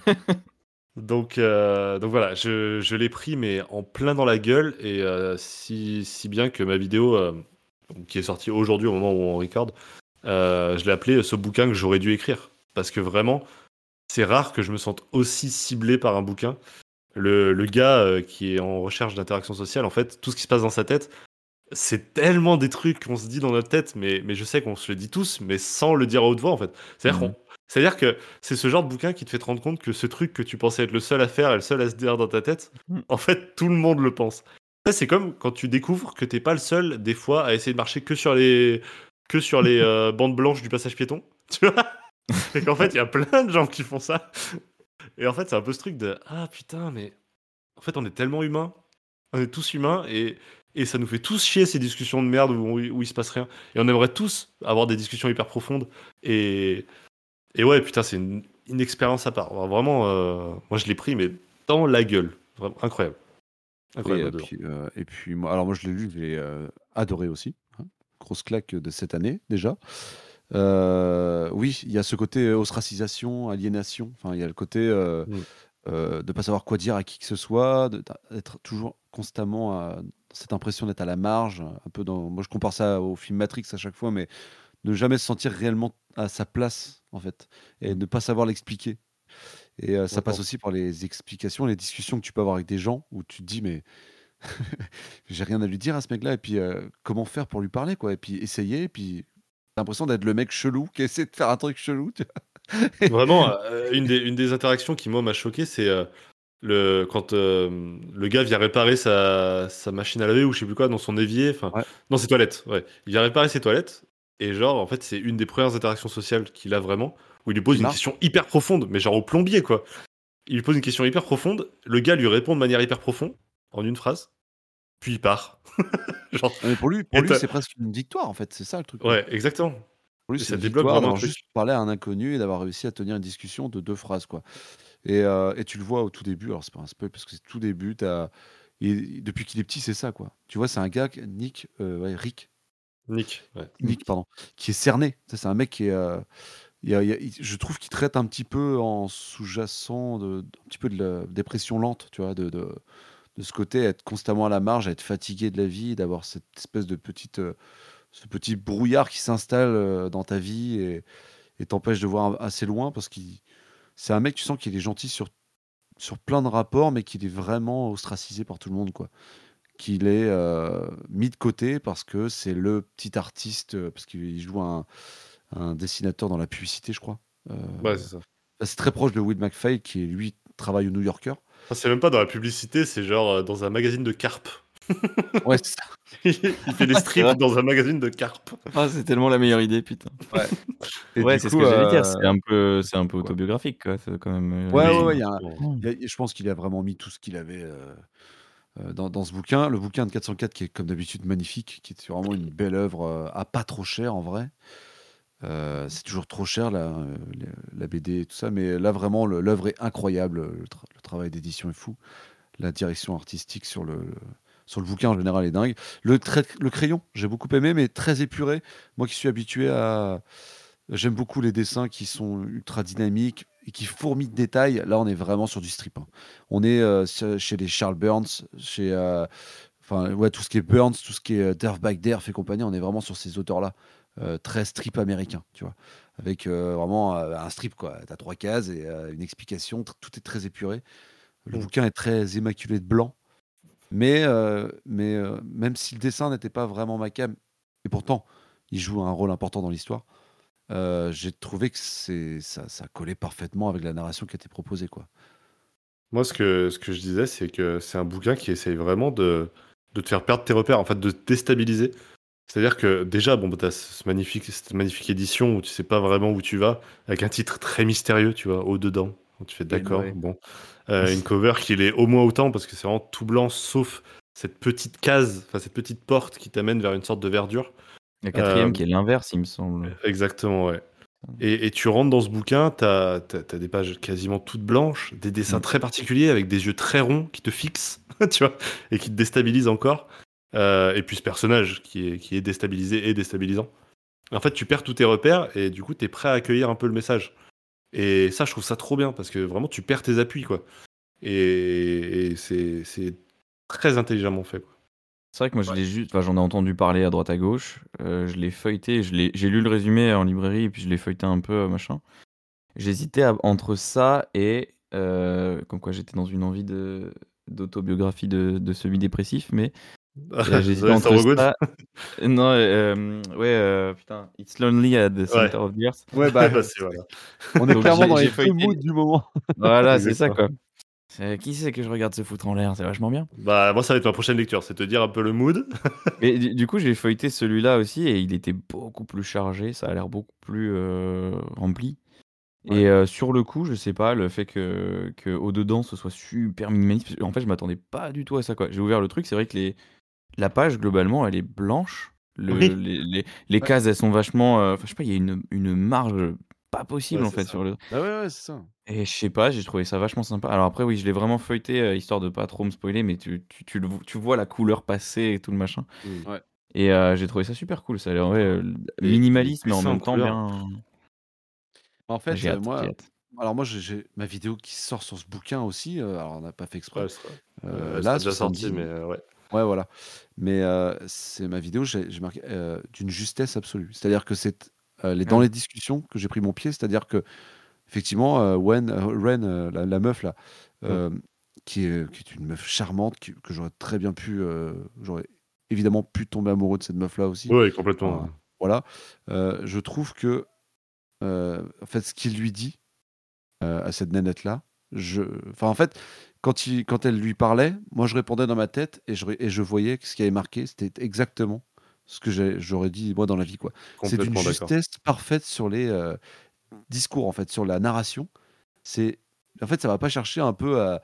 Donc, euh, donc voilà, je, je l'ai pris, mais en plein dans la gueule, et euh, si, si bien que ma vidéo, euh, qui est sortie aujourd'hui au moment où on record, euh, je l'ai appelé ce bouquin que j'aurais dû écrire. Parce que vraiment, c'est rare que je me sente aussi ciblé par un bouquin. Le, le gars euh, qui est en recherche d'interaction sociale, en fait, tout ce qui se passe dans sa tête, c'est tellement des trucs qu'on se dit dans notre tête, mais, mais je sais qu'on se le dit tous, mais sans le dire à haute voix, en fait. C'est-à-dire Mhm. qu'on- c'est-à-dire que c'est ce genre de bouquin qui te fait te rendre compte que ce truc que tu pensais être le seul à faire et le seul à se dire dans ta tête, Mhm. en fait, tout le monde le pense. Ça, c'est comme quand tu découvres que t'es pas le seul, des fois, à essayer de marcher que sur les, que sur les euh, bandes blanches du passage piéton. Tu vois? Et qu'en fait, il y a plein de gens qui font ça. Et en fait, c'est un peu ce truc de ah putain, mais en fait, on est tellement humains. On est tous humains et, et ça nous fait tous chier ces discussions de merde où, où il se passe rien. Et on aimerait tous avoir des discussions hyper profondes. Et, et ouais, putain, c'est une, une expérience à part. Vraiment, euh, moi je l'ai pris, mais dans la gueule. Vraiment, incroyable. Et, Incroyable, euh, dedans. puis, euh, et puis moi, alors moi je l'ai lu, je l'ai euh, adoré aussi, hein. Grosse claque de cette année déjà. Euh, oui, il y a ce côté euh, ostracisation, aliénation. Enfin, il y a le côté euh, Mm. euh, de pas savoir quoi dire à qui que ce soit, de- d'être toujours constamment à- dans cette impression d'être à la marge, un peu dans. Moi, je compare ça au film Matrix à chaque fois, mais ne jamais se sentir réellement à sa place en fait, et Mm. ne pas savoir l'expliquer. Et euh, ça passe Complètement. aussi par les explications, les discussions que tu peux avoir avec des gens où tu te dis mais j'ai rien à lui dire à ce mec-là, et puis euh, comment faire pour lui parler, quoi, et puis essayer, et puis t'as l'impression d'être le mec chelou qui essaie de faire un truc chelou, tu vois. Vraiment, euh, une, des, une des interactions qui, moi, m'a choqué, c'est euh, le, quand euh, le gars vient réparer sa, sa machine à laver ou je sais plus quoi dans son évier, enfin, Ouais, dans ses toilettes. Ouais. Il vient réparer ses toilettes et, genre, en fait, c'est une des premières interactions sociales qu'il a vraiment où il lui pose qui une marche. question hyper profonde, mais genre au plombier, quoi. Il lui pose une question hyper profonde, le gars lui répond de manière hyper profonde, en une phrase, puis il part. Genre, Ah, mais pour lui, pour et lui, t'as- c'est presque une victoire en fait, c'est ça le truc, quoi. ouais, exactement. Pour lui, Et c'est ça une débloque victoire vraiment un d'avoir truc. juste parlé à un inconnu et d'avoir réussi à tenir une discussion de deux phrases, quoi. Et, euh, et tu le vois au tout début, alors c'est pas un spoil parce que c'est tout début, t'as... il- depuis qu'il est petit, c'est ça, quoi. Tu vois, c'est un gars, Nick, euh, ouais, Rick, Nick, ouais. Nick, pardon, qui est cerné. Ça, c'est un mec qui est, euh, il y a- il y a- il- je trouve qu'il traite un petit peu en sous-jacent de, un petit peu de la dépression lente, tu vois, de, de, de ce côté, être constamment à la marge, être fatigué de la vie, d'avoir cette espèce de petite, euh, ce petit brouillard qui s'installe euh, dans ta vie et et t'empêche de voir assez loin parce qu'il, c'est un mec, tu sens qu'il est gentil sur, sur plein de rapports, mais qu'il est vraiment ostracisé par tout le monde, quoi. Qu'il est euh, mis de côté parce que c'est le petit artiste, euh, parce qu'il joue un, un dessinateur dans la publicité, je crois. Euh, Ouais, c'est ça. Là, c'est très proche de Will McPhee, qui lui travaille au New Yorker. Enfin, c'est même pas dans la publicité, c'est genre euh, dans un magazine de carpe. Ouais, c'est ça. Il fait des C'est vrai. strips dans un magazine de carpe. Ah, c'est tellement la meilleure idée, putain. Ouais. Et Ouais, du c'est ce coup, que j'allais dire. C'est euh, un peu, c'est un peu quoi. autobiographique, quoi. C'est quand même euh, Ouais, ouais, réussi. ouais, Oui, il y a un- bon. Mm. il y a- je pense qu'il a vraiment mis tout ce qu'il avait euh, euh, dans, dans ce bouquin. Le bouquin de quatre cent quatre, qui est comme d'habitude magnifique, qui est vraiment une belle œuvre euh, à pas trop cher en vrai. Euh, c'est toujours trop cher là, euh, la B D et tout ça, mais là vraiment le- l'œuvre est incroyable. Le, tra- le travail d'édition est fou. la direction artistique sur le, le- sur le bouquin en général est dingue. Le, trait- le crayon, j'ai beaucoup aimé, mais très épuré. Moi qui suis habitué à. J'aime beaucoup les dessins qui sont ultra dynamiques et qui fourmillent de détails. Là, on est vraiment sur du strip, hein. On est euh, sur- chez les Charles Burns, chez. euh, Enfin, ouais, tout ce qui est Burns, tout ce qui est euh, Derf Backderf et compagnie, on est vraiment sur ces auteurs-là, euh, très strip américain, tu vois, avec euh, vraiment euh, un strip, quoi. T'as trois cases et euh, une explication, tr- tout est très épuré. Le Mm. bouquin est très immaculé de blanc, mais, euh, mais euh, même si le dessin n'était pas vraiment ma came, et pourtant, il joue un rôle important dans l'histoire, euh, j'ai trouvé que c'est, ça, ça collait parfaitement avec la narration qui a été proposée, quoi. Moi, ce que, ce que je disais, c'est que c'est un bouquin qui essaye vraiment de, de te faire perdre tes repères, en fait, de te déstabiliser. C'est-à-dire que déjà, bon, bah, t'as ce magnifique, cette magnifique édition où tu sais pas vraiment où tu vas, avec un titre très mystérieux, tu vois, au-dedans. Tu fais Et d'accord, ouais. bon. Euh, une cover qui l'est au moins autant, parce que c'est vraiment tout blanc, sauf cette petite case, enfin cette petite porte qui t'amène vers une sorte de verdure. La Euh, quatrième qui est l'inverse, il me semble. exactement, ouais. Et, et tu rentres dans ce bouquin, t'as, t'as, t'as des pages quasiment toutes blanches, des dessins Mm. très particuliers avec des yeux très ronds qui te fixent, tu vois, et qui te déstabilisent encore. Euh, et puis ce personnage qui est, qui est déstabilisé et déstabilisant. En fait, tu perds tous tes repères et du coup, t'es prêt à accueillir un peu le message. Et ça, je trouve ça trop bien parce que vraiment, tu perds tes appuis, quoi. Et, et c'est, c'est très intelligemment fait, quoi. C'est vrai que moi, je Ouais. l'ai juste, enfin, j'en ai entendu parler à droite à gauche. euh, je l'ai feuilleté, je l'ai, j'ai lu le résumé en librairie et puis je l'ai feuilleté un peu, euh, machin. J'hésitais à- entre ça et euh, comme quoi j'étais dans une envie de d'autobiographie de, de semi-dépressif, mais euh, j'hésitais Ça, ça entre regoute. ça. Non, euh, ouais, euh, putain, It's Lonely at the Ouais. Center of the Earth. Ouais, bah, Bah, c'est voilà. on est Donc clairement j'ai dans les j'ai deux feuilleté. moods du moment. Voilà, c'est ça Exactement. quoi. C'est- Qui c'est que je regarde se foutre en l'air? C'est vachement bien. Bah, moi, ça va être ma prochaine lecture, c'est te dire un peu le mood. Mais du, du coup, j'ai feuilleté celui-là aussi et il était beaucoup plus chargé. Ça a l'air beaucoup plus euh, rempli. Ouais. Et euh, sur le coup, je sais pas, le fait que, que au dedans ce soit super minimaliste. parce que, En fait, je m'attendais pas du tout à ça quoi. J'ai ouvert le truc, c'est vrai que les, la page globalement, elle est blanche. Le, Oui. les, les, les Ouais, cases, elles sont vachement. euh, Enfin, je sais pas, il y a une, une marge pas possible Ouais, en c'est fait ça. sur le. bah ouais, ouais, c'est ça. Et je sais pas, j'ai trouvé ça vachement sympa. Alors après, oui, je l'ai vraiment feuilleté euh, histoire de pas trop me spoiler, mais tu, tu, tu, le vo- tu vois la couleur passer et tout le machin. Mm. Ouais. Et euh, j'ai trouvé ça super cool. Ça a l'air ouais, euh, Et les minimaliste, mais en dessins en même temps couleur. bien. En fait, J'ai euh, hâte, j'ai moi, hâte. alors moi, j'ai j'ai ma vidéo qui sort sur ce bouquin aussi. euh, alors, on n'a pas fait Ouais, exprès. elle sera, euh, euh, elle là, sera ce déjà sortie, samedi. mais euh, ouais. Ouais, voilà. Mais euh, c'est ma vidéo, j'ai j'ai marqué euh, d'une justesse absolue. C'est-à-dire que c'est euh, les, dans Ah. les discussions que j'ai pris mon pied. C'est-à-dire que effectivement, euh, Wen, euh, Ren, euh, la, la meuf là, Mm. euh, qui est, qui est une meuf charmante, qui- que j'aurais très bien pu, euh, j'aurais évidemment pu tomber amoureux de cette meuf-là aussi. Ouais, complètement. Enfin, voilà. Euh, je trouve que, euh, en fait, ce qu'il lui dit euh, à cette nénette-là, je, enfin, en fait, quand, il, quand elle lui parlait, moi, je répondais dans ma tête et je, ré- et je voyais que ce qui avait marqué, c'était exactement ce que j'ai- j'aurais dit moi dans la vie, quoi. C'est d'une Complètement d'accord. justesse parfaite sur les euh, discours, en fait, sur la narration. C'est, en fait, ça va pas chercher un peu à,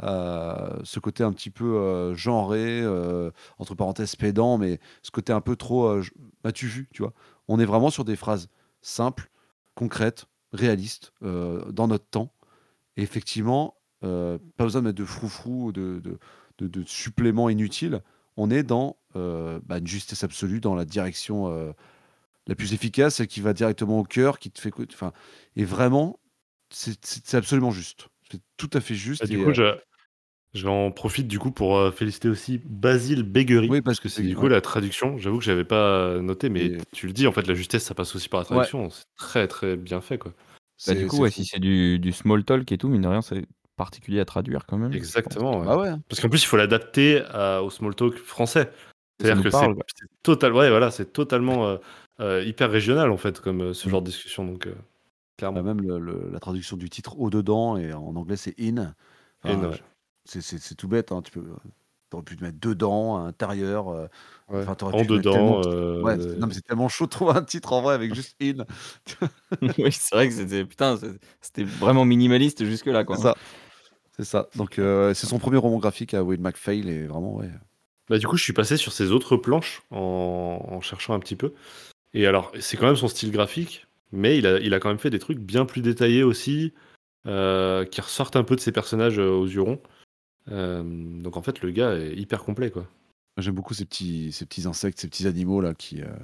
à ce côté un petit peu euh, genré, euh, entre parenthèses pédant, mais ce côté un peu trop, euh, j- m'as-tu vu, tu vois. On est vraiment sur des phrases simples, concrètes, réalistes, euh, dans notre temps. Et effectivement, euh, pas besoin de mettre de froufrou, de, de, de, de suppléments inutiles. On est dans euh, bah, une justesse absolue, dans la direction euh, la plus efficace, celle qui va directement au cœur, qui te fait. co- Enfin, et vraiment, c'est c'est- c'est absolument juste. C'est tout à fait Et juste. du Et coup, euh, je, j'en profite du coup pour euh, féliciter aussi Basile Béguerie, oui, parce parce que que c'est c'est. du coup Ouais. la traduction. J'avoue que j'avais pas noté, mais Et- tu le dis, en fait, la justesse, ça passe aussi par la ouais, traduction. C'est très très bien fait, quoi. Bah, du c'est coup, c'est ouais, si fou. c'est du, du small talk et tout, mine de rien, c'est particulier à traduire quand même, je pense. Exactement, ouais. Bah ouais, hein. Parce qu'en plus, il faut l'adapter à- au small talk français. Ça C'est-à-dire nous que c'est parle, quoi. c'est total, ouais, voilà, c'est totalement euh, euh, hyper régional en fait, comme euh, ce Mm. genre de discussion. Donc, euh, Bah, clairement. même le- le- la traduction du titre au dedans, et en anglais, c'est in. Et Enfin, ouais. je- c'est c'est- c'est tout bête, hein. Tu peux. T'aurais pu te mettre dedans, à l'intérieur. euh, Ouais. Enfin, t'aurais En pu mettre tellement dedans. de trucs. Ouais, c'est- non, euh, mais c'est tellement chaud de trouver un titre en vrai avec juste in. Oui, c'est vrai que c'était putain, c'est- c'était vraiment minimaliste jusque-là, quoi. C'est Hein. ça, c'est ça. Donc, euh, c'est son premier roman graphique à Wade MacPhail, et vraiment, ouais. Bah, du coup, je suis passé sur ses autres planches en, en cherchant un petit peu. Et alors, c'est quand même son style graphique, mais il a, il a quand même fait des trucs bien plus détaillés aussi, euh, qui ressortent un peu de ses personnages euh, aux yeux ronds. Euh, donc en fait, le gars est hyper complet, quoi. J'aime beaucoup ces petits, ces petits insectes, ces petits animaux là qui, euh,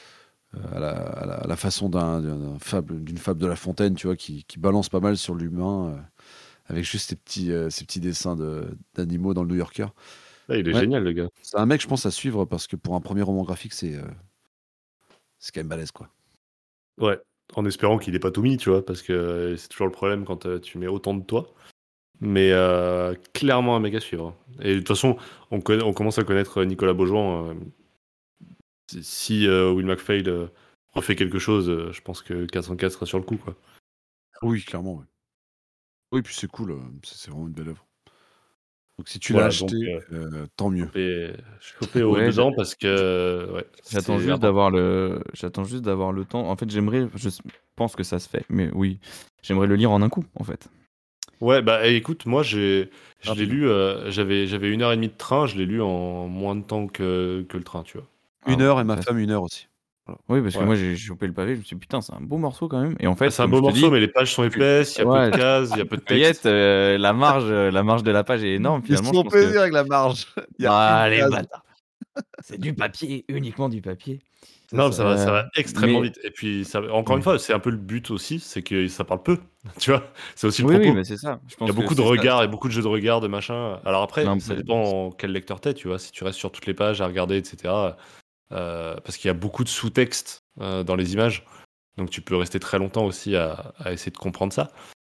à, la, à la- à la façon d'un, d'un fable, d'une fable de La Fontaine, tu vois, qui, qui balance pas mal sur l'humain euh, avec juste ces petits, euh, ces petits dessins de, d'animaux dans le New Yorker. Là, il est Ouais, génial, le gars. c'est un mec, je pense, à suivre parce que pour un premier roman graphique, c'est, euh, c'est quand même balèze, quoi. Ouais, en espérant qu'il ait pas tout mis, tu vois, parce que euh, c'est toujours le problème quand euh, tu mets autant de toi. Mais euh, clairement un mec à suivre. Et de toute façon, on, connaît- on commence à connaître euh, Nicolas Beaujouan. euh, si si, euh, Will McPhail euh, refait quelque chose, euh, je pense que quatre cent quatre sera sur le coup, quoi. Oui, clairement, ouais. Oui, puis c'est cool, euh, c'est c'est vraiment une belle œuvre. Donc si tu l'as Voilà, donc acheté, euh, euh, tant mieux. chopé, chopé au Ouais, j'a- dedans parce que ouais, j'attends c'est juste important. d'avoir le, j'attends juste d'avoir le temps. En fait, j'aimerais, je s- pense que ça se fait, mais oui, j'aimerais le lire en un coup, en fait. Ouais, bah eh, écoute, moi j'ai, je l'ai Rapide. lu, euh, j'avais, j'avais une heure et demie de train, je l'ai lu en moins de temps que, que le train, tu vois. Ah Une ouais, heure et donc ma ça, femme une heure aussi. Voilà. oui, parce que Ouais. moi j'ai j'ai chopé le pavé, je me suis dit putain, c'est un beau morceau quand même. Et en Ah, fait, c'est un comme beau je te morceau, dis, mais les pages sont plus- épaisses, il y a peu de ouais, cases, il y a peu de feuillette, texte. euh, la marge, euh, la marge de la page est énorme. Ils se Finalement, je font pense que plaisir avec la marge. Il y a une ah les case. bâtards, c'est du papier, uniquement du papier. C'est Non, mais ça ça. va, ça Euh, va extrêmement mais vite. Et puis, ça, encore une ouais. fois, c'est un peu le but aussi, c'est que ça parle peu, tu vois. C'est aussi le Oui, oui, propos. mais c'est ça. Je Il y a pense que beaucoup de c'est ça. regards et beaucoup de jeux de regard, de machin. Alors C'est après, un ça peu. dépend quel lecteur t'es, tu vois. Si tu restes sur toutes les pages à regarder, et cetera. euh, parce qu'il y a beaucoup de sous-texte euh, dans les images. Donc tu peux rester très longtemps aussi à, à essayer de comprendre ça.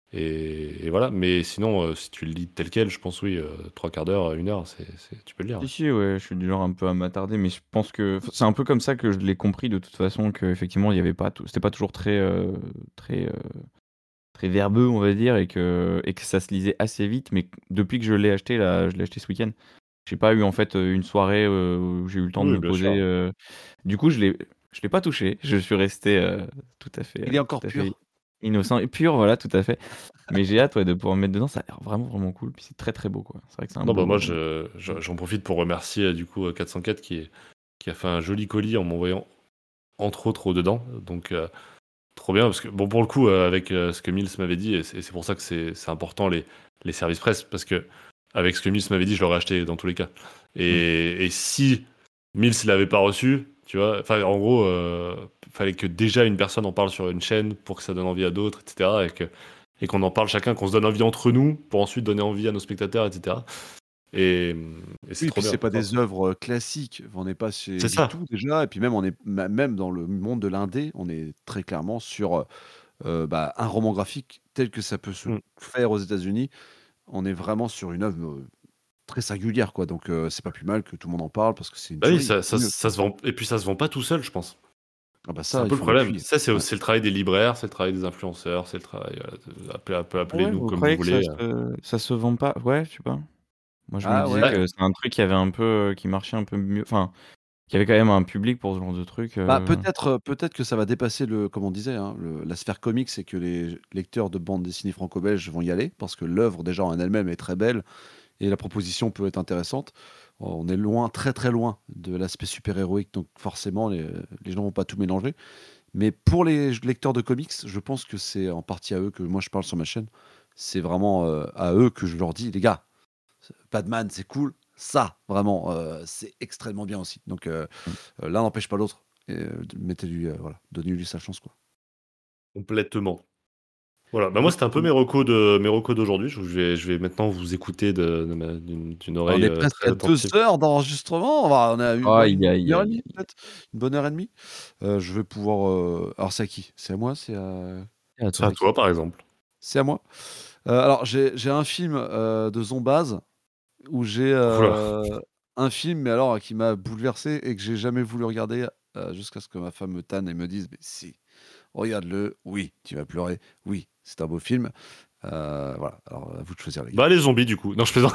Et, et voilà. Mais sinon, euh, si tu le lis tel quel, je pense oui, euh, trois quarts d'heure, une heure, c'est, c'est- tu peux le lire. Si, Ouais. si, ouais, je suis du genre un peu à m'attarder, mais je pense que c'est un peu comme ça que je l'ai compris de toute façon, qu'effectivement, il y avait pas tout, c'était pas toujours très, euh, très, euh, très verbeux, on va dire, et que, et que ça se lisait assez vite. Mais depuis que je l'ai acheté, là, je l'ai acheté ce week-end, j'ai pas eu en fait une soirée euh, où j'ai eu le temps de Oui, me bien poser. sûr. euh. Du coup, je l'ai, je l'ai pas touché. Je suis resté euh, tout à fait, Il est euh, encore tout à fait pur. innocent et pur, voilà, tout à fait. Mais j'ai hâte ouais, de pouvoir me mettre dedans. Ça a l'air vraiment, vraiment cool. Puis c'est très, très beau, quoi. C'est vrai que c'est un Non, bah moi, beau. je, je- j'en profite pour remercier euh, du coup euh, quatre cent quatre qui, est- qui a fait un joli colis en m'envoyant entre autres au dedans. Donc, euh, trop bien. Parce que, bon, pour le coup, euh, avec euh, ce que Mills m'avait dit, et c'est, c'est pour ça que c'est, c'est important les, les services presse, parce que avec ce que Mills m'avait dit, je l'aurais acheté dans tous les cas. Mm. Et, et si Mills ne l'avait pas reçu, tu vois, enfin, en gros, euh, fallait que déjà une personne en parle sur une chaîne pour que ça donne envie à d'autres, et cetera. Et, que, et qu'on en parle chacun, qu'on se donne envie entre nous pour ensuite donner envie à nos spectateurs, et cetera. Et, et c'est Oui, trop puis c'est bien. pas Enfin, des œuvres euh, classiques. On n'est pas chez c'est du ça. tout déjà. Et puis même, on est ma- même dans le monde de l'indé, on est très clairement sur euh, bah, un roman graphique tel que ça peut se Mm. faire aux États-Unis. On est vraiment sur une œuvre euh, très singulière, quoi. Donc euh, c'est pas plus mal que tout le monde en parle parce que c'est une Bah oui, tuerie. ça, Tant ça, mieux. ça se vend. Et puis ça se vend pas tout seul, je pense. Ah bah C'est un ça, il peu le faut problème. l'appui. Ça, c'est Ouais. c'est le travail des libraires, c'est le travail des influenceurs, c'est le travail. Voilà, de- appelez- appelez- Ah ouais, Appelez-nous vous comme vous croyez que ça voulez. se, ça se vend pas? Ouais, je sais pas. Moi, je me Ah disais ouais. Ouais. que c'est un truc qui avait un peu, euh, qui marchait un peu mieux. Enfin, qu'il y avait quand même un public pour ce genre de truc. Bah, euh. peut-être, heu, peut-être que ça va dépasser le comme on disait, hein, le la sphère comics et que les lecteurs de bandes dessinées franco-belges vont y aller parce que l'œuvre déjà en elle-même est très belle et la proposition peut être intéressante. On est loin, très, très loin de l'aspect super-héroïque, donc forcément les les gens vont pas tout mélanger. Mais pour les lecteurs de comics, je pense que c'est en partie à eux que moi je parle sur ma chaîne. C'est vraiment, heu, à eux que je leur dis: «Les gars, Batman, c'est cool, ça vraiment, heu, c'est extrêmement bien aussi». Donc heu Heu, l'un n'empêche pas l'autre et heu, d mettez-lui, heu, voilà, donnez-lui sa chance, quoi. Complètement. Voilà. Bah moi, c'était un peu Complètement. mes recos de mes recos d'aujourd'hui. Je vais, je vais maintenant vous écouter de, de ma- d'une d'une On oreille est euh, presque très à deux attentive. heures d'enregistrement, on va on a eu ouais, Aïe, une aïe, heure et aïe, demie aïe. peut-être? Une bonne heure et demie? Heu, je vais pouvoir, heu alors c'est à qui? C'est à moi? C'est à Et à C'est toi. à c'est à qui? toi, par exemple. C'est à moi? Heu, alors j'ai j'ai un film, heu, de Zombaz où j'ai, Oula. heu, un film, mais alors qui m'a bouleversé et que j'ai jamais voulu regarder, heu, jusqu'à ce que ma femme me tanne et me dise: «Mais si, regarde-le, oui, tu vas pleurer, oui, c'est un beau film». Heu, voilà, alors à vous de choisir les gars. Bah les zombies, du coup. Non, je plaisante.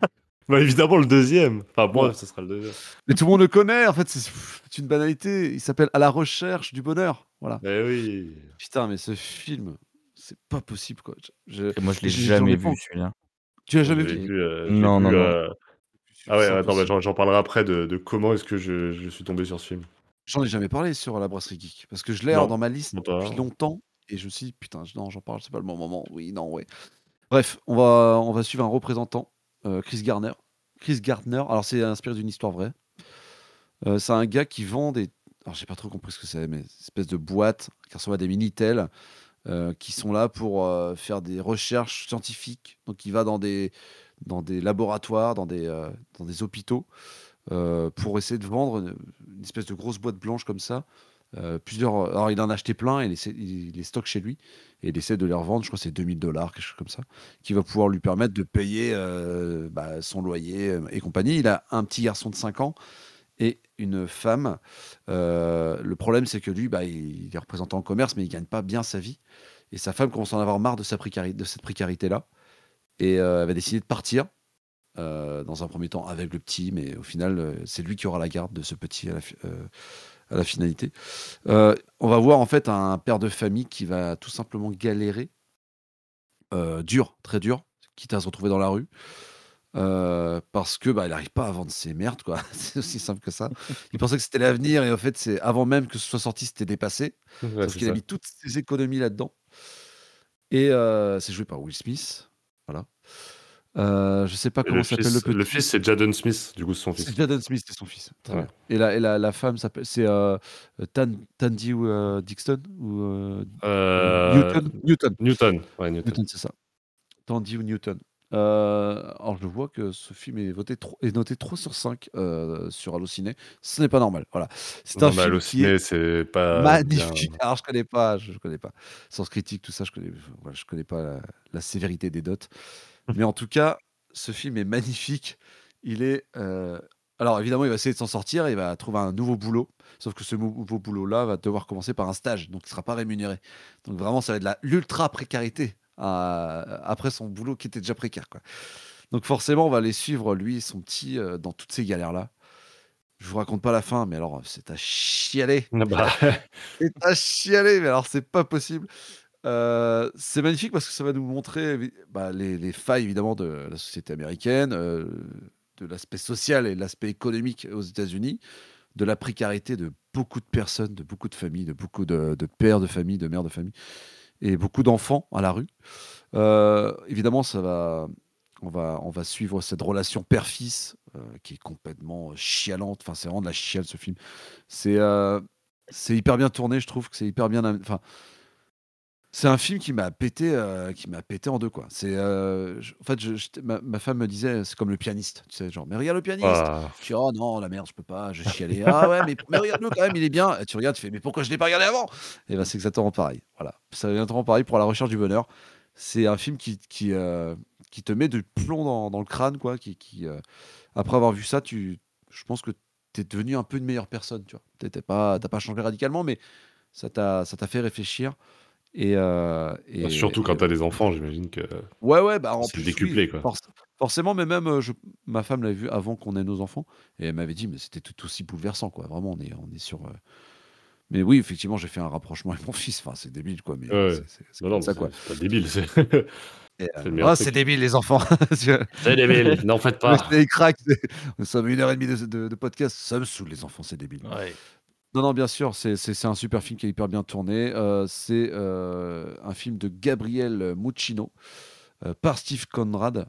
Bah évidemment, le deuxième. Enfin, moi, Bon. ce sera le deuxième. Mais tout le monde le connaît, en fait, c'est c'est une banalité. Il s'appelle À la recherche du bonheur. Voilà. Eh oui. Putain, mais ce film, c'est pas possible, quoi. Je, Et moi, je je- l'ai j'ai- j'en jamais ai pas. vu celui-là. Tu l'as Moi, je jamais l'ai vu? Et- vu. euh, je l'ai Non, non, vu. non. euh, Ah ouais, C'est attends, bah, impossible. j'en j'en parlerai après de, de comment est-ce que je, je suis tombé sur ce film. J'en ai jamais parlé sur la brasserie geek parce que je l'ai alors, Non, dans ma liste non depuis pas. longtemps et je me suis dit, putain, non, j'en parle, c'est pas le bon moment. Oui, non, ouais. Bref, on va, on va suivre un représentant. euh, Chris Gardner. Chris Gardner, alors c'est inspiré d'une histoire vraie. Euh, c'est un gars qui vend des. Alors j'ai pas trop compris ce que c'est, mais c'est une espèce de boîte qui ressemble à des Minitel euh, qui sont là pour euh, faire des recherches scientifiques. Donc il va dans des, dans des laboratoires, dans des, euh, dans des hôpitaux euh, pour essayer de vendre une, une espèce de grosse boîte blanche comme ça. Euh, plusieurs, alors il en a acheté plein et il, essaie- il les stocke chez lui et il essaie de les revendre. Je crois que c'est deux mille dollars, quelque chose comme ça, qui va pouvoir lui permettre de payer euh, bah, son loyer euh, et compagnie. Il a un petit garçon de cinq ans et une femme. Euh, le problème, c'est que lui, bah, il, il est représentant en commerce, mais il gagne pas bien sa vie. Et sa femme commence à en avoir marre de, sa précari- de cette précarité-là. Et euh, elle va décider de partir, euh, dans un premier temps, avec le petit. Mais au final, euh, c'est lui qui aura la garde de ce petit à la, fi- euh, à la finalité. Euh, on va voir en fait un père de famille qui va tout simplement galérer, euh, dur, très dur, quitte à se retrouver dans la rue. Euh, parce que bah, il n'arrive pas à vendre ses merdes, quoi. C'est aussi simple que ça. Il pensait que c'était l'avenir et en fait, c'est avant même que ce soit sorti, c'était dépassé. Ouais, Sauf c'est qu'il a ça. mis toutes ses économies là-dedans. Et euh, c'est joué par Will Smith. Voilà. Euh, je sais pas Et comment le s'appelle le fils, le petit. fils, c'est Jaden Smith, du coup, c'est son C'est fils. Jaden Smith, c'est son fils. Très Ouais. bien. Et la, et la, la femme s'appelle, c'est euh, Tan, Tandy euh, Dixon ou euh, euh, Euh, Newton. Newton. Newton, ouais, Newton. Newton, c'est ça. Tandy ou Newton. Euh, alors je vois que ce film est, voté trop- est noté trois sur cinq euh, sur Allociné. Ce n'est pas normal. Voilà. C'est un Non, mais film qui est Allociné, c'est pas bien. magnifique. Alors je connais pas, je, je connais pas. Sens critique, tout ça, je connais, voilà, je connais pas la, la sévérité des notes. Mais en tout cas, ce film est magnifique. Il est. euh, Alors évidemment, il va essayer de s'en sortir. Il va trouver un nouveau boulot. Sauf que ce mou- nouveau boulot-là va devoir commencer par un stage, donc il ne sera pas rémunéré. Donc vraiment, ça va être de la l'ultra précarité euh, après son boulot qui était déjà précaire, quoi. Donc forcément, on va aller suivre lui et son petit euh, dans toutes ces galères-là. Je vous raconte pas la fin, mais alors c'est à chialer. Ah bah, C'est à chialer, mais alors c'est pas possible. Heu, c'est magnifique parce que ça va nous montrer évi bah, les les failles évidemment de la société américaine, heu, de l'aspect social et de l'aspect économique aux États-Unis, de la précarité de beaucoup de personnes, de beaucoup de familles, de beaucoup de de pères de famille, de mères de famille et beaucoup d'enfants à la rue. Heu, évidemment, ça va on va on va suivre cette relation père-fils, heu, qui est complètement chialante. Enfin, c'est vraiment de la chiale ce film. C'est, heu, c'est hyper bien tourné, je trouve que c'est hyper bien am enfin, c'est un film qui m'a pété, heu, qui m'a pété en deux, quoi. C'est, heu, je en fait, je j'étais ma ma femme me disait: «C'est comme Le Pianiste», tu sais? Genre: «Mais regarde Le Pianiste!» ah. Je fais: «Oh non, la merde, je peux pas», je chialais: «Ah ouais, mais mais regarde-le quand même, il est bien!» Et tu regardes, tu fais: «Mais pourquoi je l'ai pas regardé avant?» Et bah, c'est exactement pareil, voilà. C'est exactement pareil pour La Recherche du bonheur. C'est un film qui qui, heu, qui te met du plomb dans dans le crâne, quoi, qui qui, heu, après avoir vu ça, tu je pense que tu es devenu un peu une meilleure personne, tu vois? Tu étais pas tu as pas changé radicalement, mais ça t'a ça t'a fait réfléchir et heu Bah, et surtout quand et t'as des enfants, j'imagine que ouais, ouais, bah, en c'est plus, oui, décuplé, quoi. forc forcément, mais même, heu, je ma femme l'avait vu avant qu'on ait nos enfants et elle m'avait dit: «Mais c'était tout aussi bouleversant, quoi». Vraiment, on est on est sur, heu mais oui, effectivement, j'ai fait un rapprochement avec mon fils. Enfin, c'est débile, quoi, mais Ouais, heu, ouais. c'est c'est c'est Non, comme non, mais ça, quoi c'est c'est pas débile, c'est et c'est heu: le meilleur «Oh, c'est truc. débile, les enfants!» Tu vois? C'est débile, n'en faites Le mec, pas. il craque, c'est nous sommes une heure et demie de de de podcast. Ça me saoule, les enfants, c'est débile. Ouais. Non, non, bien sûr, c'est c'est c'est un super film qui est hyper bien tourné. Heu, c'est, heu, un film de Gabriel Muccino, heu, par Steve Conrad.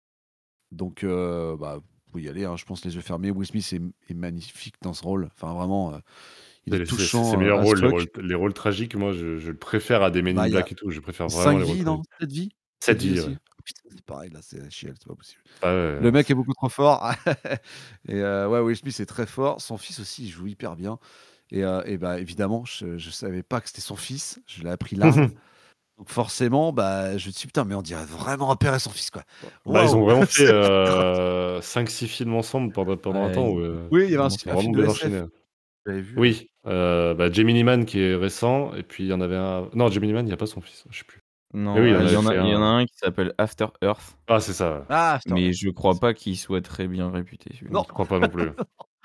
Donc, heu, bah, faut y aller, hein, je pense les yeux fermés. Will Smith est est magnifique dans ce rôle. Enfin vraiment, heu, il C'est est les c'est c'est ses touchant, heu, meilleurs as rôles, les fuck. rôles les rôles tragiques, moi, je je le préfère à des Men Bah, in il y a Black et tout, je préfère vraiment cinq les rôles vies, non? tragiques. sept vies? sept Cette vies vie, aussi? ouais. Oh putain, c'est pareil là, c'est la chiale, c'est pas possible. Ah ouais, Le non, mec est c'est beaucoup trop fort et heu, ouais, Will Smith est très fort. Son fils aussi, il joue hyper bien et heu et bah, évidemment, je je savais pas que c'était son fils, je l'ai appris là. Donc forcément, bah, je me suis dit: «Putain, mais on dirait vraiment un père et son fils, quoi». Bah, ils ont Waouh! vraiment fait, C'est incroyable. heu, cinq six films ensemble pendant pendant un Ouais, temps ils où, heu, Oui, il y avait un ils ont s ils fait ont un vraiment film de bien S F, enchaîné. j'avais vu, heu, Oui, heu, bah, Gemini Man qui est récent et puis il y en avait un non, Gemini Man, il y a pas son fils, je sais plus. Mais oui, non, il en heu, il y avait en a fait il y en a un un qui s'appelle After Earth, ah, c'est ça, ouais. ah, After mais Earth. je crois pas qu'il soit très bien réputé celui-là. Non, Je crois pas non plus.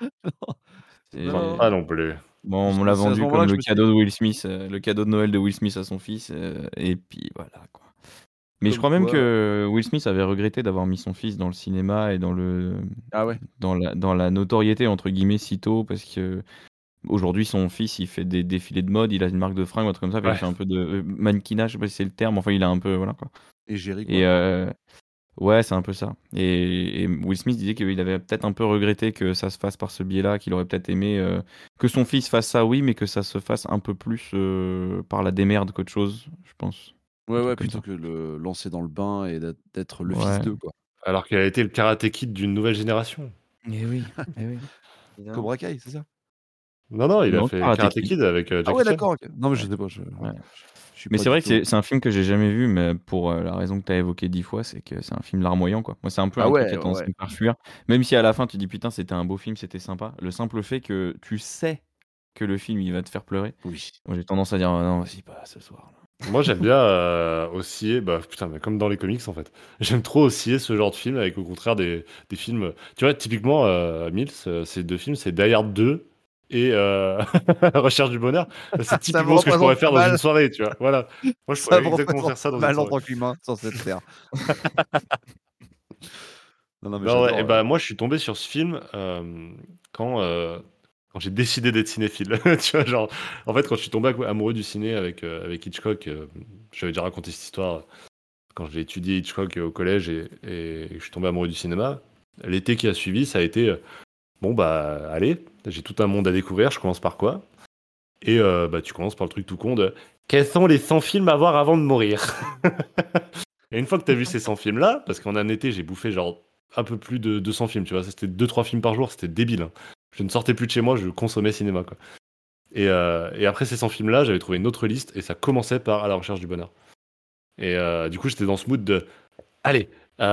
Je non, C'est non, crois pas non plus. bon, on me l'a justement, c'est à ce vendu moment-là comme que je le me suis dit cadeau de Will Smith, heu, le cadeau de Noël de Will Smith à son fils, heu et puis voilà, quoi. Mais je comme crois même quoi que Will Smith avait regretté d'avoir mis son fils dans le cinéma et dans le ah ouais? dans la dans la «notoriété» entre guillemets si tôt parce qu'aujourd'hui son fils il fait des défilés de mode, il a une marque de fringues ou un truc comme ça, enfin il Ouais. fait un peu de, heu, mannequinat, je sais pas si c'est le terme, enfin il a un peu voilà quoi Égérie, et quoi. heu Ouais, c'est un peu ça. Et, et Will Smith disait qu'il avait peut-être un peu regretté que ça se fasse par ce biais-là, qu'il aurait peut-être aimé euh, que son fils fasse ça, oui, mais que ça se fasse un peu plus euh, par la démerde qu'autre chose, je pense. Ouais, Un ouais, truc comme plutôt ça. que le lancer dans le bain et d'être- d'être le fils Ouais. d'eux, quoi. Alors qu'il a été le karaté kid d'une nouvelle génération. Eh oui, eh oui. Évidemment. Cobra Kai, c'est ça? Non, non, il a Non, fait Karate Karate Kid. Kid avec euh, Ah Jackie ouais, Chan. d'accord. ok. Non, mais je Ouais. sais pas. Je, Ouais. je suis Mais pas c'est du vrai que tout. c'est c'est un film que j'ai jamais vu, mais pour euh, la raison que tu as évoquée dix fois, c'est que c'est un film larmoyant, quoi. Moi, c'est un peu Ah un truc ouais, qui a ouais, tendance à ouais. me faire fuir. Même si à la fin, tu dis putain, c'était un beau film, c'était sympa. Le simple fait que tu sais que le film, il va te faire pleurer. Oui. Moi, j'ai tendance à dire ah non, vas-y, pas ce soir. là. Moi, j'aime bien euh, osciller, bah putain, mais comme dans les comics en fait. J'aime trop osciller ce genre de film avec au contraire des, des films. Tu vois, typiquement, euh, Mills, euh, ces deux films, c'est Die Hard deux et euh, Recherche du bonheur. C'est Ça me typiquement ce que je pourrais représente pas faire dans une mal. soirée, tu vois. Voilà. Moi, je Ça pourrais me exactement représente faire ça pas dans une mal en soirée. tant qu'humain sur cette terre. Non, non, mais Non, ouais, et j'adore. euh, bah, moi, je suis tombé sur ce film euh, quand, euh, quand j'ai décidé d'être cinéphile. Tu vois, genre, en fait, quand je suis tombé ac- amoureux du ciné avec, euh, avec Hitchcock, euh, j'avais déjà raconté cette histoire quand j'ai étudié Hitchcock au collège et, et je suis tombé amoureux du cinéma. L'été qui a suivi, ça a été euh, bon, bah, allez, j'ai tout un monde à découvrir, je commence par quoi? Et euh, bah, tu commences par le truc tout con de quels sont les cent films à voir avant de mourir? Et une fois que tu as vu ces cent films-là, parce qu'en un été, j'ai bouffé genre un peu plus de deux cents films, tu vois, ça, c'était deux trois films par jour, c'était débile. hein. Je ne sortais plus de chez moi, je consommais cinéma, quoi. Et, euh, et après ces cent films-là, j'avais trouvé une autre liste, et ça commençait par À la recherche du bonheur. Et euh, du coup, j'étais dans ce mood de allez,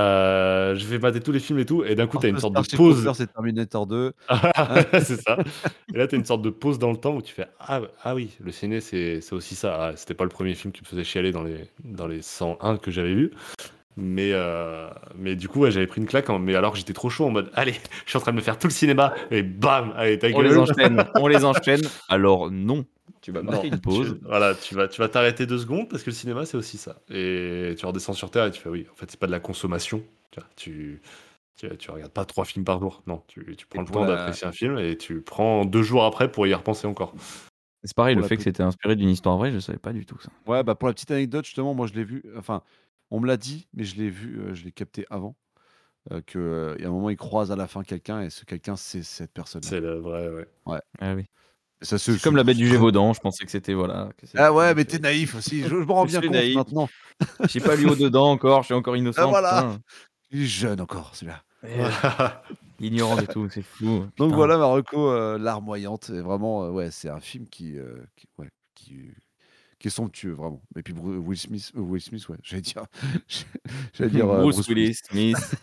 euh, je vais mater tous les films et tout, et d'un coup, tu as une Entre sorte de Starship pause. Troopers et Terminator deux. Hein. C'est ça. Et là, tu as une sorte de pause dans le temps où tu fais ah, ah oui, le ciné, c'est c'est aussi ça. Ah, c'était pas le premier film qui me faisait chialer dans les, dans les cent un que j'avais vu. Mais, euh, mais du coup, ouais, j'avais pris une claque, hein, mais alors que j'étais trop chaud en mode allez, je suis en train de me faire tout le cinéma, et bam, allez, ta On les gueule. enchaîne, on les enchaîne. Alors non, tu vas Non, marquer une tu, pause. voilà, tu vas tu vas t'arrêter deux secondes parce que le cinéma, c'est aussi ça. Et tu redescends sur Terre et tu fais oui, en fait, c'est pas de la consommation. Tu, vois, tu, tu, tu regardes pas trois films par jour. Non, tu, tu Et prends le pour temps la, d'apprécier un film et tu prends deux jours après pour y repenser encore. C'est pareil, pour le la fait que petite- c'était inspiré d'une histoire vraie, je savais pas du tout ça. Ouais, bah pour la petite anecdote, justement, moi je l'ai vu. Enfin, on me l'a dit, mais je l'ai vu, euh, je l'ai capté avant. Euh, que, euh, il y a un moment, il croise à la fin quelqu'un et ce quelqu'un, c'est cette personne-là. C'est le vrai, ouais. Ah oui. Et ça, c'est C'est comme la bête du c'est- Gévaudan, je pensais que c'était voilà. que c'était Ah ouais, lui mais qui t'es avait- naïf aussi. Je, je me rends Je bien suis compte naïf. maintenant. J'ai pas lu au-dedans encore, je suis encore Ah innocent, voilà. putain. Il est jeune encore, celui-là. Eh, Ignorant de tout, c'est fou. Donc putain. voilà ma reco euh, larmoyante. Et vraiment, euh, ouais, c'est un film qui, euh, qui, ouais, qui, qui est somptueux, vraiment. Et puis Bru- Will Smith, euh, Will Smith, ouais, j'allais dire, j'allais dire euh, Bruce Bruce Willis, Willis. Smith.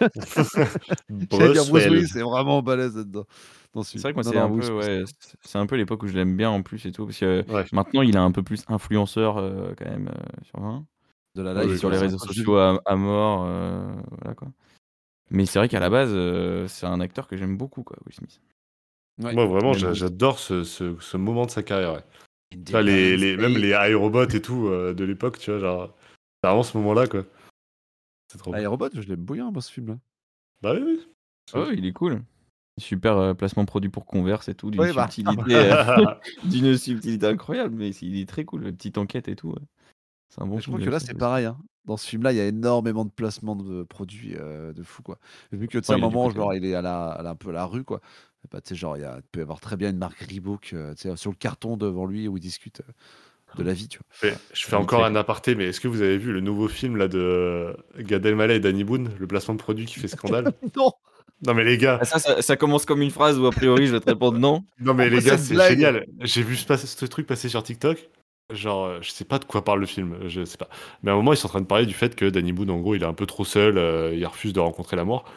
J'allais dire Bruce Bruce Willis. Willis, c'est vraiment balèze là-dedans. Dans ce C'est film. vrai que moi Non, c'est non, un Will peu Smith. ouais, c'est c'est un peu l'époque où je l'aime bien en plus et tout parce que Ouais. maintenant il est un peu plus influenceur euh, quand même euh, sur vingt. De la Ouais, Il live. est oui, sur bah, les c'est un réseaux proche de sociaux lui. à, à mort, euh, voilà quoi. Mais c'est vrai qu'à la base euh, c'est un acteur que j'aime beaucoup quoi, Will Smith. Ouais. Moi, vraiment, Même j'a- Bruce. j'adore ce, ce, ce moment de sa carrière. Ouais. Tu vois, les, Independence les, même Day. les aérobots et tout euh, de l'époque, tu vois, genre, c'est vraiment ce moment-là, quoi. C'est trop Ah, bien. et Robot, je l'aime bien, moi, ce film-là. Bah oui, oui. Oh, il est cool. Super euh, placement produit pour Converse et tout, d'une Oui, bah. subtilité, euh, d'une subtilité incroyable, mais il est très cool, la petite enquête et tout. ouais. C'est un bon Mais je film crois de que là, S F c'est aussi. pareil. Hein. Dans ce film-là, il y a énormément de placements de produits euh, de fou, quoi. Et vu que, tu sais, Ouais, à un il est du moment, côté. genre, il est à la, à la- un peu à la rue, quoi. Et bah, tu sais, genre, il y a, il peut y avoir très bien une marque Reebok, euh, tu sais, sur le carton devant lui où il discute euh, de la vie, tu vois. Mais je fais Il est encore très un aparté, mais est-ce que vous avez vu le nouveau film là de Gad Elmaleh et Danny Boone, le placement de produit qui fait scandale? Non, Non mais les gars, Ah, ça, ça, ça commence comme une phrase où a priori je vais te répondre non. non mais les pourquoi gars, cette c'est blague? génial. J'ai vu ce, passe- ce truc passer sur TikTok. Genre, euh, je sais pas de quoi parle le film, je sais pas. Mais à un moment, ils sont en train de parler du fait que Danny Boone, en gros, il est un peu trop seul, euh, il refuse de rencontrer la mort.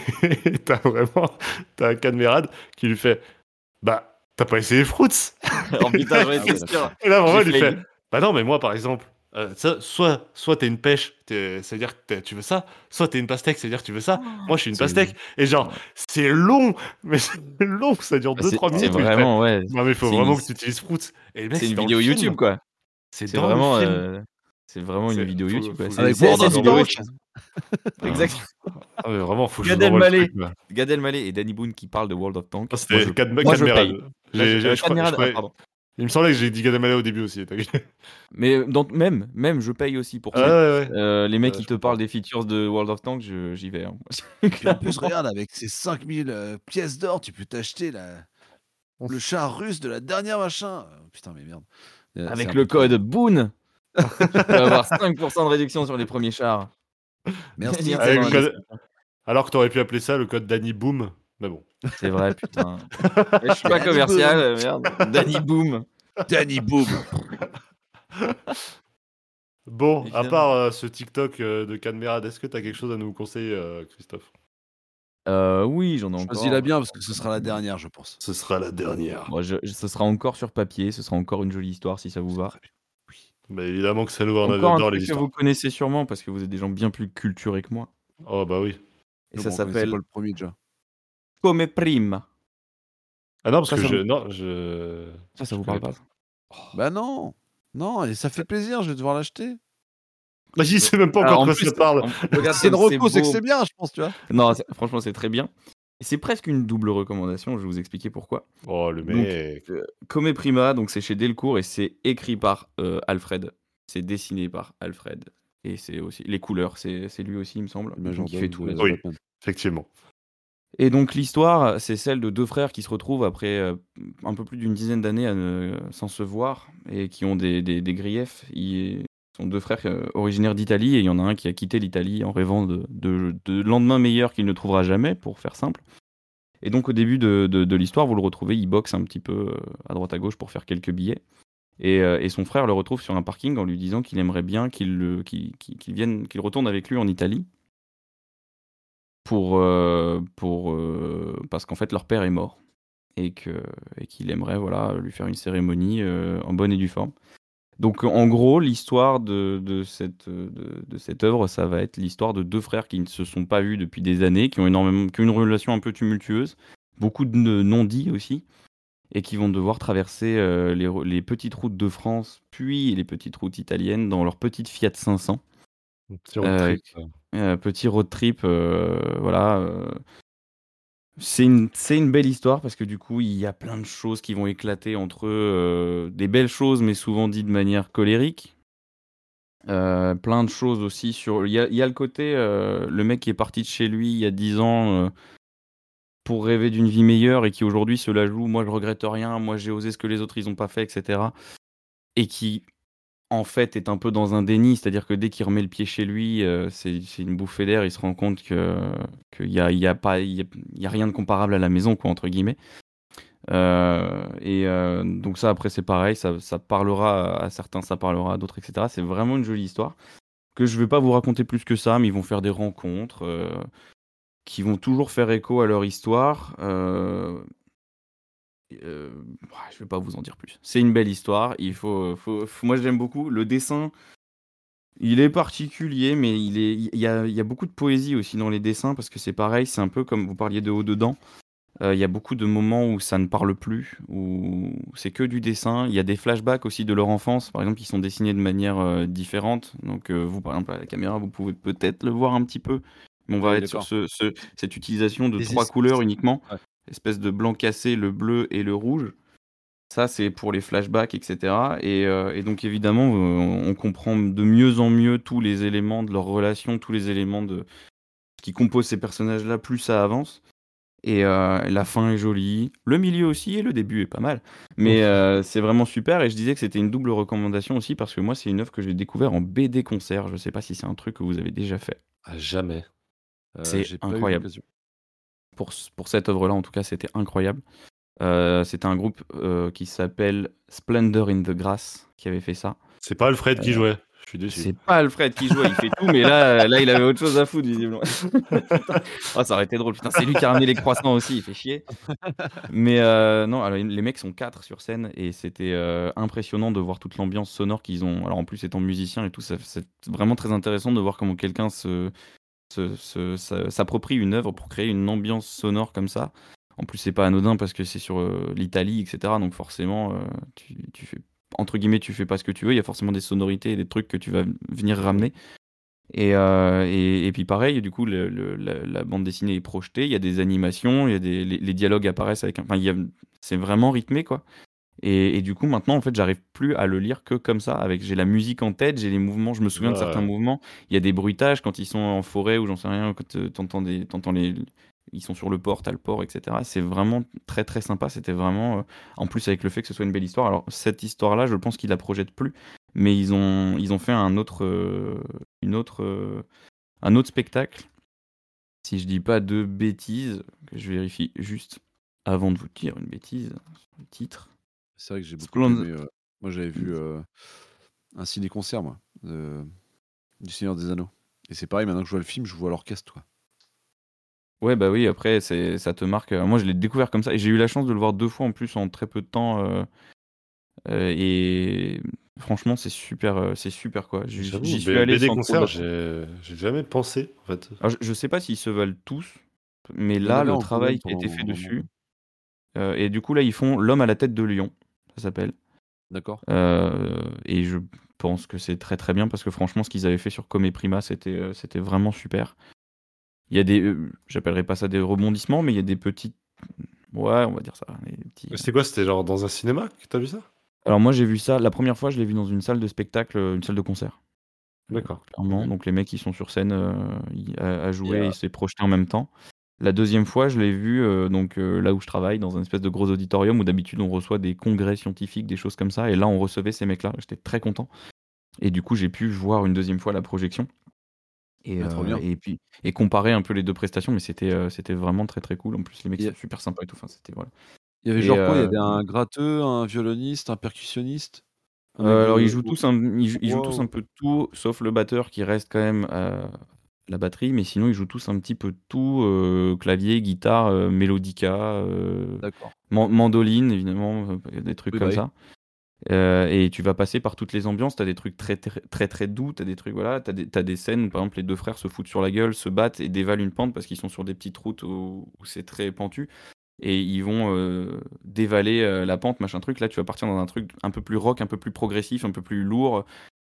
Et t'as vraiment, t'as un Cadmerade qui lui fait, bah, t'as pas essayé Fruits? Oh putain, j'en Ah étais ouais, sûr. Et là, vraiment, J'ai il lui failli. fait, bah non, mais moi, par exemple, euh, ça, soit, soit t'es une pêche, t'es- c'est-à-dire que t'es- tu veux ça, soit t'es une pastèque, c'est-à-dire que tu veux ça. Moi, je suis une C'est pastèque. Et genre, ouais. c'est long, mais c'est long, ça dure Bah, deux c'est trois c'est minutes où il fait, vraiment ouais. non, mais il faut C'est vraiment une, que tu utilises Fruits. Et le mec, c'est c'est une dans le vidéo film. YouTube quoi. C'est C'est dans le vraiment film. euh, c'est vraiment une C'est, vidéo faut, YouTube quoi. faut que je C'est avec vous c'est World c'est envoie of une dans vidéo le... Tanks. exact. Ah, mais vraiment, faut que je Gad vous envoie le Elmaleh, truc, là. Gad Elmaleh et Danny Boone qui parlent de World of Tanks. Ah, Moi c'était je Cad- moi je Cadmerade. paye. Là, je, J'ai, j'ai- euh, je, crois, je Cadmerade, ah croyais, pardon. Il me semblait que j'ai dit Gad Elmaleh au début aussi. t'inquiète. Mais dans, même, même, je paye aussi pour Ah ça. ouais, ouais. Euh, les mecs Ouais, qui je te comprends. parlent des features de World of Tanks, je- j'y vais. hein. Puis en plus, regarde, avec ces cinq mille euh, pièces d'or, tu peux t'acheter la... le char russe de la dernière machin. Euh, Putain, mais merde. Euh, c'est Avec un le peu trop, code hein. Boon, tu peux avoir cinq pour cent de réduction sur les premiers chars. Merci, Lien Avec dans le la Danny. code- description. Alors que t'aurais pu appeler ça le code Danny Boom. Mais bon. C'est vrai, putain. Mais je suis pas Danny commercial, Boom. euh, merde. Danny Boom. Danny Boom. Bon, à Évidemment. part euh, ce TikTok euh, de Cadmerade, est-ce que t'as quelque chose à nous conseiller, euh, Christophe? Euh, oui, j'en ai encore. Choisis-la bien parce que ce sera la dernière, je pense. Ce sera la dernière. Bon, je- je- ce sera encore sur papier, ce sera encore une jolie histoire si ça vous va. Très bien. Oui. Bah évidemment que ça nous va, on Encore un adore les truc que histoires. vous connaissez sûrement parce que vous êtes des gens bien plus culturés que moi. Oh bah oui. Et Non, ça bon, on connaissait s'appelle pas le premier déjà. Come Prima. Ah non, parce Ça, que ça je... vous, Non, je... ça, ça je vous connais parle pas pas. ça Bah non. Non, et ça fait plaisir, je vais devoir l'acheter. Bah, il sait même pas Ah, encore en de quoi plus, ça parle. en- Si regarde c'est une comme c'est reco, c'est que beau. c'est bien, je pense, tu vois. Non, c'est- franchement, c'est très bien. Et c'est presque une double recommandation, je vais vous expliquer pourquoi. Oh, le Donc, mec. euh, Come Prima, donc c'est chez Delcourt et c'est écrit par euh, Alfred. C'est dessiné par Alfred. Et c'est aussi les couleurs, c'est c'est lui aussi, il me semble. Le Donc, il majordome fait tout de là-dessus. Oui, Batman. effectivement. Et donc l'histoire, c'est celle de deux frères qui se retrouvent après euh, un peu plus d'une dizaine d'années à ne- sans se voir et qui ont des, des- des griefs. Ils sont deux frères euh, originaires d'Italie et il y en a un qui a quitté l'Italie en rêvant de, de, de lendemain meilleur qu'il ne trouvera jamais, pour faire simple. Et donc au début de, de- de l'histoire, vous le retrouvez, il boxe un petit peu euh, à droite à gauche pour faire quelques billets. Et, euh, et son frère le retrouve sur un parking en lui disant qu'il aimerait bien qu'il le- qu'il- qu'il- qu'il vienne, qu'il retourne avec lui en Italie pour, euh, pour, euh, parce qu'en fait leur père est mort et que et qu'il aimerait voilà lui faire une cérémonie euh, en bonne et due forme. Donc en gros l'histoire de, de cette de, de cette œuvre, ça va être l'histoire de deux frères qui ne se sont pas vus depuis des années, qui ont énormément qui ont une relation un peu tumultueuse, beaucoup de non-dits aussi, et qui vont devoir traverser euh, les, les petites routes de France puis les petites routes italiennes dans leur petite Fiat cinq cents. Un petit road Euh, trip. euh, petit road trip, euh, voilà. euh, C'est une, c'est une belle histoire parce que du coup, il y a plein de choses qui vont éclater entre eux, euh, des belles choses, mais souvent dites de manière colérique. Euh, plein de choses aussi sur. Il y a, il y a le côté, euh, le mec qui est parti de chez lui il y a dix ans euh, pour rêver d'une vie meilleure et qui aujourd'hui se la joue. Moi, je regrette rien. Moi, j'ai osé ce que les autres ils ont pas fait, et cetera. Et qui en fait est un peu dans un déni, c'est-à-dire que dès qu'il remet le pied chez lui, euh, c'est c'est une bouffée d'air. Il se rend compte que qu'il y a, il y a pas, il y a, il y a rien de comparable à la maison, quoi, entre guillemets. Euh, et euh, donc ça, après, c'est pareil, ça, ça parlera à certains, ça parlera à d'autres, et cetera. C'est vraiment une jolie histoire que je vais pas vous raconter plus que ça, mais ils vont faire des rencontres euh, qui vont toujours faire écho à leur histoire. Euh, euh, ouais, je vais pas vous en dire plus. C'est une belle histoire. Il faut, faut, faut- moi, j'aime beaucoup le dessin. Il est particulier, mais il est, il y a, il y a beaucoup de poésie aussi dans les dessins parce que c'est pareil. C'est un peu comme vous parliez de haut dedans. Euh, Il y a beaucoup de moments où ça ne parle plus, où c'est que du dessin. Il y a des flashbacks aussi de leur enfance, par exemple, qui sont dessinés de manière euh, différente. Donc, euh, vous, par exemple, à la caméra, vous pouvez peut-être le voir un petit peu. Mais on va Oui, être sur d'accord. ce, ce- cette utilisation de Des trois es- couleurs uniquement, Ouais. espèce de blanc cassé, le bleu et le rouge. Ça, c'est pour les flashbacks, et cetera. Et, euh, et donc, évidemment, euh, on comprend de mieux en mieux tous les éléments de leur relation, tous les éléments de qui composent ces personnages-là, plus ça avance. Et euh, la fin est jolie, le milieu aussi, et le début est pas mal. Mais euh, c'est vraiment super, et je disais que c'était une double recommandation aussi, parce que moi, c'est une œuvre que j'ai découvert en B D concert. Je sais pas si c'est un truc que vous avez déjà fait. Ah, jamais. Euh, C'est j'ai pas eu incroyable. l'occasion. Pour, ce- pour cette œuvre-là, en tout cas, c'était incroyable. Euh, c'était un groupe euh, qui s'appelle Splendor in the Grass qui avait fait ça. C'est pas Alfred qui jouait. Je suis déçu. C'est pas Alfred qui jouait, il fait tout, mais là, là, il avait autre chose à foutre, visiblement. Oh, ça aurait été drôle. Putain, c'est lui qui a ramené les croissants aussi, il fait chier. Mais euh, non, alors, les mecs sont quatre sur scène et c'était euh, impressionnant de voir toute l'ambiance sonore qu'ils ont. Alors en plus, étant musicien et tout, ça- c'est vraiment très intéressant de voir comment quelqu'un se, se- se- sa- s'approprie une œuvre pour créer une ambiance sonore comme ça. En plus, c'est pas anodin parce que c'est sur euh, l'Italie, et cetera. Donc forcément, euh, tu, tu fais entre guillemets, tu fais pas ce que tu veux. Il y a forcément des sonorités et des trucs que tu vas venir ramener. Et, euh, et, et puis pareil, du coup, le- le- la, la bande dessinée est projetée. Il y a des animations, il y a des les, les dialogues apparaissent avec. un- Enfin, il y a, c'est vraiment rythmé, quoi. Et et du coup, maintenant, en fait, j'arrive plus à le lire que comme ça, avec j'ai la musique en tête, j'ai les mouvements, je me souviens de certains Ouais. mouvements. Il y a des bruitages quand ils sont en forêt ou j'en sais rien, quand, heu, tu entends des tu entends les ils sont sur le port, tu as le port et cetera. C'est vraiment très, très sympa. C'était vraiment, heu en plus avec le fait que ce soit une belle histoire. Alors cette histoire-là, je pense qu'ils la projettent plus, mais ils ont ils ont fait un autre, heu, une autre, heu, un autre spectacle, si je dis pas de bêtises, que je vérifie juste avant de vous dire une bêtise sur le titre. C'est vrai que j'ai beaucoup Splend aimé, heu, moi j'avais vu, heu, un ciné-concert moi, de du Seigneur des Anneaux et c'est pareil maintenant que je vois le film, je vois l'orchestre, quoi. Ouais, bah, oui, après c'est ça te marque, heu moi je l'ai découvert comme ça et j'ai eu la chance de le voir deux fois en plus en très peu de temps, heu heu et franchement c'est super, heu, c'est super quoi. J'y J'avoue, j'y suis B allé BD sans trop concert, d'attente. j'ai j'ai jamais pensé, en fait. Alors je je sais pas s'ils se valent tous, mais Il y en là, avait un le en Bretagne travail qui a été pendant fait un moment, dessus, ouais. heu et du coup là, ils font L'homme à la tête de lion, ça s'appelle. D'accord. Heu et je pense que c'est très, très bien parce que franchement ce qu'ils avaient fait sur Come Prima, c'était, heu, c'était vraiment super. Il y a des, heu, j'appellerais pas ça des rebondissements, mais il y a des petites ouais, on va dire ça, des petits, heu C'était quoi? C'était genre dans un cinéma que tu as vu ça? Alors moi j'ai vu ça, la première fois je l'ai vu dans une salle de spectacle, heu, une salle de concert. Heu, D'accord, clairement, OK. donc les mecs ils sont sur scène, heu, ils à à Et jouer et heu c'est projeté en même temps. La deuxième fois je l'ai vu, heu, donc heu, là où je travaille, dans un espèce de gros auditorium où d'habitude on reçoit des congrès scientifiques, des choses comme ça et là on recevait ces mecs-là. J'étais très content et du coup j'ai pu voir une deuxième fois la projection et Ah trop heu bien. et puis et comparer un peu les deux prestations, mais c'était, heu, c'était vraiment très, très cool. En plus les mecs Et sont heu super sympas et tout, enfin c'était voilà il y avait et genre quoi? Il y heu avait un gratteux, un violoniste, un percussionniste, un Heu, mec alors ils de jouent au tous un ils jouent au ils jouent bois tous un ou peu de tout, sauf le batteur qui reste quand même, heu, la batterie, mais sinon ils jouent tous un petit peu de tout, heu, clavier, guitare, heu, mélodica, heu, D'accord. man mandoline évidemment, heu, des trucs Oui, bah comme oui. ça. Heu et tu vas passer par toutes les ambiances. Tu as des trucs très, très, très, très doux, tu as des trucs voilà, tu as des tu as des scènes où par exemple les deux frères se foutent sur la gueule, se battent et dévalent une pente parce qu'ils sont sur des petites routes où où c'est très pentu et ils vont, heu, dévaler, heu, la pente machin truc. Là, tu vas partir dans un truc un peu plus rock, un peu plus progressif, un peu plus lourd,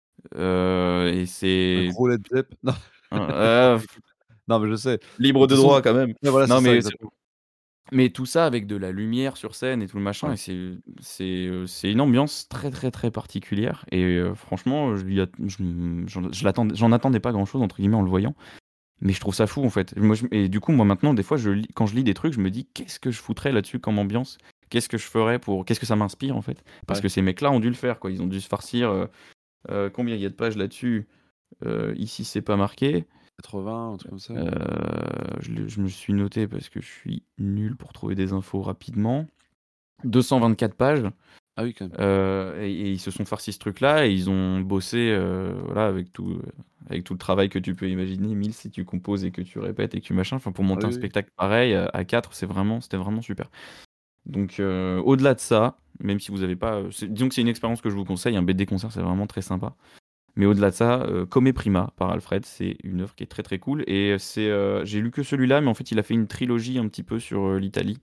heu et Un c'est gros Led Zepp? Non. Hein, Non, heu, j'écoute. Non, mais je sais. De libre toute de façon droit quand même. ouais voilà, c'est Non ça mais c'est exactement. mais tout ça avec de la lumière sur scène et tout le machin et Ouais. c'est c'est, heu, c'est une ambiance très, très, très particulière et heu, franchement, je m'y at je m j'en je l'attendais «j'en attendais pas grand chose» entre guillemets en le voyant, mais je trouve ça fou en fait. Moi je et du coup moi maintenant des fois je lis quand je lis des trucs, je me dis: «Qu'est-ce que je foutrais là-dessus comme ambiance? Qu'est-ce que je ferais pour qu'est-ce que ça m'inspire en fait?» parce Ouais. que ces mecs-là ont dû le faire quoi. Ils ont dû se farcir, heu heu, combien il y a de pages là-dessus? Heu, ici c'est pas marqué. quatre-vingts, un truc comme ça? Heu, je le je me suis noté parce que je suis nul pour trouver des infos rapidement. deux cent vingt-quatre pages, Ah oui, quand même. heu et et ils se sont farcis ce truc-là et ils ont bossé, heu, voilà avec tout, heu, avec tout le travail que tu peux imaginer, mille si tu composes et que tu répètes et que tu machin, enfin pour Ah monter un oui, oui. spectacle pareil, heu, à quatre, c'est vraiment c'était vraiment super. Donc heu, au-delà de ça, même si vous avez pas, heu, c'est disons que c'est une expérience que je vous conseille, un B D concert, c'est vraiment très sympa. Mais au-delà de ça, heu, Come Prima par Alfred, c'est une œuvre qui est très, très cool et c'est, heu, j'ai lu que celui-là, mais en fait il a fait une trilogie un petit peu sur, heu, l'Italie.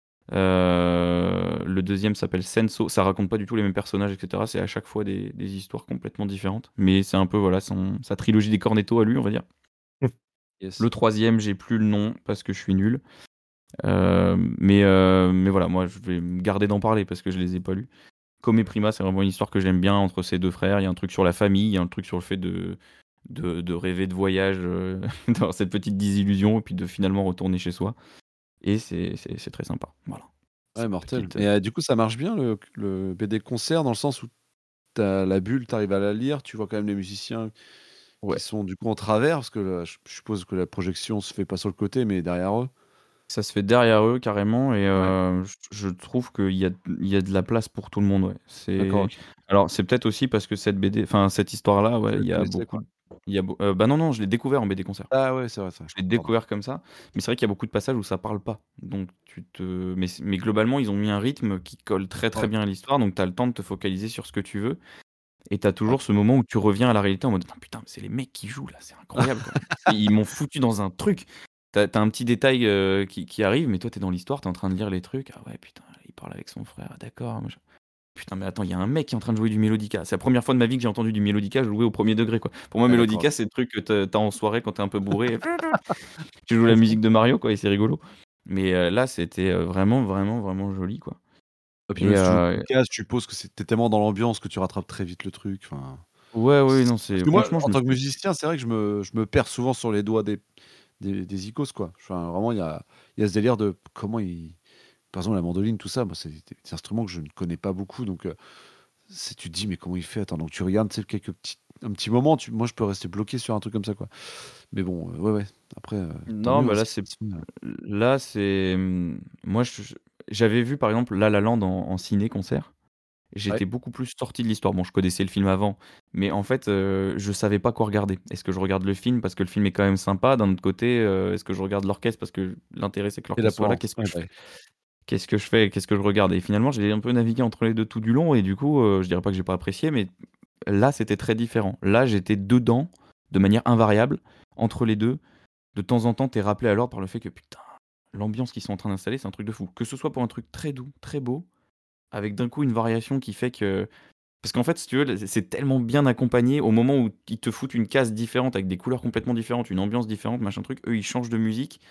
Heu, le deuxième s'appelle Senso, ça raconte pas du tout les mêmes personnages et cetera, c'est à chaque fois des des histoires complètement différentes, mais c'est un peu voilà son sa trilogie des cornettos à lui, on va dire. Le Yes. troisième, j'ai plus le nom parce que je suis nul, hem, mais heu, mais voilà, moi je vais me garder d'en parler parce que je les ai pas lus. Come Prima, c'est vraiment une histoire que j'aime bien entre ces deux frères. Il y a un truc sur la famille, il y a un truc sur le fait de de de rêver de voyage, heu, d'avoir cette petite désillusion et puis de finalement retourner chez soi et c'est c'est c'est très sympa. Voilà. Ouais, Cette mortel. petite, heu Et heu, du coup, ça marche bien le q le B D concert dans le sens où tu as la bulle, tu arrives à la lire, tu vois quand même les musiciens qui Ouais. sont du coup en travers? Parce que là, je je suppose que la projection se fait pas sur le côté, mais derrière eux? Ça se fait derrière eux carrément et Ouais. heu, j je trouve qu'il y a il y a de la place pour tout le monde, ouais. D'accord, C'est OK. alors c'est peut-être aussi parce que cette BD enfin cette histoire-là, Tu ouais, la il y a connaissais, beaucoup quoi? d il y a beau heu, bah, non, non, je l'ai découvert en BD concert. Ah ouais, c'est vrai, c'est vrai. Je l'ai Pardon. découvert comme ça, mais c'est vrai qu'il y a beaucoup de passages où ça parle pas, donc tu te mais c mais globalement, ils ont mis un rythme qui colle très, très Ouais. bien à l'histoire, donc tu as le temps de te focaliser sur ce que tu veux et tu as Ouais. toujours ce moment où tu reviens à la réalité en mode: «Ah putain, mais c'est les mecs qui jouent là, c'est incroyable quoi. Ils m'ont foutu dans un truc». Tu as tu as un petit détail, heu, qui qui arrive, mais toi tu es dans l'histoire, tu es en train de lire les trucs: «Ah ouais putain, il parle avec son frère, d'accord, machin. Putain, mais attends, il y a un mec qui est en train de jouer du mélodica». C'est la première fois de ma vie que j'ai entendu du mélodica joué au premier degré, quoi. Pour moi, Ah d'accord, mélodica, OK. c'est le truc que te tu as en soirée quand tu es un peu bourré. Tu joues la musique de Mario, quoi et c'est rigolo. Mais heu, là, c'était, heu, vraiment, vraiment, vraiment joli, quoi. Et puis Et même si tu loupes heu une case, tu suppose que c'est tu es tellement dans l'ambiance que tu rattrapes très vite le truc, enfin. Ouais, oui, C non, parce c'est que moi, franchement, je en me tant que suis musicien, c'est vrai que je me je me perds souvent sur les doigts des des des icônes, quoi. Enfin, vraiment, il y a il y a ce délire de comment ils par exemple, la mandoline, tout ça, moi, c'est des des instruments que je ne connais pas beaucoup, donc heu, c'est tu te dis: «Mais comment il fait?» Attends, donc tu regardes, tu sais, quelques petits un petit moment, tu moi, je peux rester bloqué sur un truc comme ça, quoi. Mais bon, heu, ouais, ouais, après, heu, tant non, mieux, bah, hein, là, si c'est ça se fait, heu. là, c'est, mmh, moi, je je j'avais vu, par exemple, La La Land en en ciné-concert. Ouais. J'étais beaucoup plus sorti de l'histoire. Bon, je connaissais le film avant, mais en fait, heu, je savais pas quoi regarder. Est-ce que je regarde le film parce que le film est quand même sympa? D'un autre côté, heu, est-ce que je regarde l'orchestre parce que l'intérêt, c'est que Et là l'orchestre soit là? pendant Qu'est-ce que ouais, je bah, fais? Qu'est-ce que je fais? Qu'est-ce que je regarde? Et finalement, j'ai un peu navigué entre les deux tout du long et du coup, heu, je dirais pas que j'ai pas apprécié, mais là, c'était très différent. Là, j'étais dedans, de manière invariable, entre les deux. De temps en temps, tu es rappelé à l'ordre par le fait que putain, l'ambiance qu'ils sont en train d'installer, c'est un truc de fou. Que ce soit pour un truc très doux, très beau, avec d'un coup une variation qui fait que parce qu'en fait, si tu veux, c'est c'est tellement bien accompagné au moment où ils te foutent une case différente avec des couleurs complètement différentes, une ambiance différente, machin truc, eux, ils changent de musique.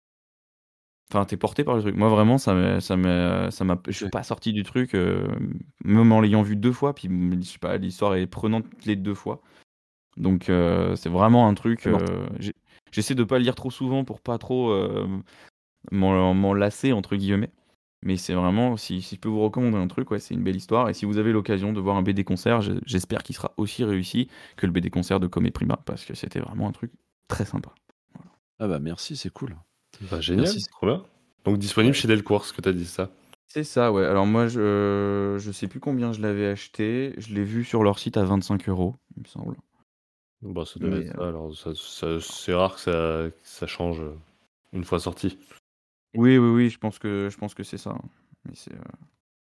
Enfin, tu es porté par le truc. Moi, vraiment, ça me ça me ça m'a je suis OK. pas sorti du truc, heu, même en l'ayant vu deux fois, puis mmh, je sais pas, l'histoire est prenante les deux fois. Donc heu, c'est vraiment un truc, C'est mortel. heu, j'ai j'essaie de pas le lire trop souvent pour pas trop, hem, m'en m'en «lasser» entre guillemets. Mais c'est vraiment si si je peux vous recommander un truc, ouais, c'est une belle histoire et si vous avez l'occasion de voir un B D concert, je j'espère qu'il sera aussi réussi que le B D concert de Comé Prima parce que c'était vraiment un truc très sympa. Voilà. Ah bah, merci, c'est cool. Bah, Merci, génial, c'est trop bien. Donc disponible ouais. chez Delcourt, ce que tu as dit, ça? C'est ça, ouais. Alors moi, je je sais plus combien je l'avais acheté. Je l'ai vu sur leur site à vingt-cinq euros, il me semble. Bah, ça doit Mais être heu, ça alors, ça ça c'est rare que ça que ça change, heu, une fois sorti. oui, oui, oui, je pense que je pense que c'est ça, hein. Mais c'est, heu,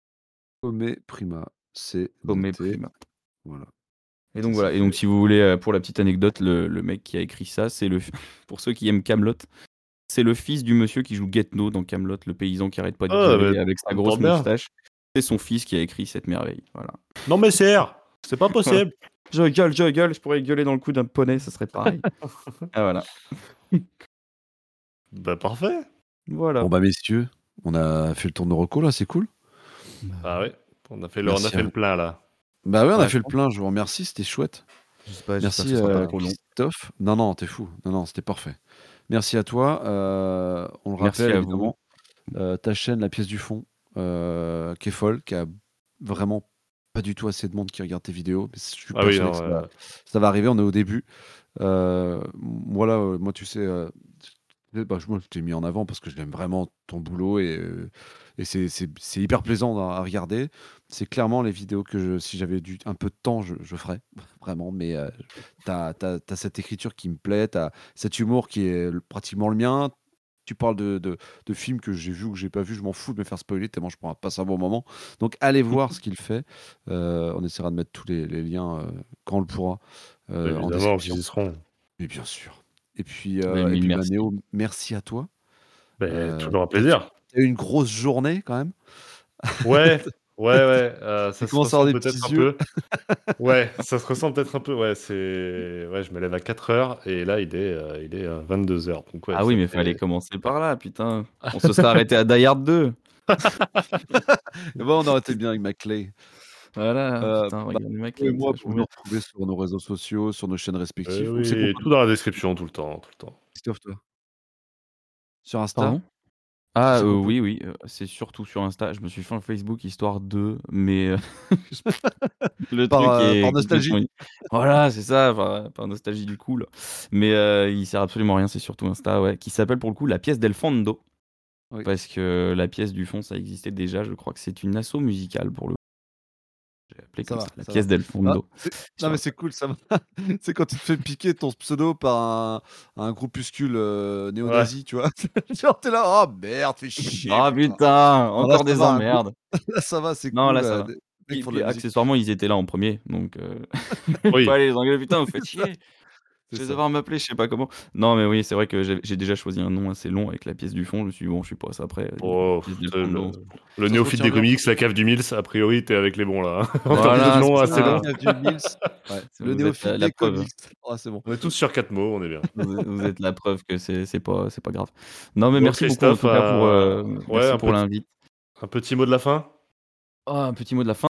Comé Prima, c'est Comé noté. Prima. Voilà, Et ça donc c'est voilà, et donc fait. si vous voulez, heu, pour la petite anecdote, le le mec qui a écrit ça, c'est le f pour ceux qui aiment Kaamelott, c'est le fils du monsieur qui joue Guetno dans Kaamelott, le paysan qui arrête pas de Ah, mais gueuler avec ça sa me grosse tente bien. moustache. C'est son fils qui a écrit cette merveille, voilà. Non mais serre, c'est pas Voilà. possible. Je gueule, je gueule, je pourrais gueuler dans le cou d'un poney, ça serait pareil. Ah voilà. Bah, parfait. Voilà. Bon bah, messieurs, on a fait le tour de nos recos là, c'est cool. Bah, ouais, on a fait le on a Merci fait à le vous. plein là. Bah, ouais, on a Ouais, fait je le pense plein, je vous remercie, c'était chouette. j'espère pas j'espère que Merci, ce sera pas heu, trop long. Christophe. Non, non, tu es fou. Non, non, c'était parfait. Merci à toi, heu, on le Merci rappelle à vous. évidemment, heu, ta chaîne La Pièce du Fond, heu, qui est folle, qui a vraiment pas du tout assez de monde qui regarde tes vidéos, mais je suis Ah oui, persuadé que non, ça va heu, ça va arriver, on est au début. Heu, moi là, heu, moi tu sais, heu, t bah, je moi je t'ai mis en avant parce que j'aime vraiment ton boulot et heu et c'est c'est c'est hyper plaisant à à regarder. C'est clairement les vidéos que je si j'avais du un peu de temps, je je ferais vraiment, mais heu, tu as tu as tu as cette écriture qui me plaît, tu as cet humour qui est l pratiquement le mien. Tu parles de de de films que j'ai vus ou que j'ai pas vus, je m'en fous de me faire spoiler tellement je prends passe un bon moment. Donc allez voir ce qu'il fait. Heu, on essaiera de mettre tous les les liens, heu, quand on le pourra, heu, en évidemment qu'ils description. y seront. Mais bien sûr. Et puis, Beh, heu et mille puis, bah, merci. Néo, merci à toi. Beh, Heu, toujours un tu as plaisir. tu as eu une grosse journée quand même? Ouais, ouais, ouais, heu, Tu ça se commences à avoir ressent des peut-être petits un yeux. peu. Ouais, ça se ressent peut-être un peu, ouais, c'est ouais, je me lève à quatre heures et là il est, heu, il est, heu, vingt-deux heures donc ouais, Ah oui, ça mais fallait fait commencer par là, putain. On se serait arrêté à Die Hard deux. Et bah, on aurait été bien avec Maclay. Voilà, Heu, putain, bah, regarde le mec Néo là, et c'est moi, vous vachement nous bien. retrouver sur nos réseaux sociaux, sur nos chaînes heu, respectives. Où c'est qu'on oui, peut tout dans la description tout le temps, tout le temps. Christophe, toi? Sur Insta? Pardon? Qui Ah, c'est heu, qu'on peut oui, oui, heu, c'est surtout sur Insta. Je me suis fait un Facebook histoire de, mais heu, le par, truc heu, par est complètement nostalgie? i voilà, c'est ça, par par nostalgie du cool. Mais heu, il sert absolument à rien, c'est surtout Insta, ouais, qui s'appelle pour le coup La Pièce del Fondo, Oui, parce que La Pièce du Fond, ça existait déjà, je crois que c'est une asso musicale pour le j'ai appelé ça comme va, ça, La ça va. Pièce del Ah, Fondo. c'est non, mais Sur c'est cool, ça va. C'est quand tu te fais piquer ton pseudo par un un groupuscule, heu, Ouais, néo-nazi, tu vois? Genre, tu es là: «Oh merde, fais chier, ah putain». putain, Alors là, encore ça des va, un groupe emmerdes. là, ça va, c'est Non, là, cool, ça heu, va. des mecs qui Puis font de puis la musique. accessoirement, ils étaient là en premier, donc heu, oui, pas aller les engueuler: «Putain, vous faites chier, C'est je vais ça. devoir m'appeler je sais pas comment». Non, mais oui, c'est vrai que j'ai j'ai déjà choisi un nom assez long avec La Pièce du Fond. Je me suis dit: «Bon, je suis pas ça près, vas-y, La oh, Pièce del tu Fondo». le le Ça se néophyte retient des bien. comics, la cave du Mills, a priori tu es avec les bons là, hein, en termes de Le Voilà, nom c'est assez néophyte, ça. long. cave du Mills. Ouais, Si le vous êtes la néophyte la des preuve. comics. Ah, c'est bon. On est tous sur quatre mots, on est bien. Vous êtes vous êtes la preuve que c'est c'est pas c'est pas grave. Non, mais Bon merci beaucoup en Christophe, tout cas pour, heu, heu, ouais, merci un pour petit l'invite. un petit mot de la fin? Oh, un petit mot de la fin.